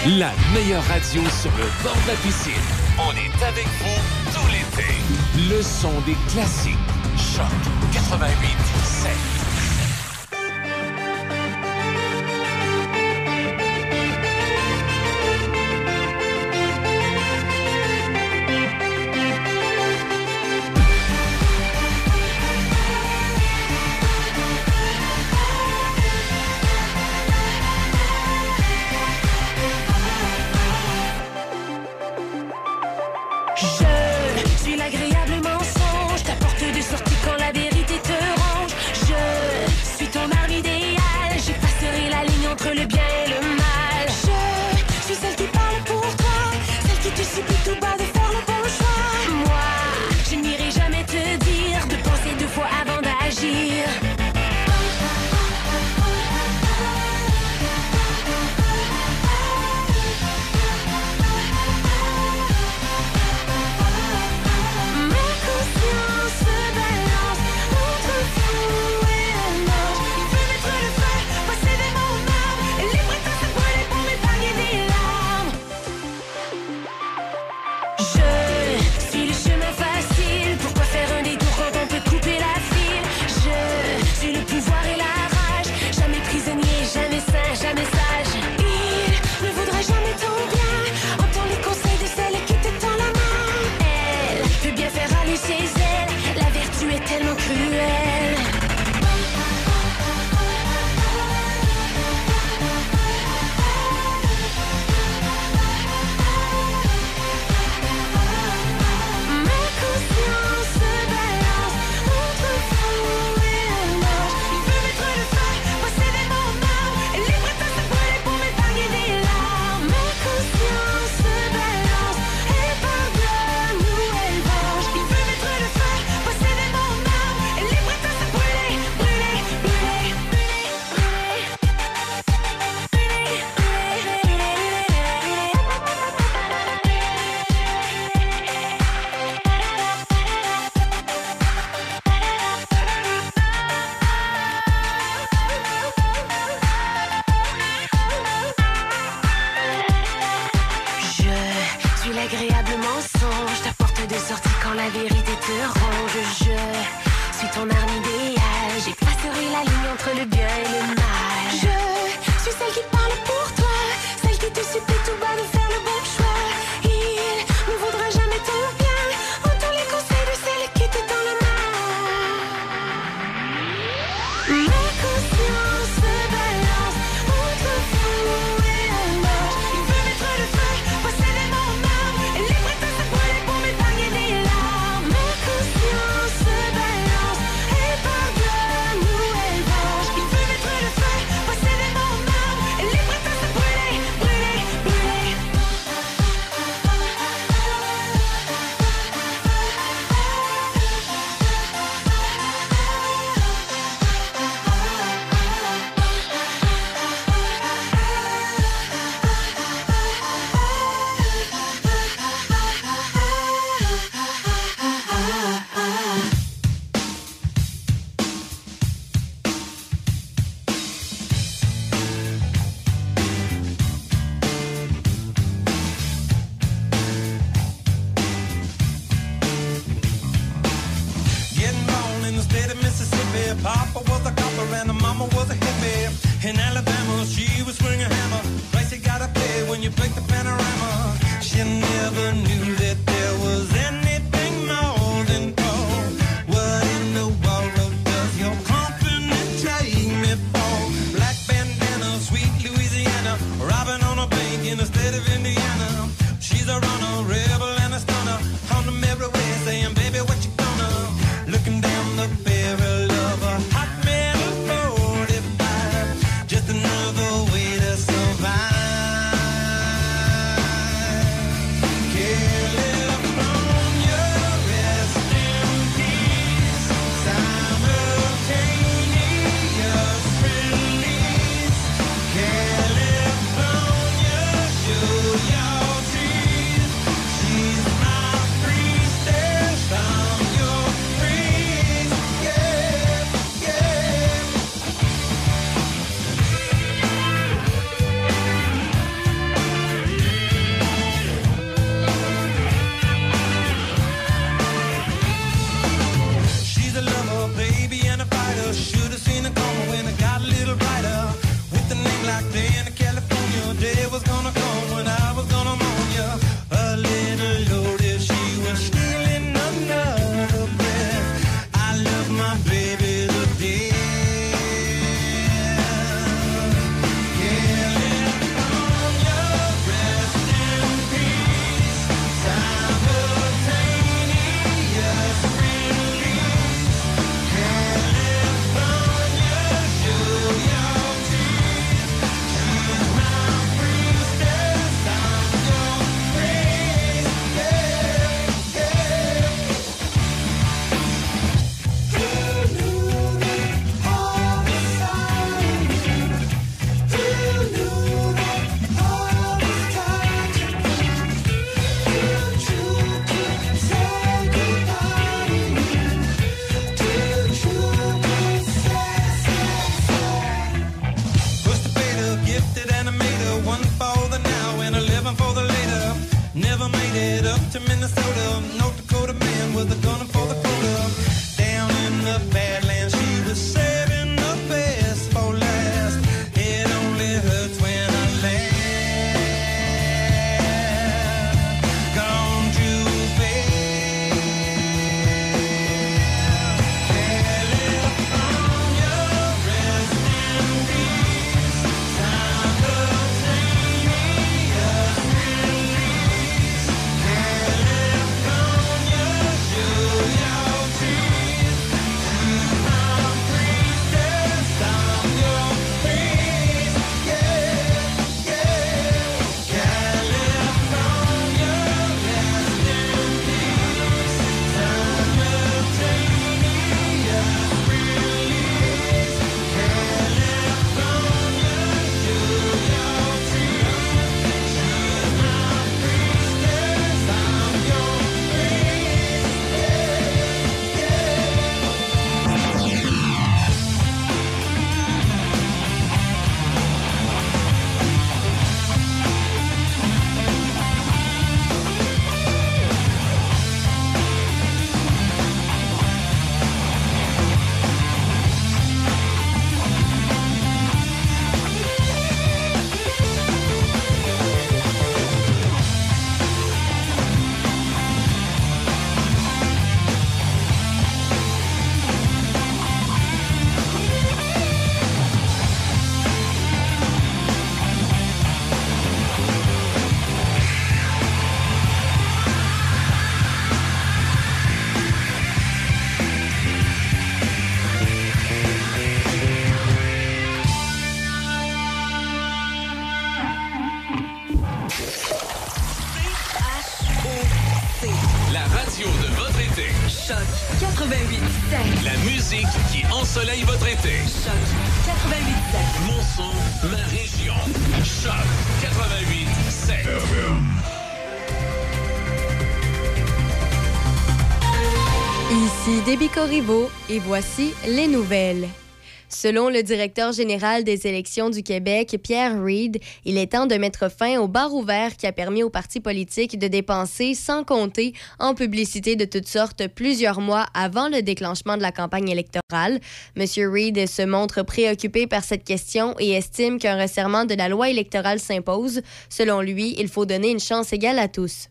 La meilleure radio sur le bord de la piscine. On est avec vous tout l'été. Le son des classiques. Choc quatre-vingt-huit sept. Je suis l'agréable mensonge, t'apporte des sorties quand la vérité te ronge. Je suis ton mari idéal, j'effacerai la ligne entre le bien et le mal. Je suis celle qui parle pour toi, celle qui te supplie tout bas de faire le bon choix. Moi, je n'irai jamais te dire de penser deux fois avant d'agir. Tellement cruel. Ma conscience se balance entre fou et mort. Il veut mettre le feu, posséder mon âme. Elle est prête à se brûler pour m'épargner des larmes. Ma conscience se balance et pardonne ou elle venge. Il veut mettre le feu, posséder mon âme. Elle est prête à se brûler, brûler, brûler, brûler, Je suis l'agréable mensonge, t'apporte de sorties quand la vérité te ronge. Je suis ton arme idéale, j'effacerai la ligne entre le bien et le mal. Je suis celle qui parle pour toi, celle qui te supplie tout bas de faire le bon choix. Il ne voudra jamais ton bien, entends les conseils de celle qui te tend la main. Ma conscience se balance entre fou et mort. Il veut mettre le feu, posséder mon âme. Elle est prête à se brûler pour m'épargner des larmes. Ma conscience se balance et pardonne ou elle venge. Il veut mettre le feu, posséder mon âme. Elle est prête à se brûler, brûler, brûler. Getting born in the state of Mississippi. Papa was a copper and the mama was a hippie. In Alabama, she was swinging a hammer. Price you gotta pay when you break the panorama. She never knew that there was anything more than gold. What in the world does your company take me for? Black bandana, sweet Louisiana, robbing on a bank in the state of Indiana. She's a runner, rebel and a stunner. On the merry way, saying, baby, what you gonna? Looking down the barrel of a hot metal forty-five. Just another way to survive. California, rest in peace. Simultaneous release. California, show your teeth. She to Minnesota. North Dakota man with a gun for the quota. Down in the Badlands, she was saving the best for last. It only hurts when I laugh. Gone too fast. California, rest in peace. Simultaneous release. California, show your teeth. I'm priestess, I'm your priest. Yeah, yeah. California, rest in peace. Simultaneous release. California, show your teeth. She's my priestess, I'm your priest. La radio de votre été. Choc quatre-vingt-huit sept. La musique qui ensoleille votre été. Choc quatre-vingt-huit sept. Mon son, ma région. Choc quatre-vingt-huit sept. Ici Déby Corriveau et voici les nouvelles. Selon le directeur général des élections du Québec, Pierre Reid, il est temps de mettre fin au bar ouvert qui a permis aux partis politiques de dépenser sans compter en publicité de toutes sortes plusieurs mois avant le déclenchement de la campagne électorale. M. Reid se montre préoccupé par cette question et estime qu'un resserrement de la loi électorale s'impose. Selon lui, il faut donner une chance égale à tous.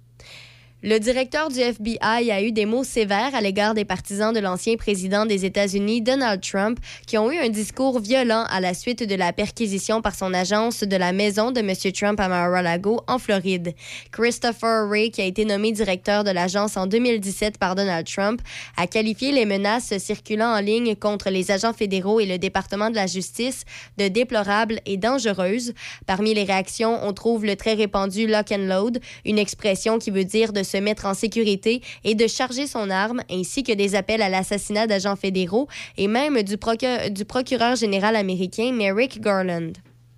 Le directeur du F B I a eu des mots sévères à l'égard des partisans de l'ancien président des États-Unis, Donald Trump, qui ont eu un discours violent à la suite de la perquisition par son agence de la maison de M. Trump à Mar-a-Lago, en Floride. Christopher Wray, qui a été nommé directeur de l'agence en deux mille dix-sept par Donald Trump, a qualifié les menaces circulant en ligne contre les agents fédéraux et le département de la justice de déplorables et dangereuses. Parmi les réactions, on trouve le très répandu « lock and load », une expression qui veut dire de se mettre en sécurité et de charger son arme, ainsi que des appels à l'assassinat d'agents fédéraux et même du, procu- du procureur général américain Merrick Garland.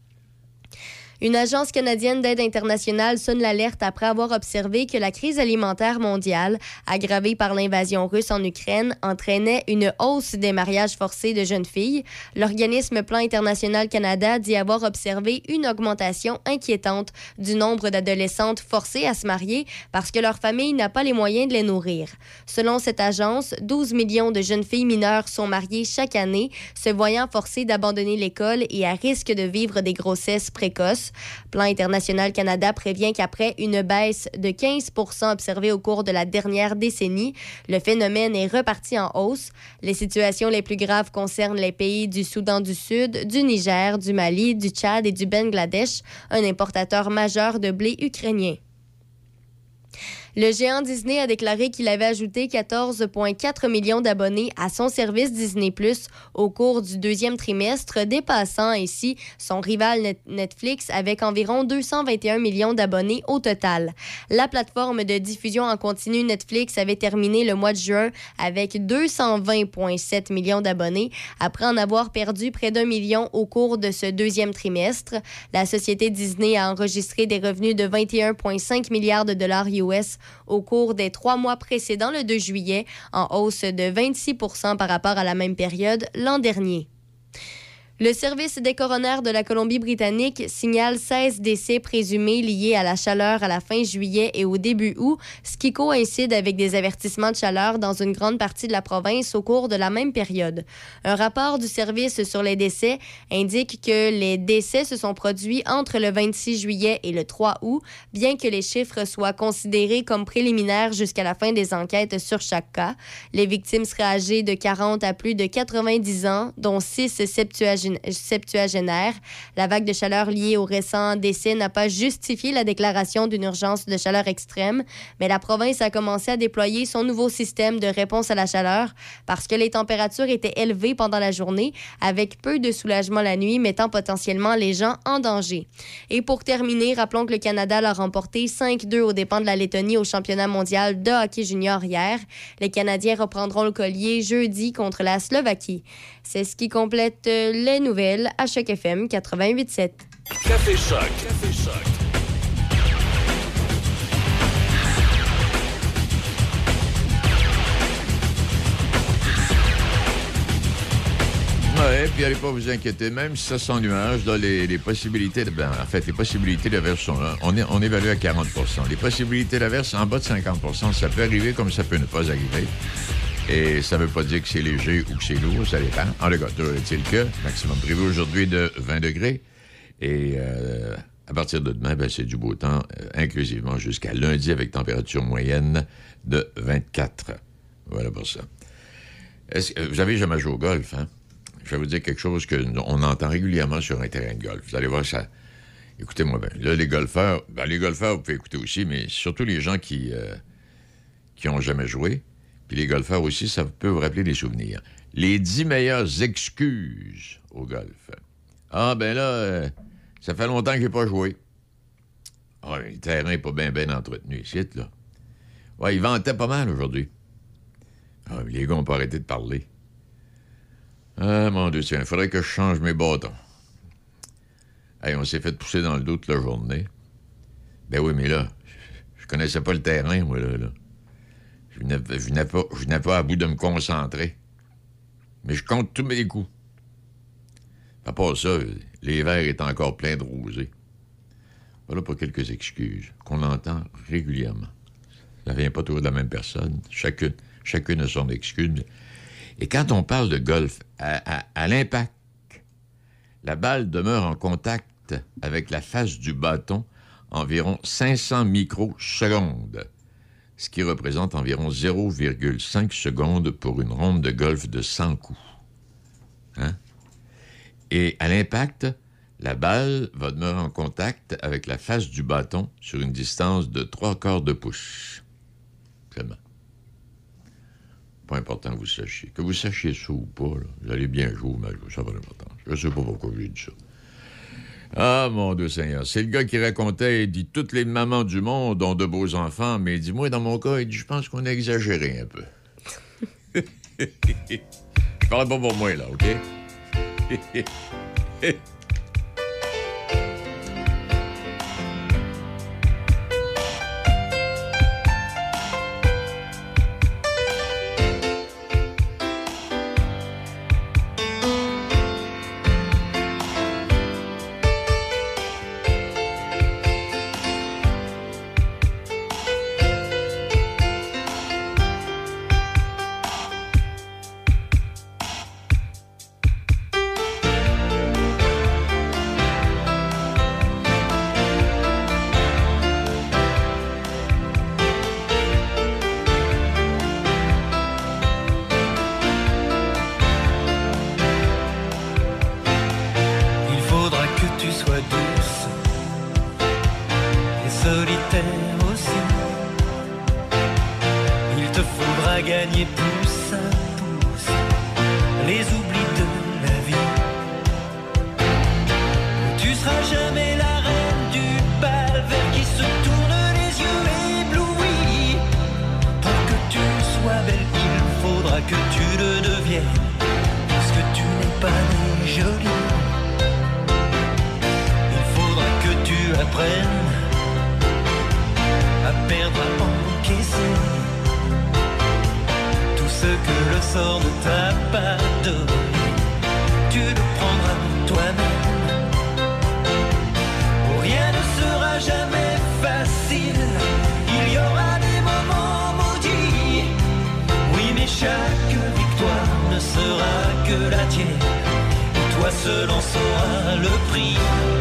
Une agence canadienne d'aide internationale sonne l'alerte après avoir observé que la crise alimentaire mondiale, aggravée par l'invasion russe en Ukraine, entraînait une hausse des mariages forcés de jeunes filles. L'organisme Plan International Canada dit avoir observé une augmentation inquiétante du nombre d'adolescentes forcées à se marier parce que leur famille n'a pas les moyens de les nourrir. Selon cette agence, douze millions de jeunes filles mineures sont mariées chaque année, se voyant forcées d'abandonner l'école et à risque de vivre des grossesses précoces. Plan International Canada prévient qu'après une baisse de quinze pour cent observée au cours de la dernière décennie, le phénomène est reparti en hausse. Les situations les plus graves concernent les pays du Soudan du Sud, du Niger, du Mali, du Tchad et du Bangladesh, un importateur majeur de blé ukrainien. Le géant Disney a déclaré qu'il avait ajouté quatorze virgule quatre millions d'abonnés à son service Disney plus, au cours du deuxième trimestre, dépassant ainsi son rival Netflix avec environ deux cent vingt et un millions d'abonnés au total. La plateforme de diffusion en continu Netflix avait terminé le mois de juin avec deux cent vingt virgule sept millions d'abonnés, après en avoir perdu près d'un million au cours de ce deuxième trimestre. La société Disney a enregistré des revenus de vingt et un virgule cinq milliards de dollars U S au cours des trois mois précédents le deux juillet, en hausse de vingt-six pour cent par rapport à la même période l'an dernier. Le service des coronaires de la Colombie-Britannique signale seize décès présumés liés à la chaleur à la fin juillet et au début août, ce qui coïncide avec des avertissements de chaleur dans une grande partie de la province au cours de la même période. Un rapport du service sur les décès indique que les décès se sont produits entre le vingt-six juillet et le trois août, bien que les chiffres soient considérés comme préliminaires jusqu'à la fin des enquêtes sur chaque cas. Les victimes seraient âgées de quarante à plus de quatre-vingt-dix ans, dont six septuagénaires. septuagénaire. La vague de chaleur liée au récent décès n'a pas justifié la déclaration d'une urgence de chaleur extrême, mais la province a commencé à déployer son nouveau système de réponse à la chaleur parce que les températures étaient élevées pendant la journée, avec peu de soulagement la nuit, mettant potentiellement les gens en danger. Et pour terminer, rappelons que le Canada l'a remporté cinq deux aux dépens de la Lettonie au championnat mondial de hockey junior hier. Les Canadiens reprendront le collier jeudi contre la Slovaquie. C'est ce qui complète les nouvelles à Choc F M quatre-vingt-huit sept. Café Choc. Café Choc. Oui, puis allez pas vous inquiéter, même si ça sent nuage, là, les, les possibilités, de, ben, en fait, les possibilités d'averse sont là. On, est, on évalue à quarante pour cent. Les possibilités d'averse, en bas de cinquante pour cent, ça peut arriver comme ça peut ne pas arriver. Et ça ne veut pas dire que c'est léger ou que c'est lourd, ça dépend. En tout cas, toujours est-il que maximum prévu aujourd'hui de vingt degrés. Et euh, à partir de demain, ben, c'est du beau temps, euh, inclusivement jusqu'à lundi avec température moyenne de vingt-quatre. Voilà pour ça. Est-ce que vous avez jamais joué au golf, hein? Je vais vous dire quelque chose qu'on entend régulièrement sur un terrain de golf. Vous allez voir ça. Écoutez-moi bien. Là, les golfeurs, ben, les golfeurs, vous pouvez écouter aussi, mais surtout les gens qui euh, qui n'ont jamais joué. Puis les golfeurs aussi, ça peut vous rappeler des souvenirs. Les dix meilleures excuses au golf. Ah, ben là, euh, ça fait longtemps que j'ai pas joué. Ah, le terrain n'est pas bien bien entretenu ici, là. Ouais, il ventait pas mal aujourd'hui. Ah, les gars n'ont pas arrêté de parler. Ah, mon Dieu, tiens, il faudrait que je change mes bâtons. Hey, on s'est fait pousser dans le dos toute la journée. Ben oui, mais là, je connaissais pas le terrain, moi, là, là. Je venais, je venais pas, je venais pas à bout de me concentrer. Mais je compte tous mes coups. À part ça, les verres étaient encore pleins de rosée. Voilà pour quelques excuses qu'on entend régulièrement. Ça vient pas toujours de la même personne. Chacune, chacune a son excuse. Et quand on parle de golf, à, à, à l'impact, la balle demeure en contact avec la face du bâton environ cinq cents microsecondes, ce qui représente environ zéro virgule cinq secondes pour une ronde de golf de cent coups. Hein? Et à l'impact, la balle va demeurer en contact avec la face du bâton sur une distance de trois quarts de pouce. Seulement. Pas important que vous sachiez. Que vous sachiez ça ou pas, là, vous allez bien jouer, mais ça n'a pas d'importance. Je ne sais pas pourquoi j'ai dit ça. Ah, mon Dieu Seigneur. C'est le gars qui racontait, il dit, toutes les mamans du monde ont de beaux enfants, mais dis-moi, dans mon cas, il dit, je pense qu'on a exagéré un peu. Je parle pas pour moi, là, OK? Ce que le sort ne t'a pas donné, tu tu le prendras toi-même. Oh, rien ne sera jamais facile, il y aura des moments maudits. Oui, mais chaque victoire ne sera que la tienne, et toi seul en sauras le prix.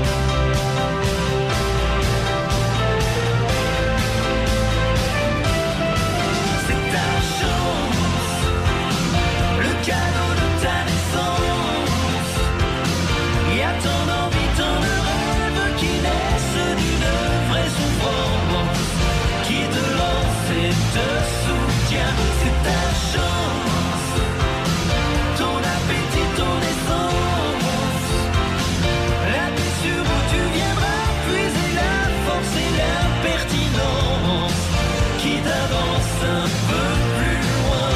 Cadeau de ta naissance, y a tant d'envie, tant de rêves qui naissent d'une vraie souffrance, qui te lance et te soutient, c'est ta chance, ton appétit, ton essence, la blessure où tu viendras puiser la force et l'impertinence, qui t'avance un peu plus loin.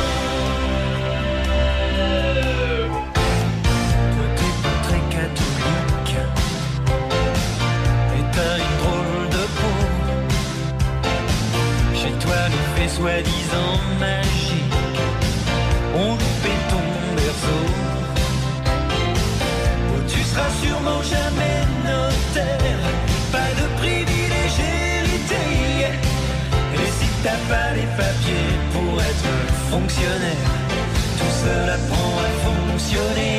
Soi-disant magique, on loupait ton berceau. Oh, tu seras sûrement jamais notaire, pas de privilège hérité. Et si t'as pas les papiers pour être fonctionnaire, tout seul apprend à fonctionner.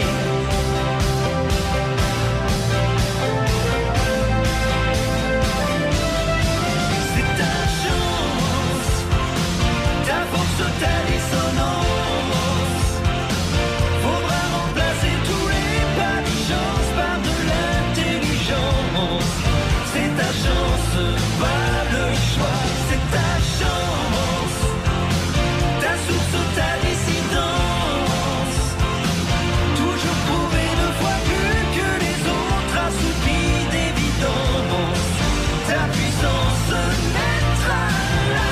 Ta dissonance, faudra remplacer tous les pas-de-chance par de l'intelligence. C'est ta chance, pas le choix, c'est ta chance, ta source, ta dissidence. Toujours prouver deux fois plus que les autres, assoupi d'évidence. Ta puissance naîtra là.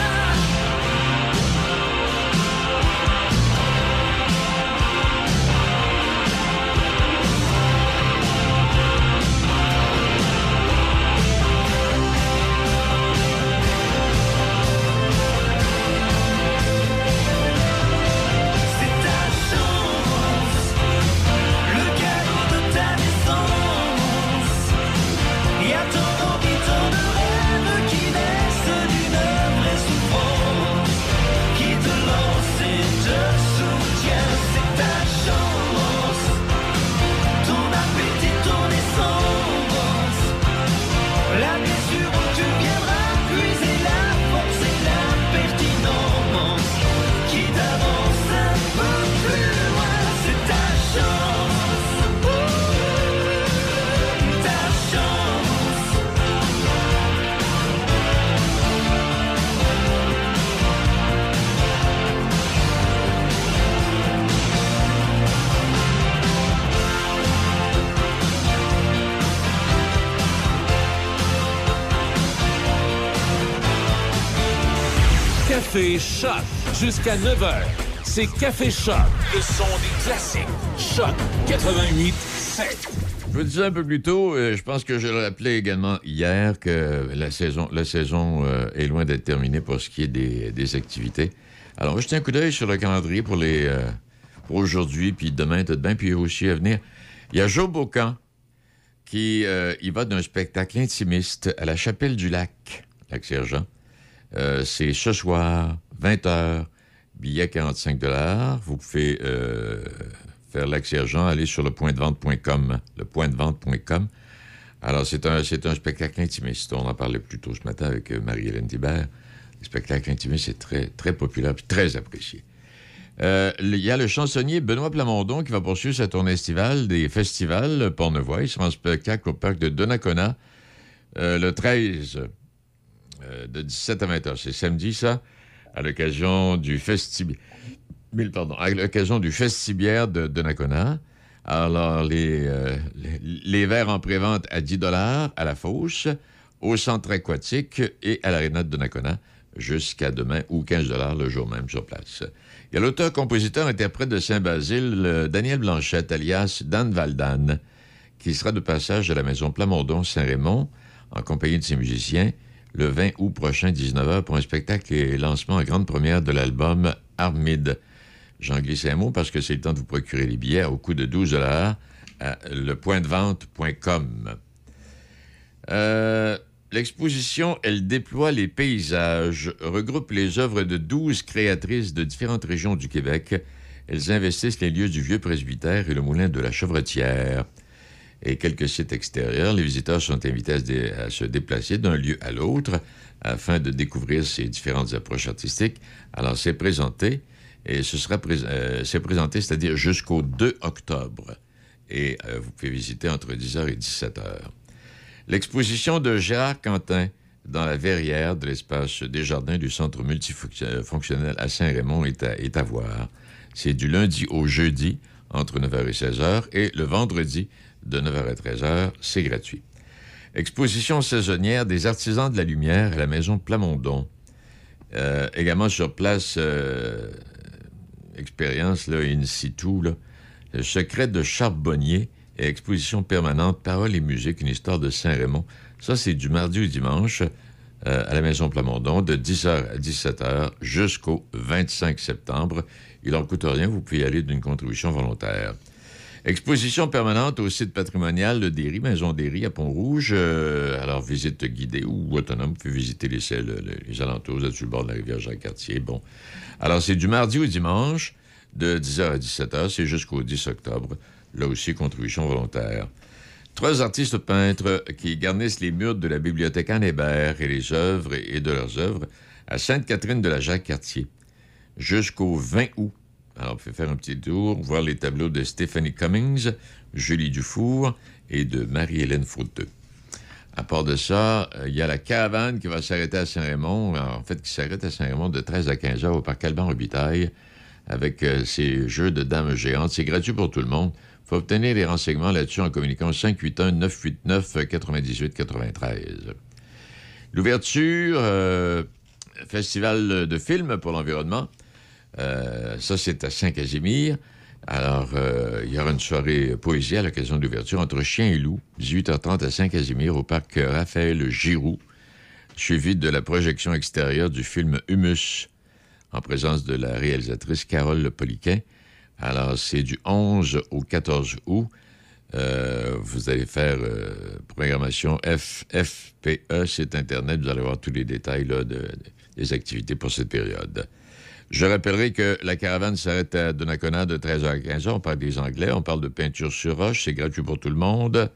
Café Choc jusqu'à neuf heures. C'est Café Choc, le son des classiques. Choc quatre-vingt-huit sept. Je vous le disais un peu plus tôt, euh, je pense que je le rappelais également hier que la saison, la saison euh, est loin d'être terminée pour ce qui est des, des activités. Alors, jetez un coup d'œil sur le calendrier pour les euh, pour aujourd'hui, puis demain, tout de même, puis aussi à venir. Il y a Joe Bocan qui euh, il va d'un spectacle intimiste à la Chapelle du Lac, Lac-Sergent. Euh, c'est ce soir, vingt heures, billet quarante-cinq dollars. Vous pouvez euh, faire Lac-Sergent, aller sur le point de vente point com, le point de vente point com. Alors, c'est un, c'est un spectacle intimiste. On en parlait plus tôt ce matin avec Marie-Hélène Thibert. Le spectacle intimiste, c'est très, très populaire et très apprécié. Euh, il y a le chansonnier Benoît Plamondon qui va poursuivre sa tournée estivale des festivals Portnevoix. Il sera en spectacle au parc de Donnacona euh, le treize euh, de dix-sept à vingt heures. C'est samedi, ça, à l'occasion du festibi... Pardon, à l'occasion du Festibiaire de Donnacona. Alors, les, euh, les, les verres en pré-vente à dix dollars à la fosse, au centre aquatique et à l'aréna de Donnacona jusqu'à demain ou quinze dollars le jour même sur place. Il y a l'auteur, compositeur, interprète de Saint-Basile, euh, Daniel Blanchette, alias Dan Valdan, qui sera de passage à la maison Plamondon Saint-Raymond en compagnie de ses musiciens le vingt août prochain, dix-neuf heures, pour un spectacle et lancement en grande première de l'album Armide. J'en glisse un mot parce que c'est le temps de vous procurer les billets au coût de douze dollars à le point de vente point com. Euh, l'exposition « Elle déploie les paysages » regroupe les œuvres de douze créatrices de différentes régions du Québec. Elles investissent les lieux du vieux presbytère et le moulin de la Chevretière. Et quelques sites extérieurs, les visiteurs sont invités à se, dé- à se déplacer d'un lieu à l'autre afin de découvrir ces différentes approches artistiques. Alors, c'est présenté, et ce sera pré- euh, c'est présenté, c'est-à-dire jusqu'au deux octobre. Et euh, vous pouvez visiter entre dix heures et dix-sept heures. L'exposition de Gérard Quentin dans la verrière de l'espace Desjardins du Centre multifonctionnel à Saint-Raymond est à, est à voir. C'est du lundi au jeudi, entre neuf heures et seize heures, et le vendredi, de neuf heures à treize heures, c'est gratuit. Exposition saisonnière des artisans de la lumière à la maison Plamondon. Euh, également sur place, euh, expérience là, in situ, là, le secret de Charbonnier et exposition permanente Paroles et musique, une histoire de Saint-Raymond. Ça, c'est du mardi au dimanche euh, à la maison Plamondon, de dix heures à dix-sept heures jusqu'au vingt-cinq septembre. Il n'en coûte rien, vous pouvez y aller d'une contribution volontaire. Exposition permanente au site patrimonial de Derry, Maison Derry à Pont-Rouge. Euh, alors, visite guidée ou autonome, vous pouvez visiter les, les, les alentours, là-dessus le bord de la rivière Jacques-Cartier. Bon. Alors, c'est du mardi au dimanche, de dix heures à dix-sept heures, c'est jusqu'au dix octobre. Là aussi, contribution volontaire. Trois artistes peintres qui garnissent les murs de la bibliothèque Anne Hébert et les œuvres et de leurs œuvres à Sainte-Catherine de la Jacques-Cartier jusqu'au vingt août. Alors, vous pouvez faire un petit tour, voir les tableaux de Stéphanie Cummings, Julie Dufour et de Marie-Hélène Fauteux. À part de ça, il euh, y a la caravane qui va s'arrêter à Saint-Raymond, en fait, qui s'arrête à Saint-Raymond de treize à quinze heures au parc Alban-Robitaille avec euh, ses jeux de dames géantes. C'est gratuit pour tout le monde. Il faut obtenir les renseignements là-dessus en communiquant au cinq huit un neuf huit neuf neuf huit quatre-vingt-treize. L'ouverture, euh, festival de films pour l'environnement. Euh, ça, c'est à Saint-Casimir. Alors, euh, il y aura une soirée poésie à l'occasion de l'ouverture entre Chien et Loup, dix-huit heures trente à Saint-Casimir, au parc Raphaël Giroux, suivi de la projection extérieure du film Humus, en présence de la réalisatrice Carole Poliquin. Alors, c'est du onze au quatorze août. Euh, vous allez faire euh, programmation F F P E, site Internet. Vous allez voir tous les détails là, de, de, des activités pour cette période. Je rappellerai que la caravane s'arrête à Donnacona de treize heures à quinze heures. On parle des Anglais, on parle de peinture sur roche. C'est gratuit pour tout le monde.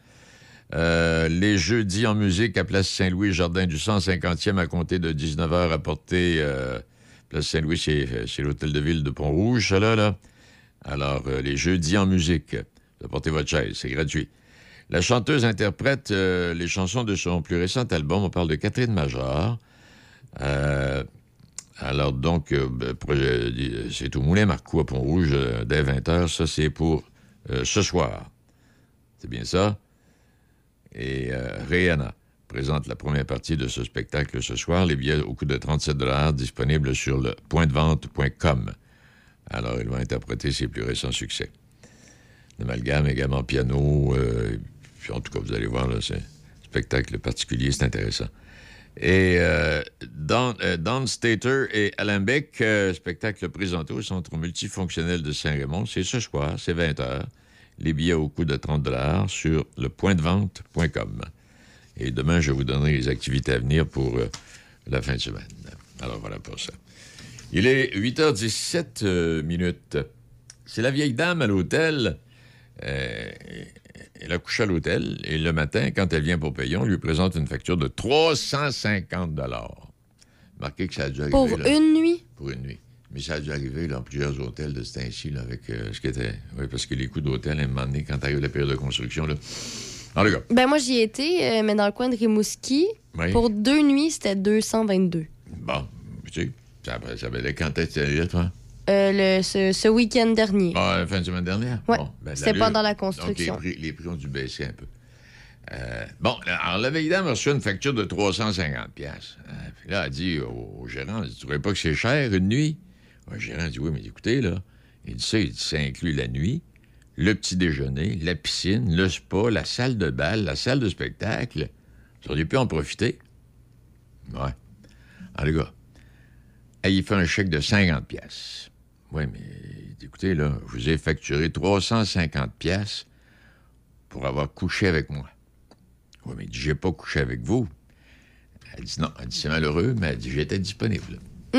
Euh, les jeudis en musique à Place Saint-Louis, jardin du cent cinquantième à compter de dix-neuf heures à portée. Euh, Place Saint-Louis, c'est, c'est l'hôtel de ville de Pont-Rouge, ça là. là. Alors, euh, les jeudis en musique, vous apportez votre chaise, c'est gratuit. La chanteuse interprète euh, les chansons de son plus récent album. On parle de Catherine Major. Euh... Alors, donc, euh, euh, c'est au Moulin Marcoux à Pont-Rouge, euh, dès vingt heures. Ça, c'est pour euh, ce soir. C'est bien ça? Et euh, Rihanna présente la première partie de ce spectacle ce soir. Les billets au coût de trente-sept dollars disponibles sur le point de vente point com. Alors, ils vont interpréter ses plus récents succès. L'amalgame, également piano. Euh, puis en tout cas, vous allez voir, là, c'est un spectacle particulier, c'est intéressant. Et euh, Don, euh, Don Stater et Alain Beck, euh, spectacle présenté au Centre multifonctionnel de Saint-Raymond, c'est ce soir, c'est vingt heures. Les billets au coût de trente dollars sur le point de vente point com. Et demain, je vous donnerai les activités à venir pour euh, la fin de semaine. Alors voilà pour ça. Il est huit heures dix-sept euh, minutes. C'est la vieille dame à l'hôtel. Euh, Elle a couché à l'hôtel et le matin, quand elle vient pour payer, on lui présente une facture de trois cent cinquante dollars. Marquez que ça a dû arriver. Pour là, une nuit? Pour une nuit. Mais ça a dû arriver dans plusieurs hôtels de ce temps-ci, là, avec euh, ce qui était... Oui, parce que les coûts d'hôtel, à un moment donné, quand arrive la période de construction, là... En tout cas. Ben moi, j'y étais, euh, mais dans le coin de Rimouski. Oui. Pour deux nuits, c'était deux cent vingt-deux. Bon, tu sais, ça, ça valait quand est-ce que tu allais, toi? Euh, le, ce, ce week-end dernier. Ah, la fin de semaine dernière? Oui, bon, ben, c'était pendant la construction. Donc, les prix, les prix ont dû baisser un peu. Euh, bon, alors, la vieille dame a reçu une facture de trois cent cinquante piastres. Euh, puis là, elle dit au, au gérant, elle dit, tu ne trouves pas que c'est cher, une nuit? Le gérant dit, oui, mais écoutez, là, il dit ça, il dit, ça inclut la nuit, le petit déjeuner, la piscine, le spa, la salle de bal, la salle de spectacle. Vous auriez pu en profiter? Ouais. En tout cas, elle y fait un chèque de cinquante piastres. Oui, mais écoutez, là, je vous ai facturé trois cent cinquante piastres pour avoir couché avec moi. Oui, mais j'ai pas couché avec vous. Elle dit non. Elle dit c'est malheureux, mais elle dit j'étais disponible.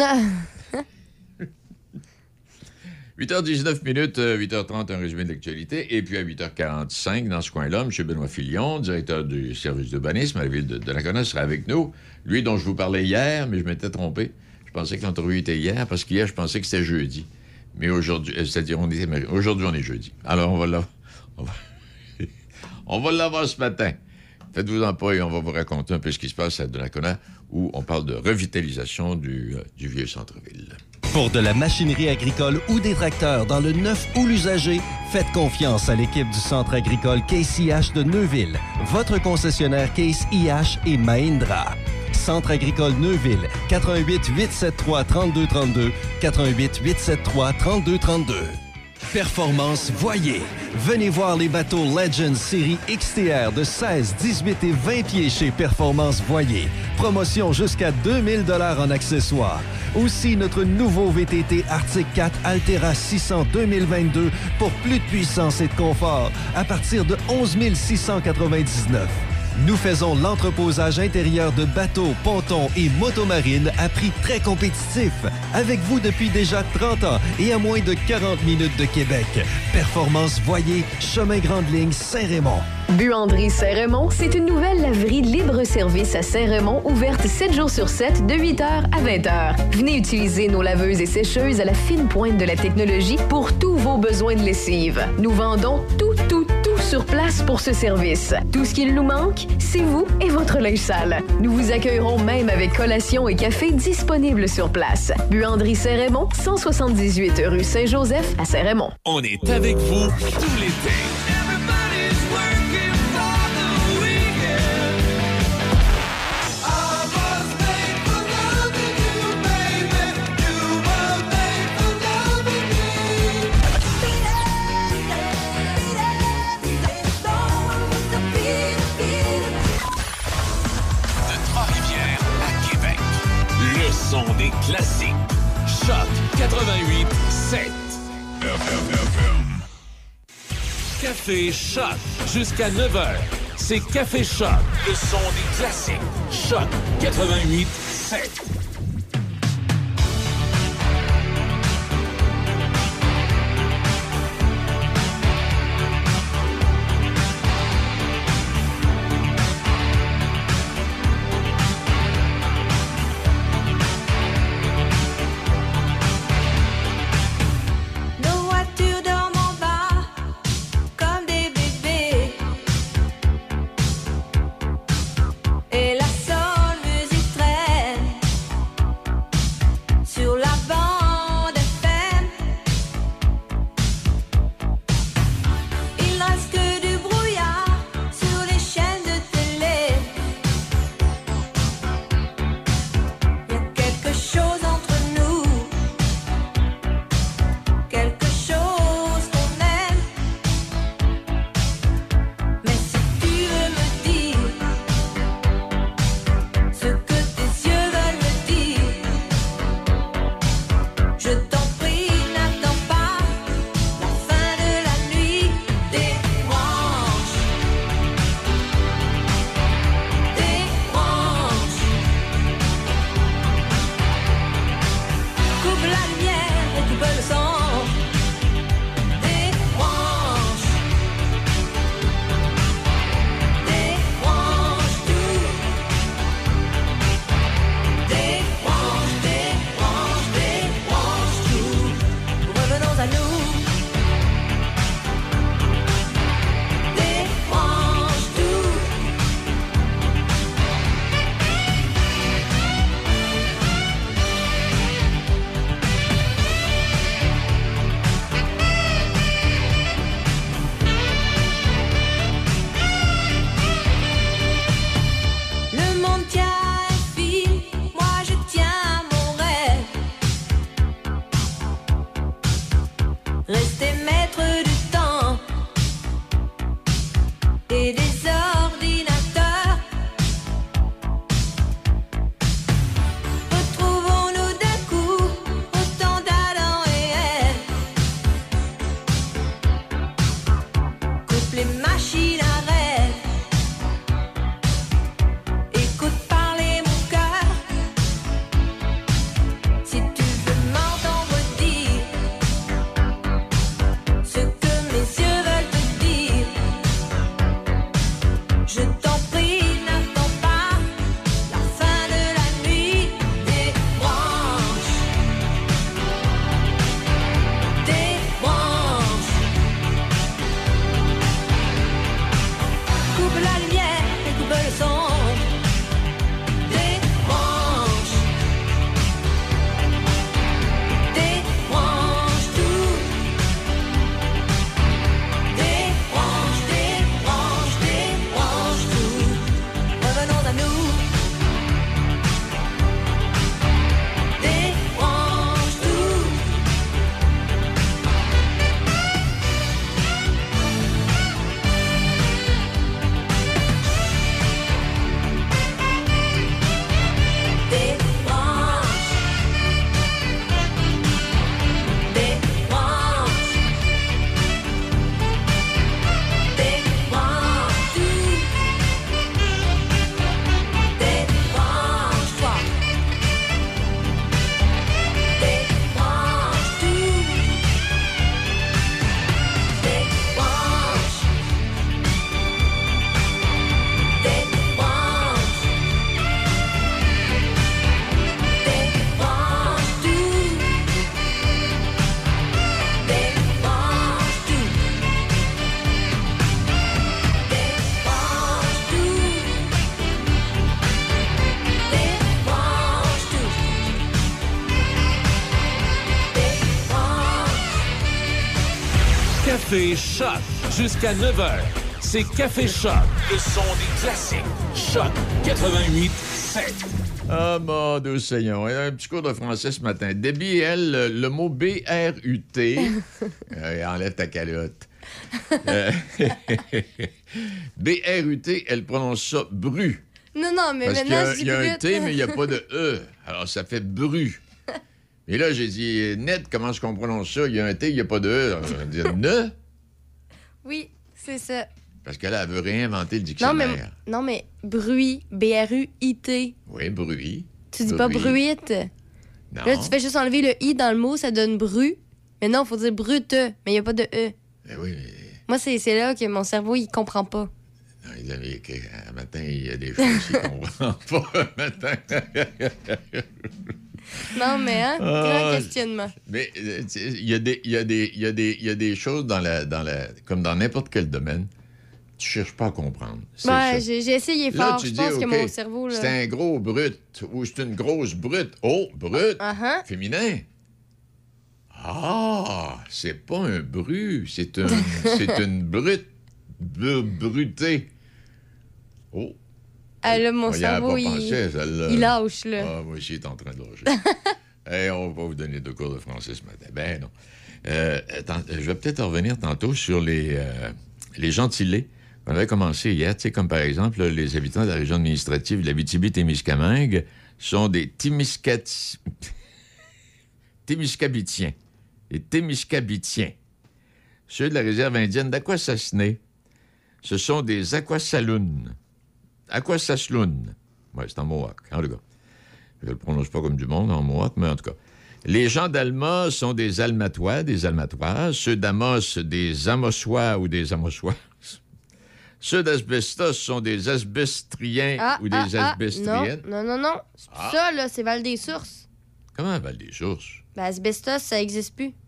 huit heures dix-neuf minutes, huit heures trente, un résumé de l'actualité. Et puis à huit heures quarante-cinq, dans ce coin-là, M. Benoît Filion, directeur du service d'urbanisme à la ville de Donnacona, sera avec nous. Lui dont je vous parlais hier, mais je m'étais trompé. Je pensais que l'entrevue était hier, parce qu'hier, je pensais que c'était jeudi. Mais aujourd'hui, c'est-à-dire, on est, aujourd'hui, on est jeudi. Alors, on va l'avoir, on va, on va l'avoir ce matin. Faites-vous-en pas et on va vous raconter un peu ce qui se passe à Donnacona, où on parle de revitalisation du, euh, du vieux centre-ville. Pour de la machinerie agricole ou des tracteurs dans le neuf ou l'usager, faites confiance à l'équipe du Centre agricole Case I H de Neuville, votre concessionnaire Case I H et Mahindra. Centre agricole Neuville, quatre un huit, huit sept trois, trois deux trois deux, quatre un huit, huit sept trois, trois deux trois deux. Performance Voyer. Venez voir les bateaux Legends série X T R de seize, dix-huit et vingt pieds chez Performance Voyer. Promotion jusqu'à deux mille dollars en accessoires. Aussi, notre nouveau V T T Arctic quatre Altera six cents deux mille vingt-deux pour plus de puissance et de confort à partir de onze mille six cent quatre-vingt-dix-neuf. Nous faisons l'entreposage intérieur de bateaux, pontons et motomarines à prix très compétitif. Avec vous depuis déjà trente ans et à moins de quarante minutes de Québec. Performance Voyer, chemin Grande Ligne, Saint-Raymond. Buanderie Saint-Raymond, c'est une nouvelle laverie libre-service à Saint-Raymond, ouverte sept jours sur sept, de huit heures à vingt heures. Venez utiliser nos laveuses et sécheuses à la fine pointe de la technologie pour tous vos besoins de lessive. Nous vendons tout, tout, tout sur place pour ce service. Tout ce qu'il nous manque, c'est vous et votre linge sale. Nous vous accueillerons même avec collation et café disponibles sur place. Buanderie Saint-Raymond, cent soixante-dix-huit rue Saint-Joseph à Saint-Raymond. On est avec vous tout l'été. Son des classiques. Choc quatre-vingt-huit sept. Café Choc. Jusqu'à neuf heures. C'est Café Choc. Le son des classiques. Choc quatre-vingt-huit sept. Et la seule musique traîne Café Choc. Jusqu'à neuf heures, c'est Café Choc. Le son des classiques. Choc quatre-vingt-huit sept. Ah, mon Dieu Seigneur. On a un petit cours de français ce matin. Debbie, elle, le, le mot B R U T. euh, enlève ta calotte. Euh, B R U T, elle prononce ça bru. Non, non, mais Parce maintenant, je qu'il y a, dis il y a un brut. T, mais il n'y a pas de E. Alors, ça fait bru. Et là, j'ai dit, net, comment est-ce qu'on prononce ça? Il y a un T, il n'y a pas de E. Alors, on va dire ne. Oui, c'est ça. Parce que là, elle veut réinventer le Non dictionnaire. mais, non, mais bruit, B R U I T. Oui, bruit. Tu dis pas bruite. Non. Là, tu fais juste enlever le I dans le mot, ça donne bru. Mais non, il faut dire brute, mais il n'y a pas de E. Ben oui, mais... Moi, c'est c'est là que mon cerveau, il comprend pas. Non, il avait, un matin, il y a des choses qu'il comprend pas. Un matin. Non, mais, hein, Ah, grand questionnement. Mais euh, tu sais, il y a des, il y a des, il y a des, il y a des choses dans la, dans la, comme dans n'importe quel domaine, tu cherches pas à comprendre. C'est Ouais, ça. j'ai j'ai essayé Là, fort. tu Je dis, pense que OK, mon cerveau, là... c'est un gros brut ou c'est une grosse brute. Oh, brute, Uh-huh. féminin. Ah, c'est pas un bru, c'est un, c'est une brute, br- brutée. Oh. Ah, là, mon On y a cerveau, pas il... pensé, celle-là. il lâche, là. Ah, moi aussi, il est en train de lâcher. Hey, on va vous donner deux cours de français ce matin. Ben non. Euh, attends, je vais peut-être revenir tantôt sur les, euh, les gentilés. On avait commencé hier, tu sais, comme par exemple, là, les habitants de la région administrative de l'Abitibi-Témiscamingue sont des Témiscati... Témiscabitiens. Les Témiscabitiens. Ceux de la réserve indienne d'Aquassassiné, ce sont des Aquasaloons. Aquasasloon. Oui, c'est en Mohawk, en tout cas. Je ne le prononce pas comme du monde en Mohawk, mais en tout cas. Les gens d'Alma sont des Almatois, des Almatoises. Ceux d'Amos, des Amossois ou des Amossoises. Ceux d'Asbestos sont des Asbestriens Ah, ou des ah, ah, Asbestriennes. non, non, non, non. Ah. Ça, là, c'est Val-des-Sources. Comment Val-des-Sources? Ben, asbestos, ça existe plus.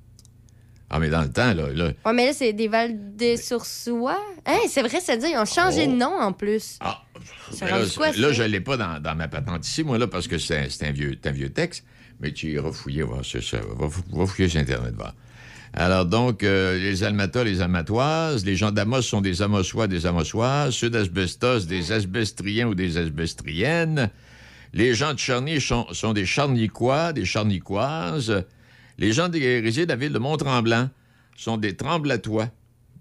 Ah, mais dans le temps, là... là Ouais, mais là, c'est des Val-des-Sourçois. Hein, c'est vrai, ça dit, ils ont changé Oh. de nom, en plus. Ah, Ça mais rend là, quoi, là, ça? je ne l'ai pas dans, dans ma patente ici, moi, là, parce que c'est c'est un vieux, c'est un vieux texte, mais tu iras fouiller, voir c'est ça. Va, va fouiller sur Internet, voir. Alors, donc, euh, les Almatas, les Almatoises, les gens d'Amos sont des Amossois, des Amossoises, ceux d'Asbestos, des Asbestriens ou des Asbestriennes. Les gens de Charny sont, sont des Charnicois, des Charnicoises. Les gens qui résident à la ville de Mont-Tremblant sont des Tremblatois,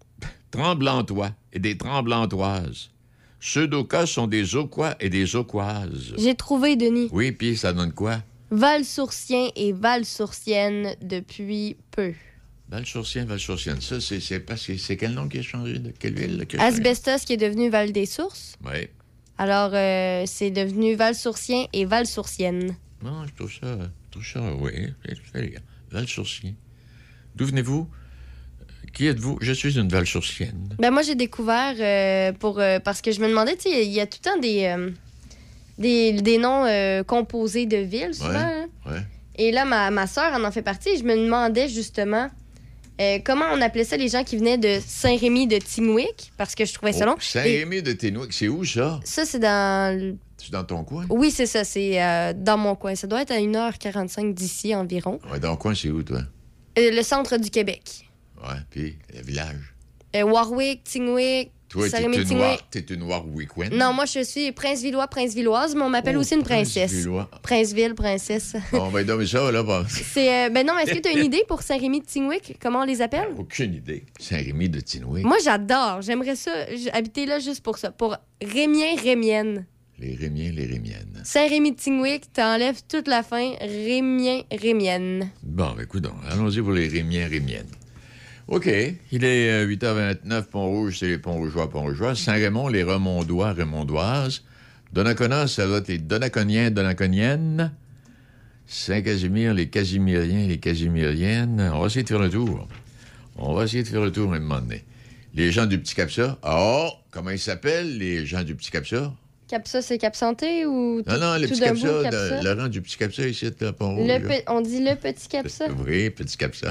Tremblantois et des Tremblantoises. Ceux d'Oka sont des Auquois et des Auquoises. J'ai trouvé, Denis. Oui, puis ça donne quoi? Val-Sourcien et Val-Sourcienne depuis peu. Val-Sourcien, Val-Sourcienne. Ça, c'est, c'est parce que c'est quel nom qui a changé? De quelle ville? Qui a changé? Asbestos qui est devenu Val-des-Sources. Oui. Alors, euh, c'est devenu Val-Sourcien et Val-Sourcienne. Non, je trouve ça, je trouve ça, oui. Val-Sourcien. D'où venez-vous? Qui êtes-vous? Je suis une Val-Sourcienne. Ben moi, j'ai découvert euh, pour euh, parce que je me demandais, tu sais, il y a tout le temps des, euh, des, des noms euh, composés de villes, souvent. Ouais, hein. ouais. Et là, ma, ma soeur en en fait partie. Et je me demandais justement euh, comment on appelait ça les gens qui venaient de Saint-Rémy de Tingwick, parce que je trouvais ça Oh, long. Saint-Rémy de Ténouic, c'est où, ça? Ça, c'est dans... le- C'est dans ton coin? Oui, c'est ça. C'est euh, dans mon coin. Ça doit être à une heure quarante-cinq d'ici environ. Ouais, dans ton coin, c'est où, toi? Euh, le centre du Québec. Ouais, puis le village. Euh, Warwick, Tingwick, Toi, t'es Saint-Rémy de une, Tingwick. War... t'es une Warwickienne. Non, moi, je suis Prince-Villois, Prince-Villoise, mais on m'appelle Oh, aussi une princesse. Prince-Villois. Princeville, princesse. On va donner ça, là. Bon. C'est. euh, ben non, mais est-ce que tu as une idée pour Saint-Rémy de Tingwick? Comment on les appelle? Aucune idée. Saint-Rémy de Ténouic. Moi, j'adore. J'aimerais ça, j- habiter là juste pour ça. Pour Rémien, Rémienne. Les Rémiens, les Rémiennes. Saint-Rémy de Tingwick, t'enlèves toute la fin. Rémien, Rémienne. Bon, ben, écoute, allons-y pour les Rémiens, Rémiennes. OK. Il est euh, huit heures vingt-neuf. Pont-Rouge, c'est les Pont-Rougeois, Pont-Rougeois. Saint-Raymond, les Remondois, Remondoises. Donnacona, ça doit être les Donnaconiens, Donnaconiennes. Saint-Casimir, les Casimiriens, les Casimiriennes. On va essayer de faire le tour. On va essayer de faire le tour un moment donné. Les gens du Petit Capsa. Oh, comment ils s'appellent, les gens du Petit Capsa? Capsa, c'est Cap Santé ou Non, non, le tout Petit d'un Capsa, bout, de- Capsa? Laurent du Petit Capsa, ici, à Pont-Rouge. Le là. pe- On dit le petit Capsa? Oui, Petit Capsa.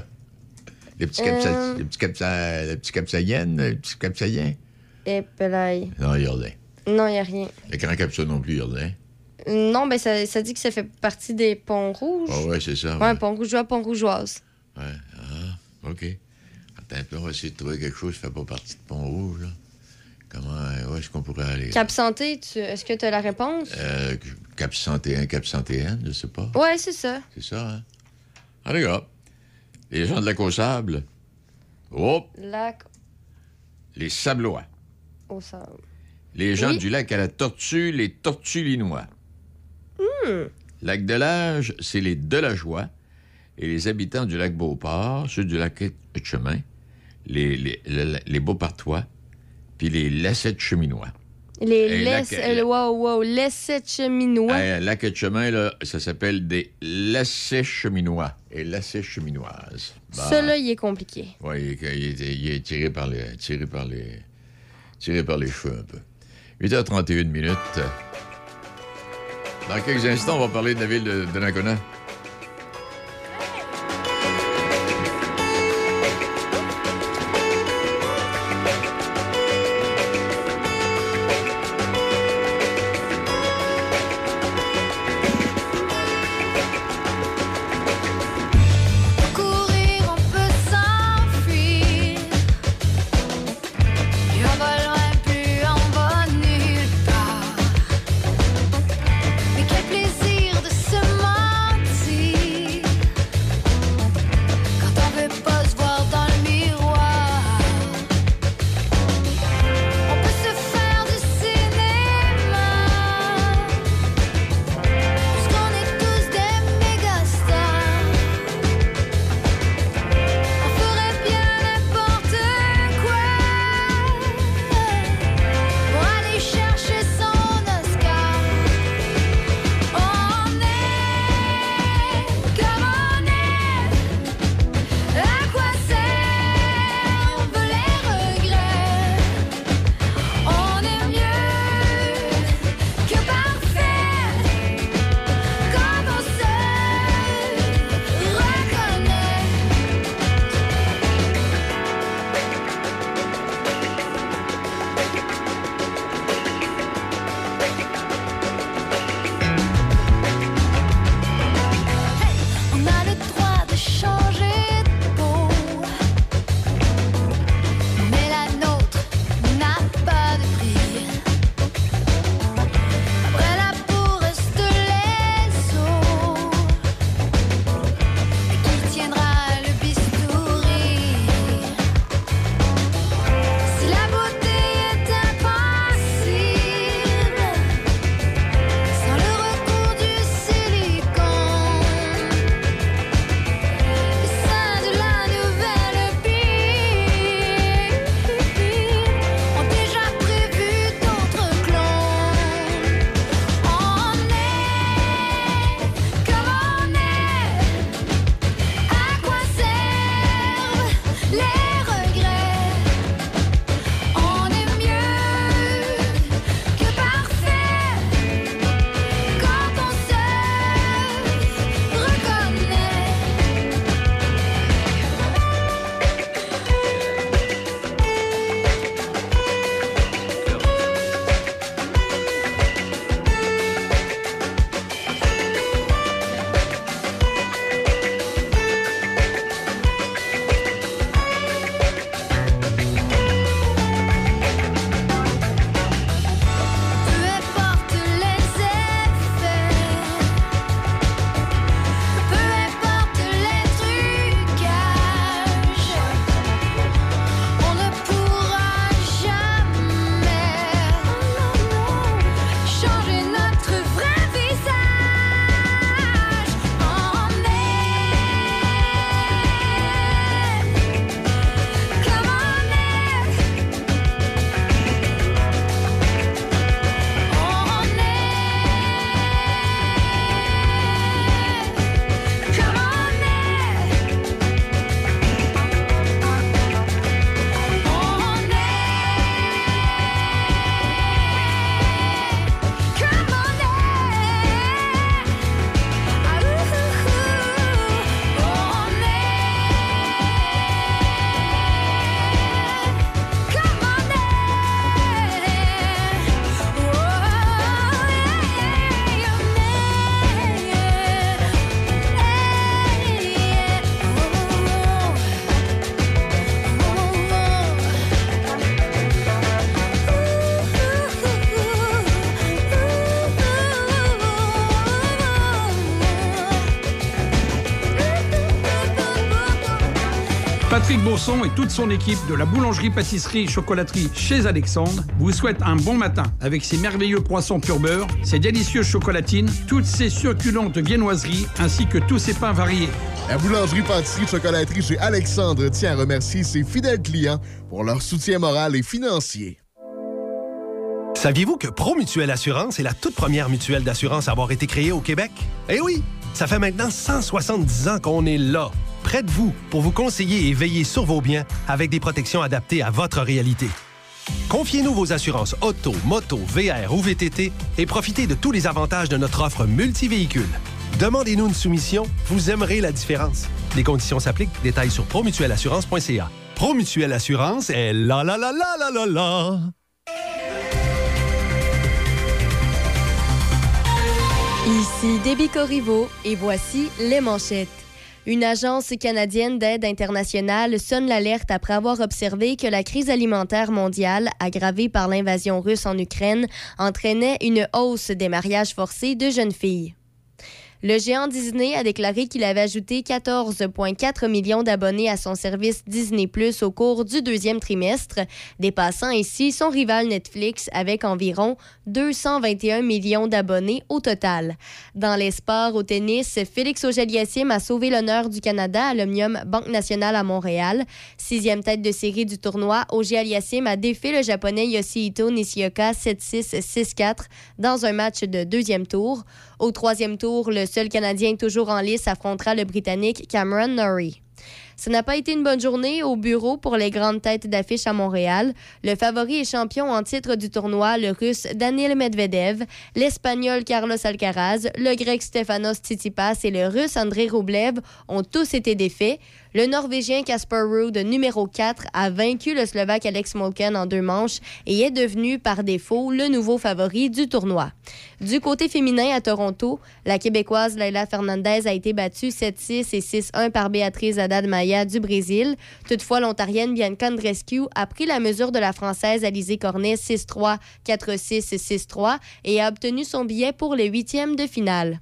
Les petits Capsa... Euh. Les petits Capsa... Les petits Capsaïennes, les petits Capsaïens. Eh, pelaille. Non, il y a rien. Non, il n'y a rien. Les grands Capsa non plus, il y a rien. Non, ben ça, ça dit que ça fait partie des ponts rouges. Ah ouais, c'est ça. Ouais, Ouais, pont rougeois, pont rougeoise. ouais. Ah, OK. Attends, puis on va essayer de trouver quelque chose qui ne fait pas partie de Pont-Rouge. Là. Comment, où est-ce qu'on pourrait aller? Cap Santé, tu... est-ce que tu as la réponse? Euh, Cap cent et un, Cap cent et un, je sais pas. Ouais, c'est ça. C'est ça, hein? Allez, gars. Les gens de lac aux sables. Oh! Lac Les Sablois. au sable. Les gens Oui. du lac à la Tortue, les Tortulinois. Hmm. Lac de l'Âge, c'est les Delageois. Et les habitants du lac Beauport, ceux du lac Chemin, les, les, les, les Beaupartois, puis les Lacets-Cheminois. Les Et laisse... lac- euh, wow, wow, laissette-cheminois. Euh, lac de chemin, là, ça s'appelle des lacets-cheminois et lacets-cheminoises. Bah, Ça, là, il est compliqué. oui, il, est- il est- il est tiré par les, tiré par les, tiré par les cheveux un peu. huit heures trente et une minutes. Dans quelques instants, on va parler de la ville de, de Donnacona. Courir, on peut s'enfuir. Et on va loin, plus on va nulle part. Mais quel plaisir de se mentir. Patrick Bourson et toute son équipe de la boulangerie-pâtisserie-chocolaterie chez Alexandre vous souhaitent un bon matin avec ses merveilleux croissants pur beurre, ses délicieuses chocolatines, toutes ses succulentes viennoiseries ainsi que tous ses pains variés. La boulangerie-pâtisserie-chocolaterie chez Alexandre tient à remercier ses fidèles clients pour leur soutien moral et financier. Saviez-vous que Promutuelle Assurance est la toute première mutuelle d'assurance à avoir été créée au Québec? Eh oui! Ça fait maintenant cent soixante-dix ans qu'on est là, près de vous, pour vous conseiller et veiller sur vos biens avec des protections adaptées à votre réalité. Confiez-nous vos assurances auto, moto, V R ou V T T et profitez de tous les avantages de notre offre multivéhicule. Demandez-nous une soumission, vous aimerez la différence. Les conditions s'appliquent, détails sur promutuelle assurance point c a. Promutuelle Assurance est la la la la la la la. Ici Déby Corriveau et voici les manchettes. Une agence canadienne d'aide internationale sonne l'alerte après avoir observé que la crise alimentaire mondiale, aggravée par l'invasion russe en Ukraine, entraînait une hausse des mariages forcés de jeunes filles. Le géant Disney a déclaré qu'il avait ajouté quatorze virgule quatre millions d'abonnés à son service Disney plus au cours du deuxième trimestre, dépassant ainsi son rival Netflix avec environ deux cent vingt et un millions d'abonnés au total. Dans les sports au tennis, Félix Auger-Aliassime a sauvé l'honneur du Canada à l'Omnium Banque Nationale à Montréal. Sixième tête de série du tournoi, Auger-Aliassime a défait le Japonais Yoshihito Nishioka sept six six quatre dans un match de deuxième tour. Au troisième tour, le seul Canadien toujours en lice affrontera le Britannique Cameron Norrie. Ce n'a pas été une bonne journée au bureau pour les grandes têtes d'affiche à Montréal. Le favori et champion en titre du tournoi, le Russe Daniil Medvedev, l'Espagnol Carlos Alcaraz, le Grec Stefanos Tsitsipas et le Russe Andrei Rublev ont tous été défaits. Le Norvégien Casper Ruud, numéro quatre, a vaincu le Slovaque Alex Molcan en deux manches et est devenu, par défaut, le nouveau favori du tournoi. Du côté féminin à Toronto, la Québécoise Leila Fernandez a été battue sept six et six un par Béatrice Haddad-Maia du Brésil. Toutefois, l'Ontarienne Bianca Andreescu a pris la mesure de la Française Alizé Cornet six trois, quatre six, six trois et a obtenu son billet pour les huitièmes de finale.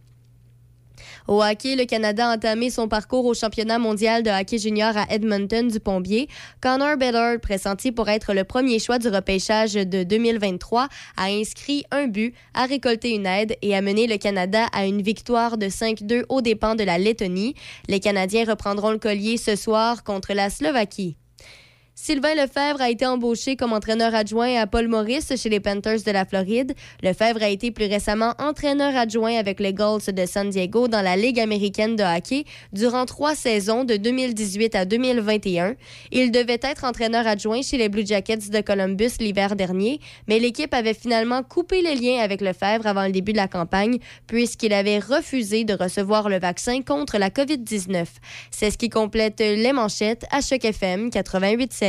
Au hockey, le Canada a entamé son parcours au championnat mondial de hockey junior à Edmonton du Pombier. Connor Bedard, pressenti pour être le premier choix du repêchage de deux mille vingt-trois, a inscrit un but, a récolté une aide et a mené le Canada à une victoire de cinq deux aux dépens de la Lettonie. Les Canadiens reprendront le collier ce soir contre la Slovaquie. Sylvain Lefebvre a été embauché comme entraîneur adjoint à Paul Maurice chez les Panthers de la Floride. Lefebvre a été plus récemment entraîneur adjoint avec les Gulls de San Diego dans la Ligue américaine de hockey durant trois saisons de deux mille dix-huit à deux mille vingt et un. Il devait être entraîneur adjoint chez les Blue Jackets de Columbus l'hiver dernier, mais l'équipe avait finalement coupé les liens avec Lefebvre avant le début de la campagne puisqu'il avait refusé de recevoir le vaccin contre la covid dix-neuf. C'est ce qui complète les manchettes à Choc F M quatre-vingt-huit sept.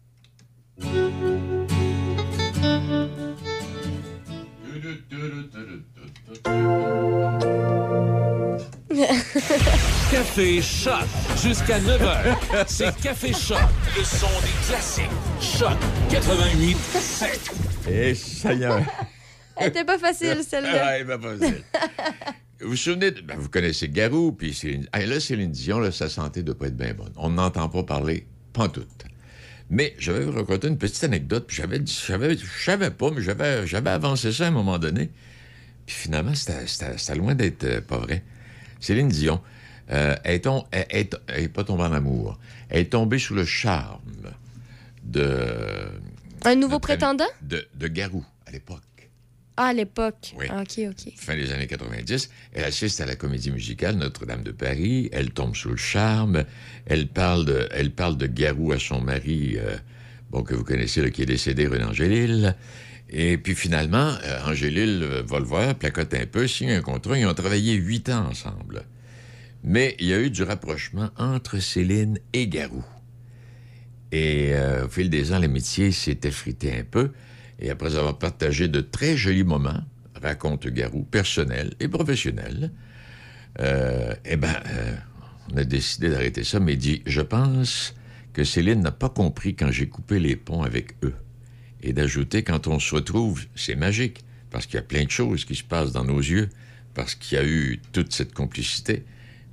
Café Choc jusqu'à neuf heures. C'est Café Choc, le son des classiques. Choc quatre-vingt-huit sept. Et ça y est. Elle était pas facile, celle-là. Ouais, pas facile. Vous vous souvenez, de, ben, vous connaissez Garou, puis Céline... Ah, là, Céline Dion, là, sa santé doit pas être bien bonne. On n'entend pas parler, pantoute. Mais je vais vous raconter une petite anecdote, puis j'avais, j'avais, je savais pas, mais j'avais, j'avais avancé ça à un moment donné. Puis finalement, c'était, c'était, c'était loin d'être euh, pas vrai. Céline Dion, euh, elle, est tom- elle, elle, elle est pas tombée en amour. Elle est tombée sous le charme de... Un nouveau prétendant? De, de Garou, à l'époque. Ah, à l'époque. Oui. OK, OK. Fin des années quatre-vingt-dix, elle assiste à la comédie musicale Notre-Dame de Paris. Elle tombe sous le charme. Elle parle de, elle parle de Garou à son mari, euh, bon, que vous connaissez, là, qui est décédé, René Angélil. Et puis finalement, euh, Angélil euh, va le voir, placote un peu, signe un contrat. Ils ont travaillé huit ans ensemble. Mais il y a eu du rapprochement entre Céline et Garou. Et euh, au fil des ans, l'amitié s'est effritée un peu. Et après avoir partagé de très jolis moments, raconte Garou, personnels et professionnels, euh, eh bien, euh, on a décidé d'arrêter ça, mais dit, je pense que Céline n'a pas compris quand j'ai coupé les ponts avec eux. Et d'ajouter, quand on se retrouve, c'est magique, parce qu'il y a plein de choses qui se passent dans nos yeux, parce qu'il y a eu toute cette complicité.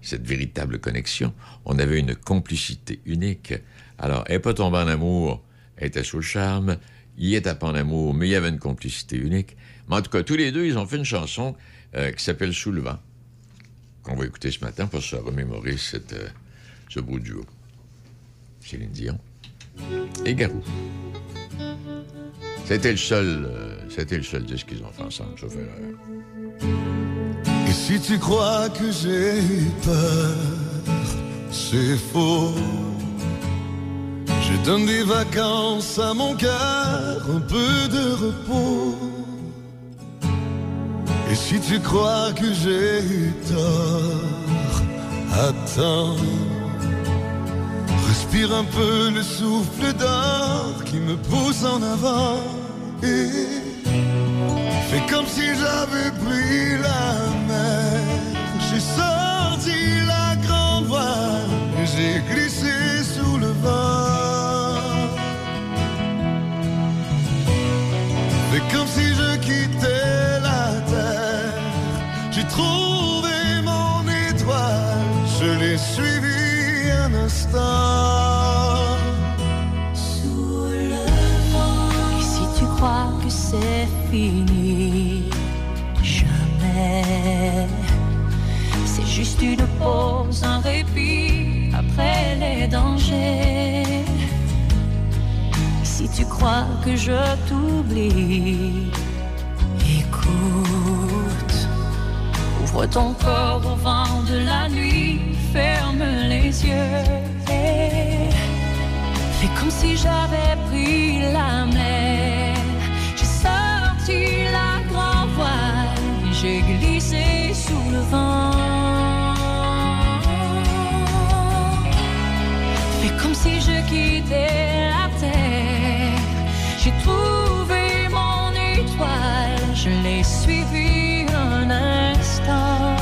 cette véritable connexion. On avait une complicité unique. Alors, elle n'est pas tombée en amour, elle était sous le charme, il était pas en amour, mais il y avait une complicité unique. Mais en tout cas, tous les deux, ils ont fait une chanson euh, qui s'appelle « Sous le vent », qu'on va écouter ce matin pour se remémorer cette, euh, ce beau duo. Céline Dion et Garou. C'était le seul, euh, c'était le seul disque qu'ils ont fait ensemble, sauf erreur. Et si tu crois que j'ai eu peur, c'est faux. Je donne des vacances à mon cœur, un peu de repos. Et si tu crois que j'ai eu tort, attends. Respire un peu le souffle d'or qui me pousse en avant. Et fais comme si j'avais pris la mer. J'ai sorti la grande voile et j'ai glissé sous le vent. Fais comme si je quittais la terre. J'ai trouvé mon étoile, je l'ai suivi un instant. Sous le vent. Et si tu crois que c'est fini, jamais. C'est juste une pause, un répit après les dangers. Si tu crois que je t'oublie, écoute. Ouvre ton corps au vent de la nuit, ferme les yeux. Et fais comme si j'avais pris la mer. J'ai sorti la grand voile et j'ai glissé sous le vent. Fais comme si je quittais la terre. J'ai trouvé mon étoile, je l'ai suivi un instant.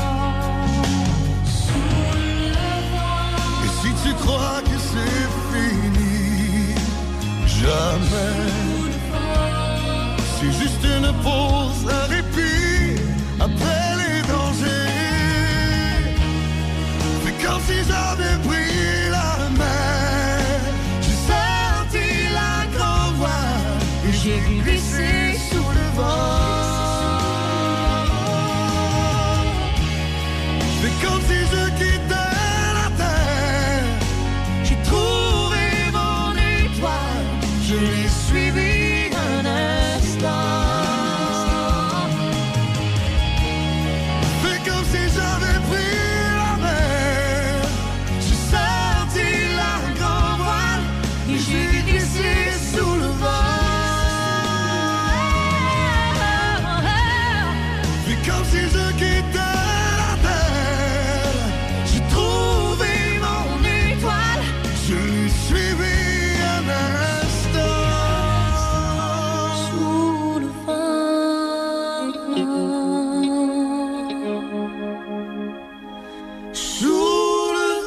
Sous le vent. Et si tu crois que c'est fini, jamais. C'est juste une pause, un répit après les dangers. Fais comme si j'avais pris la mer. J'ai sorti la grande voile et j'ai glissé sous le vent. Fais comme si je quittais la terre. J'ai trouvé mon étoile, je l'ai suivi un instant. Fais comme si j'avais pris la mer. J'ai sorti la grande voile et j'ai glissé sous le vent. Fais comme si je quittais la terre. J'ai trouvé mon étoile, je l'ai suivi un instant. Sous le vent. Sous le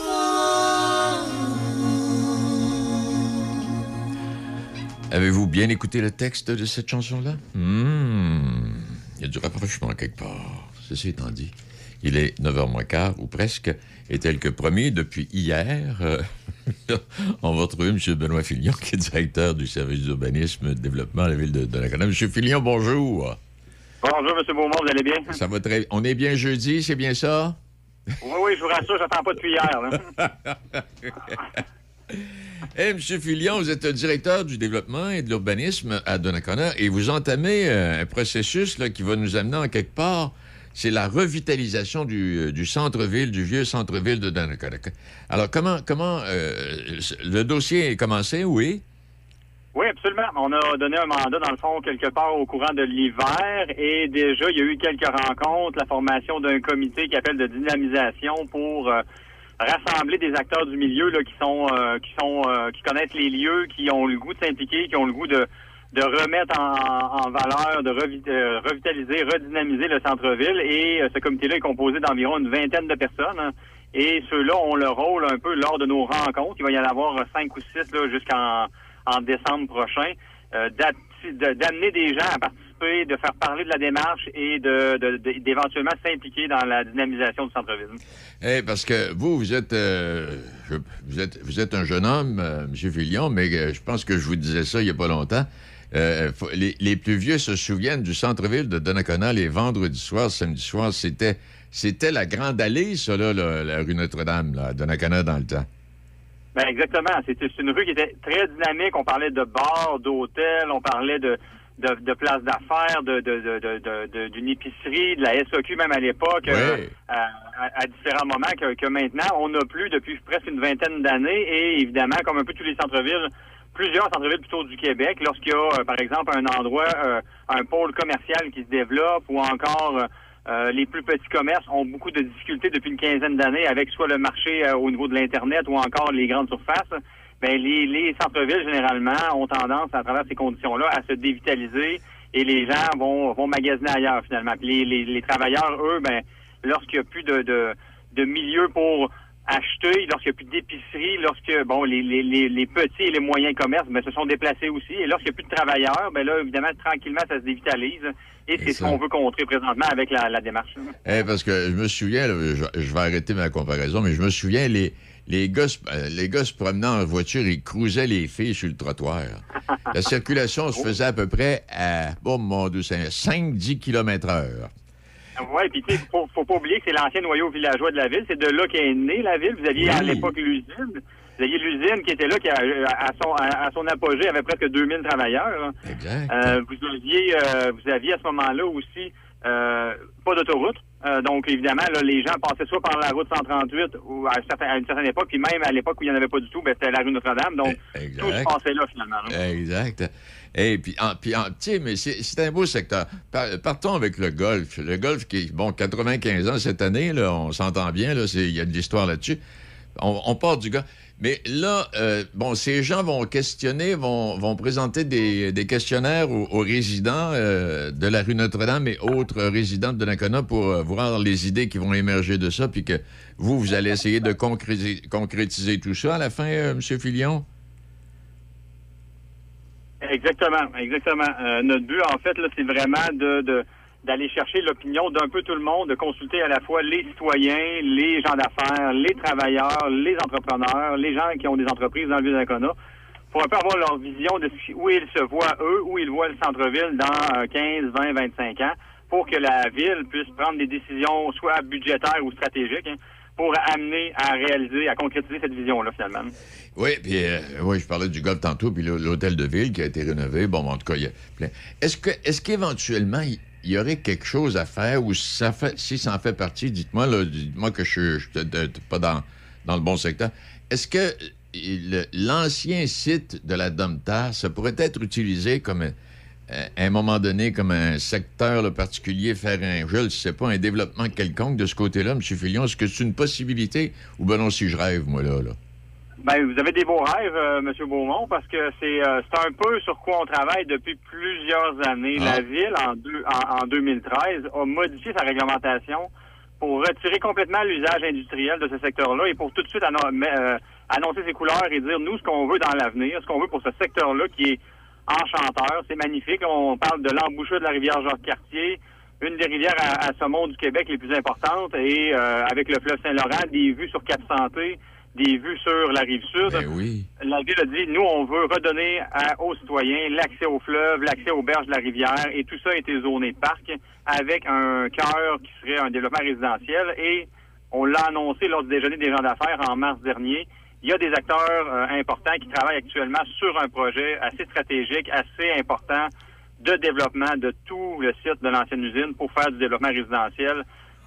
Avez-vous bien écouté le texte de cette chanson-là? Hmm. Il y a du rapprochement quelque part. Ceci étant dit, il est neuf heures moins quart, ou presque, et tel que promis, depuis hier, euh, on va retrouver M. Benoît Filion, qui est directeur du service d'urbanisme et de développement à la ville de Donnacona. M. Filion, bonjour. Bonjour, M. Beaumont, vous allez bien? Ça va très... On est bien jeudi, c'est bien ça? Oui, oui, je vous rassure, j'attends pas depuis hier. Là. Eh, M. Filion, vous êtes le directeur du développement et de l'urbanisme à Donnacona et vous entamez euh, un processus là, qui va nous amener en quelque part. C'est la revitalisation du, euh, du centre-ville, du vieux centre-ville de Donnacona. Alors, comment, comment euh, le dossier est commencé, oui? Oui, absolument. On a donné un mandat, dans le fond, quelque part au courant de l'hiver et déjà, il y a eu quelques rencontres, la formation d'un comité qui appelle de dynamisation pour... Euh, rassembler des acteurs du milieu là, qui sont euh, qui sont euh, qui connaissent les lieux, qui ont le goût de s'impliquer, qui ont le goût de de remettre en, en valeur, de revi- euh, revitaliser, redynamiser le centre-ville. Et euh, ce comité-là est composé d'environ une vingtaine de personnes. Hein. Et ceux-là ont le rôle un peu lors de nos rencontres. Il va y en avoir cinq ou six là, jusqu'en en décembre prochain, euh, d'amener des gens à participer participer, de faire parler de la démarche et de, de, de- d'éventuellement s'impliquer dans la dynamisation du centre-ville. Eh, parce que vous, vous êtes, euh, je- vous êtes, vous êtes un jeune homme, euh, M. Filion, mais euh, je pense que je vous disais ça il n'y a pas longtemps. Euh, faut- les, les plus vieux se souviennent du centre-ville de Donnacona les vendredis soirs, samedi soir. C'était, c'était la grande allée, ça, là, la, la rue Notre-Dame, là, à Donnacona dans le temps. Ben exactement. C'était c'est une rue qui était très dynamique. On parlait de bars, d'hôtels, on parlait de de, de places d'affaires, de, de, de, de, de- de- d'une épicerie, de la S A Q même à l'époque, euh, à, à- à différents moments que, que maintenant on n'a plus depuis presque une vingtaine d'années. Et évidemment, comme un peu tous les centres-villes, plusieurs centres-villes plutôt du Québec, lorsqu'il y a, euh, par exemple, un endroit, euh, un pôle commercial qui se développe ou encore euh, euh, les plus petits commerces ont beaucoup de difficultés depuis une quinzaine d'années avec soit le marché euh, au niveau de l'Internet ou encore les grandes surfaces. Ben, les, les centres-villes, généralement, ont tendance, à travers ces conditions-là, à se dévitaliser et les gens vont, vont magasiner ailleurs, finalement. Puis les, les, les travailleurs, eux, ben, lorsqu'il n'y a plus de, de, de milieu pour acheter, lorsqu'il n'y a plus d'épicerie, lorsque, bon, les, les, les, les petits et les moyens commerces, ben, se sont déplacés aussi. Et lorsqu'il n'y a plus de travailleurs, ben là, évidemment, tranquillement, ça se dévitalise. Et c'est ce qu'on veut contrer présentement avec la, la démarche. Eh, parce que je me souviens, là, je, je vais arrêter ma comparaison, mais je me souviens, les, les gars, se- euh, les gars se promenant en voiture, ils cruisaient les filles sur le trottoir. La circulation se faisait à peu près à, oh mon Dieu, cinq à dix kilomètres heure. Oui, puis tu sais, faut, faut pas oublier que c'est l'ancien noyau villageois de la ville. C'est de là qu'est née la ville. Vous aviez à Oui. l'époque l'usine. Vous aviez l'usine qui était là, qui a, à, son, à, à son apogée avait presque deux mille travailleurs. Exact. Euh, vous aviez, euh, vous aviez à ce moment-là aussi euh, pas d'autoroute. Euh, donc évidemment, là, les gens passaient soit par la route cent trente-huit ou à, un certain- à une certaine époque, puis même à l'époque où il n'y en avait pas du tout, ben, c'était la rue Notre-Dame. Donc Exact. tout se passait là finalement. là. Exact. Et puis, en, puis en, tu sais, mais c'est, c'est un beau secteur. Par- partons avec le golf. Le golf qui est, bon, quatre-vingt-quinze ans cette année, là, on s'entend bien, là, c'est- il y a de l'histoire là-dessus. On, on part du gars. Mais là, euh, bon, ces gens vont questionner, vont, vont présenter des, des questionnaires aux, aux résidents euh, de la rue Notre-Dame et autres résidents de Donnacona pour euh, voir les idées qui vont émerger de ça, puis que vous, vous allez essayer de concrétiser, concrétiser tout ça à la fin, euh, M. Filion? Exactement, exactement. Euh, notre but, en fait, là, c'est vraiment de, de d'aller chercher l'opinion d'un peu tout le monde, de consulter à la fois les citoyens, les gens d'affaires, les travailleurs, les entrepreneurs, les gens qui ont des entreprises dans le Vieux-Donnacona, pour un peu avoir leur vision de ce- où ils se voient, eux, où ils voient le centre-ville dans euh, quinze, vingt, vingt-cinq ans, pour que la ville puisse prendre des décisions soit budgétaires ou stratégiques, hein, pour amener à réaliser, à concrétiser cette vision-là, finalement. Oui, puis euh, oui, je parlais du golf tantôt, puis l'hô- l'hôtel de ville qui a été rénové. Bon, en tout cas, il y a plein. Est-ce que, est-ce qu'éventuellement, il il y aurait quelque chose à faire ou si ça, fait, si ça en fait partie, dites-moi, là, dites-moi que je suis pas dans, dans le bon secteur. Est-ce que euh, le- l'ancien site de la Domtar, ça pourrait être utilisé comme, euh, à un moment donné, comme un secteur là, particulier, faire un, je ne sais pas, un développement quelconque de ce côté-là, M. Filion? Est-ce que c'est une possibilité ou ben non, si je rêve, moi, là, là? Ben, vous avez des beaux rêves, euh, M. Beaumont, parce que c'est euh, c'est un peu sur quoi on travaille depuis plusieurs années. Ah. La Ville, en, deux, en, en deux mille treize, a modifié sa réglementation pour retirer complètement l'usage industriel de ce secteur-là et pour tout de suite annon- mais, euh, annoncer ses couleurs et dire, nous, ce qu'on veut dans l'avenir, ce qu'on veut pour ce secteur-là qui est enchanteur, c'est magnifique. On parle de l'embouchure de la rivière Jacques-Cartier, une des rivières à, à saumon du Québec les plus importantes, et euh, avec le fleuve Saint-Laurent, des vues sur Cap-Santé, des vues sur la Rive-Sud. Ben oui. La Ville a dit, nous, on veut redonner à- aux citoyens l'accès au fleuve, l'accès aux berges de la rivière, et tout ça a été zoné parc avec un cœur qui serait un développement résidentiel, et on l'a annoncé lors du déjeuner des gens d'affaires en mars dernier. Il y a des acteurs euh, importants qui travaillent actuellement sur un projet assez stratégique, assez important de développement de tout le site de l'ancienne usine pour faire du développement résidentiel.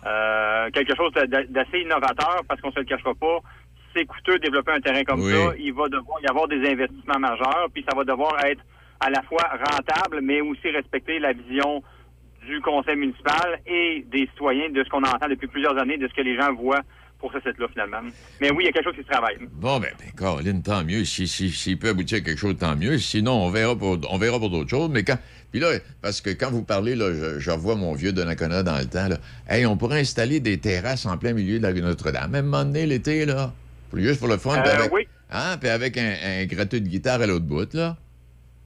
Euh, quelque chose d'a- d'assez innovateur, parce qu'on se le cachera pas, c'est coûteux de développer un terrain comme Oui. ça. Il va devoir y avoir des investissements majeurs, puis ça va devoir être à la fois rentable, mais aussi respecter la vision du conseil municipal et des citoyens, de ce qu'on entend depuis plusieurs années, de ce que les gens voient pour ce site-là, finalement. Mais oui, il y a quelque chose qui se travaille. Bon, ben, ben Caroline, tant mieux. S'il si, si, s'il peut aboutir à quelque chose, tant mieux. Sinon, on verra pour, on verra pour d'autres choses. Mais quand. Puis là, parce que quand vous parlez, là, je, je revois mon vieux Donnacona dans le temps, là. Hey, on pourrait installer des terrasses en plein milieu de la rue Notre-Dame. Même un moment donné, l'été, là. Juste pour le fun. Euh, puis avec, oui. hein, puis avec un, un gratteux de guitare à l'autre bout, là.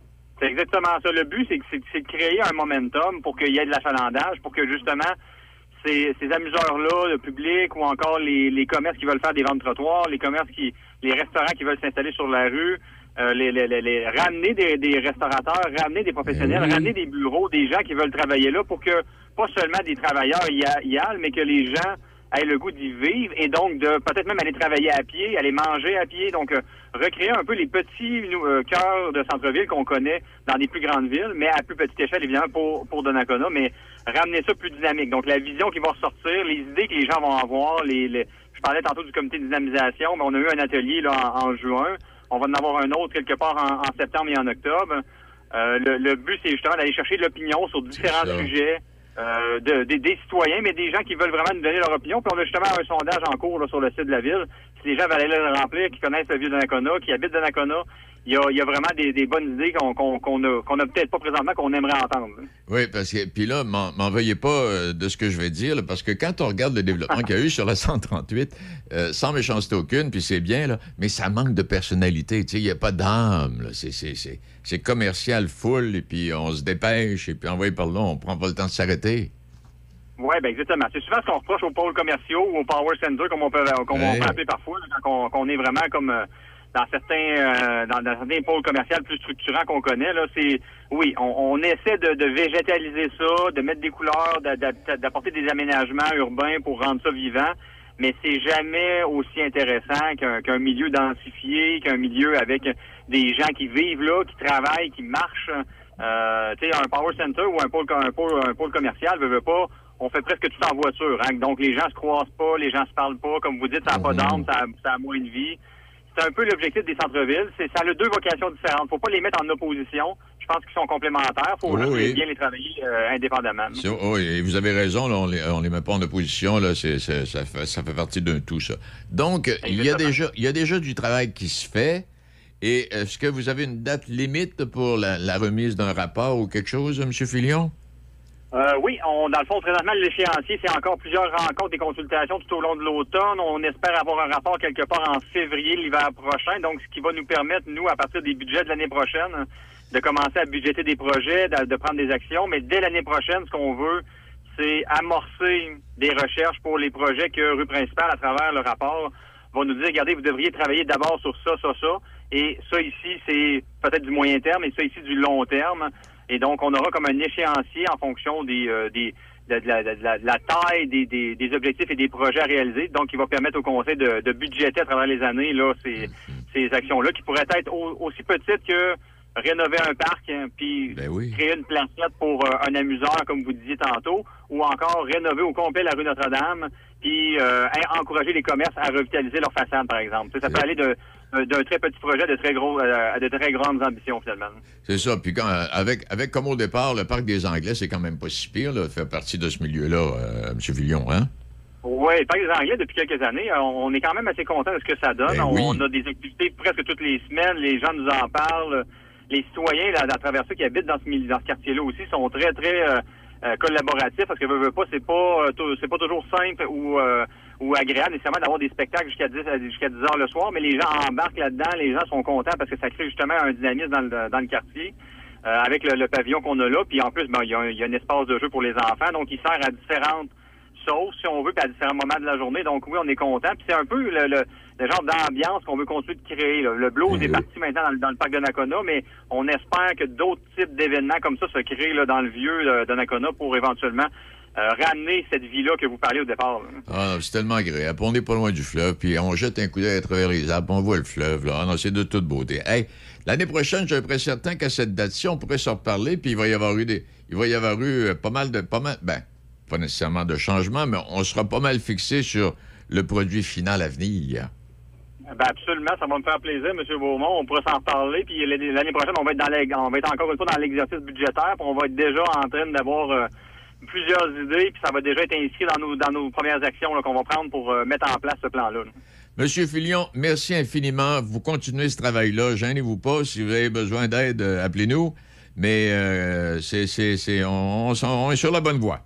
C'est exactement ça. Le but, c'est, c'est, c'est de créer un momentum pour qu'il y ait de l'achalandage, pour que justement ces, ces amuseurs-là, le public ou encore les, les commerces qui veulent faire des ventes trottoirs, les commerces qui, les restaurants qui veulent s'installer sur la rue, euh, les, les, les, les ramener des, des restaurateurs, ramener des professionnels, oui. ramener des bureaux, des gens qui veulent travailler là pour que pas seulement des travailleurs y, a, y aillent, mais que les gens aient le goût d'y vivre et donc de peut-être même aller travailler à pied, aller manger à pied, donc euh, recréer un peu les petits euh, cœurs de centre-ville qu'on connaît dans des plus grandes villes, mais à plus petite échelle évidemment pour pour Donnacona, mais ramener ça plus dynamique. Donc la vision qui va ressortir, les idées que les gens vont avoir, les, les je parlais tantôt du comité de dynamisation, mais on a eu un atelier là en, en juin, on va en avoir un autre quelque part en, en septembre et en octobre. Euh, le, le but c'est justement d'aller chercher de l'opinion sur différents sujets. Euh, de, de, des citoyens, mais des gens qui veulent vraiment nous donner leur opinion. Puis on a justement un sondage en cours là, sur le site de la ville. Si les gens veulent aller le remplir, qui connaissent le vieux Donnacona, qui habitent Donnacona, il y a, il y a vraiment des, des bonnes idées qu'on qu'on, qu'on a, qu'on a peut-être pas présentement, qu'on aimerait entendre. Oui, parce que, puis là, m'en, m'en veuillez pas euh, de ce que je vais dire, là, parce que quand on regarde le développement qu'il y a eu sur la cent trente-huit, euh, sans méchanceté aucune, puis c'est bien, là, mais ça manque de personnalité, tu sais, il n'y a pas d'âme, là, c'est, c'est, c'est, c'est commercial full, et puis on se dépêche, et puis envoyé par là, on prend pas le temps de s'arrêter. Oui, ben exactement. C'est souvent ce qu'on reproche aux pôles commerciaux ou aux power centers, comme on peut, comme ouais. on peut appeler parfois, là, quand on, qu'on est vraiment comme... Euh, dans certains euh, dans, dans certains pôles commerciaux plus structurants qu'on connaît, là, c'est oui, on, on essaie de, de végétaliser ça, de mettre des couleurs, d'apporter des aménagements urbains pour rendre ça vivant, mais c'est jamais aussi intéressant qu'un, qu'un milieu densifié, qu'un milieu avec des gens qui vivent là, qui travaillent, qui marchent. Euh, tu sais, un power center ou un pôle un pôle, un pôle commercial veut, veut pas. On fait presque tout en voiture, hein? Donc les gens se croisent pas, les gens se parlent pas, comme vous dites, ça n'a pas d'âme, ça, ça a moins de vie. C'est un peu l'objectif des centres-villes. C'est, ça a deux vocations différentes. Faut pas les mettre en opposition. Je pense qu'ils sont complémentaires. Faut oui, juste oui. bien les travailler euh, indépendamment. C'est, oh, et vous avez raison, là, on les, on les met pas en opposition. Là, c'est, c'est, ça, fait, ça fait partie d'un tout, ça. Donc, il y, a déjà, il y a déjà du travail qui se fait. Et est-ce que vous avez une date limite pour la, la remise d'un rapport ou quelque chose, M. Filion? Euh, oui, on, dans le fond, présentement, l'échéancier, c'est encore plusieurs rencontres et consultations tout au long de l'automne. On espère avoir un rapport quelque part en février, l'hiver prochain. Donc, ce qui va nous permettre, nous, à partir des budgets de l'année prochaine, de commencer à budgéter des projets, de, de prendre des actions. Mais dès l'année prochaine, ce qu'on veut, c'est amorcer des recherches pour les projets que Rue Principale, à travers le rapport, va nous dire, regardez, vous devriez travailler d'abord sur ça, ça, ça. Et ça ici, c'est peut-être du moyen terme, et ça ici, du long terme. Et donc, on aura comme un échéancier en fonction des, euh, des de, de, la, de, la, de la taille des, des, des objectifs et des projets à réaliser. Donc, il va permettre au Conseil de, de budgéter à travers les années là ces, ces actions-là, qui pourraient être au, aussi petites que rénover un parc, hein, puis ben oui. créer une placette pour euh, un amuseur, comme vous disiez tantôt, ou encore rénover au complet la rue Notre-Dame, puis euh, encourager les commerces à revitaliser leur façade, par exemple. Tu sais, ça peut aller de d'un très petit projet à de très gros à de très grandes ambitions, finalement. C'est ça. Puis quand, avec, avec comme au départ, le Parc des Anglais, c'est quand même pas si pire, là, de faire partie de ce milieu-là, euh, M. Villon, hein? Oui, le Parc des Anglais, depuis quelques années, on est quand même assez content de ce que ça donne. Ben on, oui. on a des activités presque toutes les semaines, les gens nous en parlent. Les citoyens, là, à travers ceux qui habitent dans ce, dans ce quartier-là aussi, sont très, très euh, euh, collaboratifs, parce que veut, veut pas, c'est pas, euh, c'est pas toujours simple ou... Euh, ou agréable nécessairement d'avoir des spectacles jusqu'à dix, jusqu'à dix heures le soir, mais les gens embarquent là-dedans, les gens sont contents parce que ça crée justement un dynamisme dans le, dans le quartier, euh, avec le, le pavillon qu'on a là, puis en plus, ben, il y a un, il y a un espace de jeu pour les enfants, donc il sert à différentes sauces, si on veut, puis à différents moments de la journée, donc oui, on est content, puis c'est un peu le, le, le genre d'ambiance qu'on veut continuer de créer, là. Le blues mmh. est parti maintenant dans le, dans le parc de Donnacona, mais on espère que d'autres types d'événements comme ça se créent là, dans le vieux euh, Donnacona pour éventuellement Euh, ramener cette vie-là que vous parlez au départ. Là. Ah, c'est tellement agréable. On n'est pas loin du fleuve, puis on jette un coup d'œil à travers les arbres, on voit le fleuve. Là. Ah non, c'est de toute beauté. Hey, l'année prochaine, je suis presque certain qu'à cette date-ci, on pourrait se reparler, puis il va y avoir eu des, il va y avoir eu euh, pas mal de, pas mal, ben, pas nécessairement de changements, mais on sera pas mal fixé sur le produit final à venir. Ben absolument, ça va me faire plaisir, M. Beaumont. On pourra s'en reparler, puis l'année prochaine, on va être dans les, on va être encore une fois dans l'exercice budgétaire, puis on va être déjà en train d'avoir euh, plusieurs idées, puis ça va déjà être inscrit dans nos, dans nos premières actions là, qu'on va prendre pour euh, mettre en place ce plan-là. Là. Monsieur Filion, merci infiniment. Vous continuez ce travail-là. Gênez-vous pas. Si vous avez besoin d'aide, euh, appelez-nous. Mais euh, c'est, c'est, c'est, on, on, on est sur la bonne voie.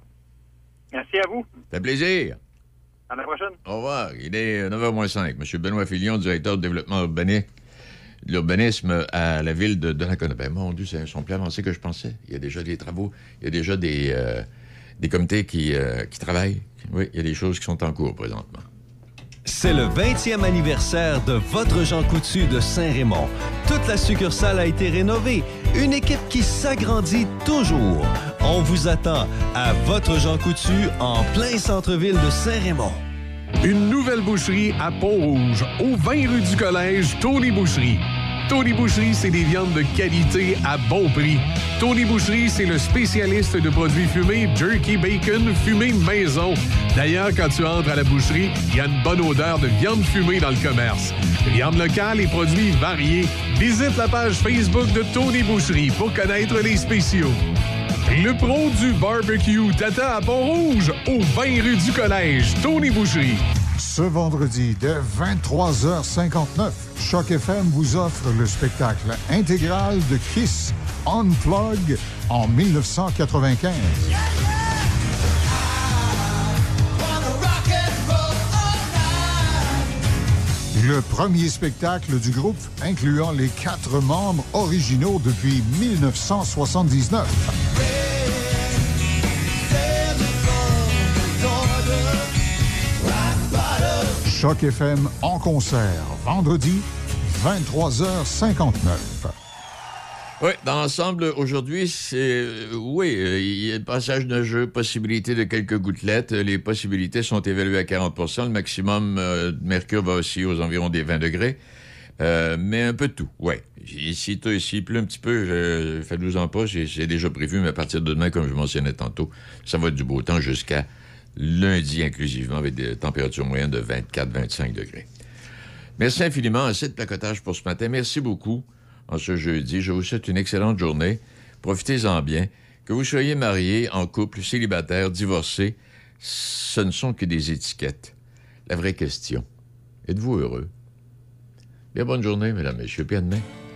Merci à vous. Ça fait plaisir. À la prochaine. Au revoir. Il est neuf heures moins cinq. Monsieur Benoît Filion, directeur de développement urbain l'urbanisme à la ville de Donnacona. Ben, mon Dieu, ils sont plus avancés que je pensais. Il y a déjà des travaux, il y a déjà des, euh, des comités qui, euh, qui travaillent. Oui, il y a des choses qui sont en cours présentement. C'est le vingtième anniversaire de votre Jean Coutu de Saint-Raymond. Toute la succursale a été rénovée. Une équipe qui s'agrandit toujours. On vous attend à votre Jean Coutu en plein centre-ville de Saint-Raymond. Une nouvelle boucherie à Pont-Rouge, au vingt rue du Collège, Tony Boucherie. Tony Boucherie, c'est des viandes de qualité à bon prix. Tony Boucherie, c'est le spécialiste de produits fumés, jerky, bacon, fumé maison. D'ailleurs, quand tu entres à la boucherie, il y a une bonne odeur de viande fumée dans le commerce. Viande locale et produits variés. Visite la page Facebook de Tony Boucherie pour connaître les spéciaux. Le pro du barbecue t'attend à Pont-Rouge, au vingt rue du Collège, Tony Boucherie. Ce vendredi, dès vingt-trois heures cinquante-neuf, Choc F M vous offre le spectacle intégral de Kiss Unplug en dix-neuf cent quatre-vingt-quinze. Le premier spectacle du groupe, incluant les quatre membres originaux depuis dix-neuf cent soixante-dix-neuf. Choc F M en concert, vendredi, vingt-trois heures cinquante-neuf. Oui, dans l'ensemble, aujourd'hui, c'est... euh, oui, euh, il y a le passage d'un jeu, possibilité de quelques gouttelettes. Les possibilités sont évaluées à quarante pour cent. Le maximum euh, de mercure va aussi aux environs des vingt degrés. Euh, mais un peu de tout, oui. Ici, tout ici, pleut un petit peu. Je, faites-vous en pas, j'ai, j'ai déjà prévu, mais à partir de demain, comme je mentionnais tantôt, ça va être du beau temps jusqu'à lundi inclusivement, avec des températures moyennes de vingt-quatre à vingt-cinq degrés. Merci infiniment. Assez de placotage pour ce matin. Merci beaucoup. En ce jeudi, je vous souhaite une excellente journée. Profitez-en bien. Que vous soyez marié, en couple, célibataire, divorcé, ce ne sont que des étiquettes. La vraie question, êtes-vous heureux? Bien bonne journée, mesdames, messieurs, puis à demain.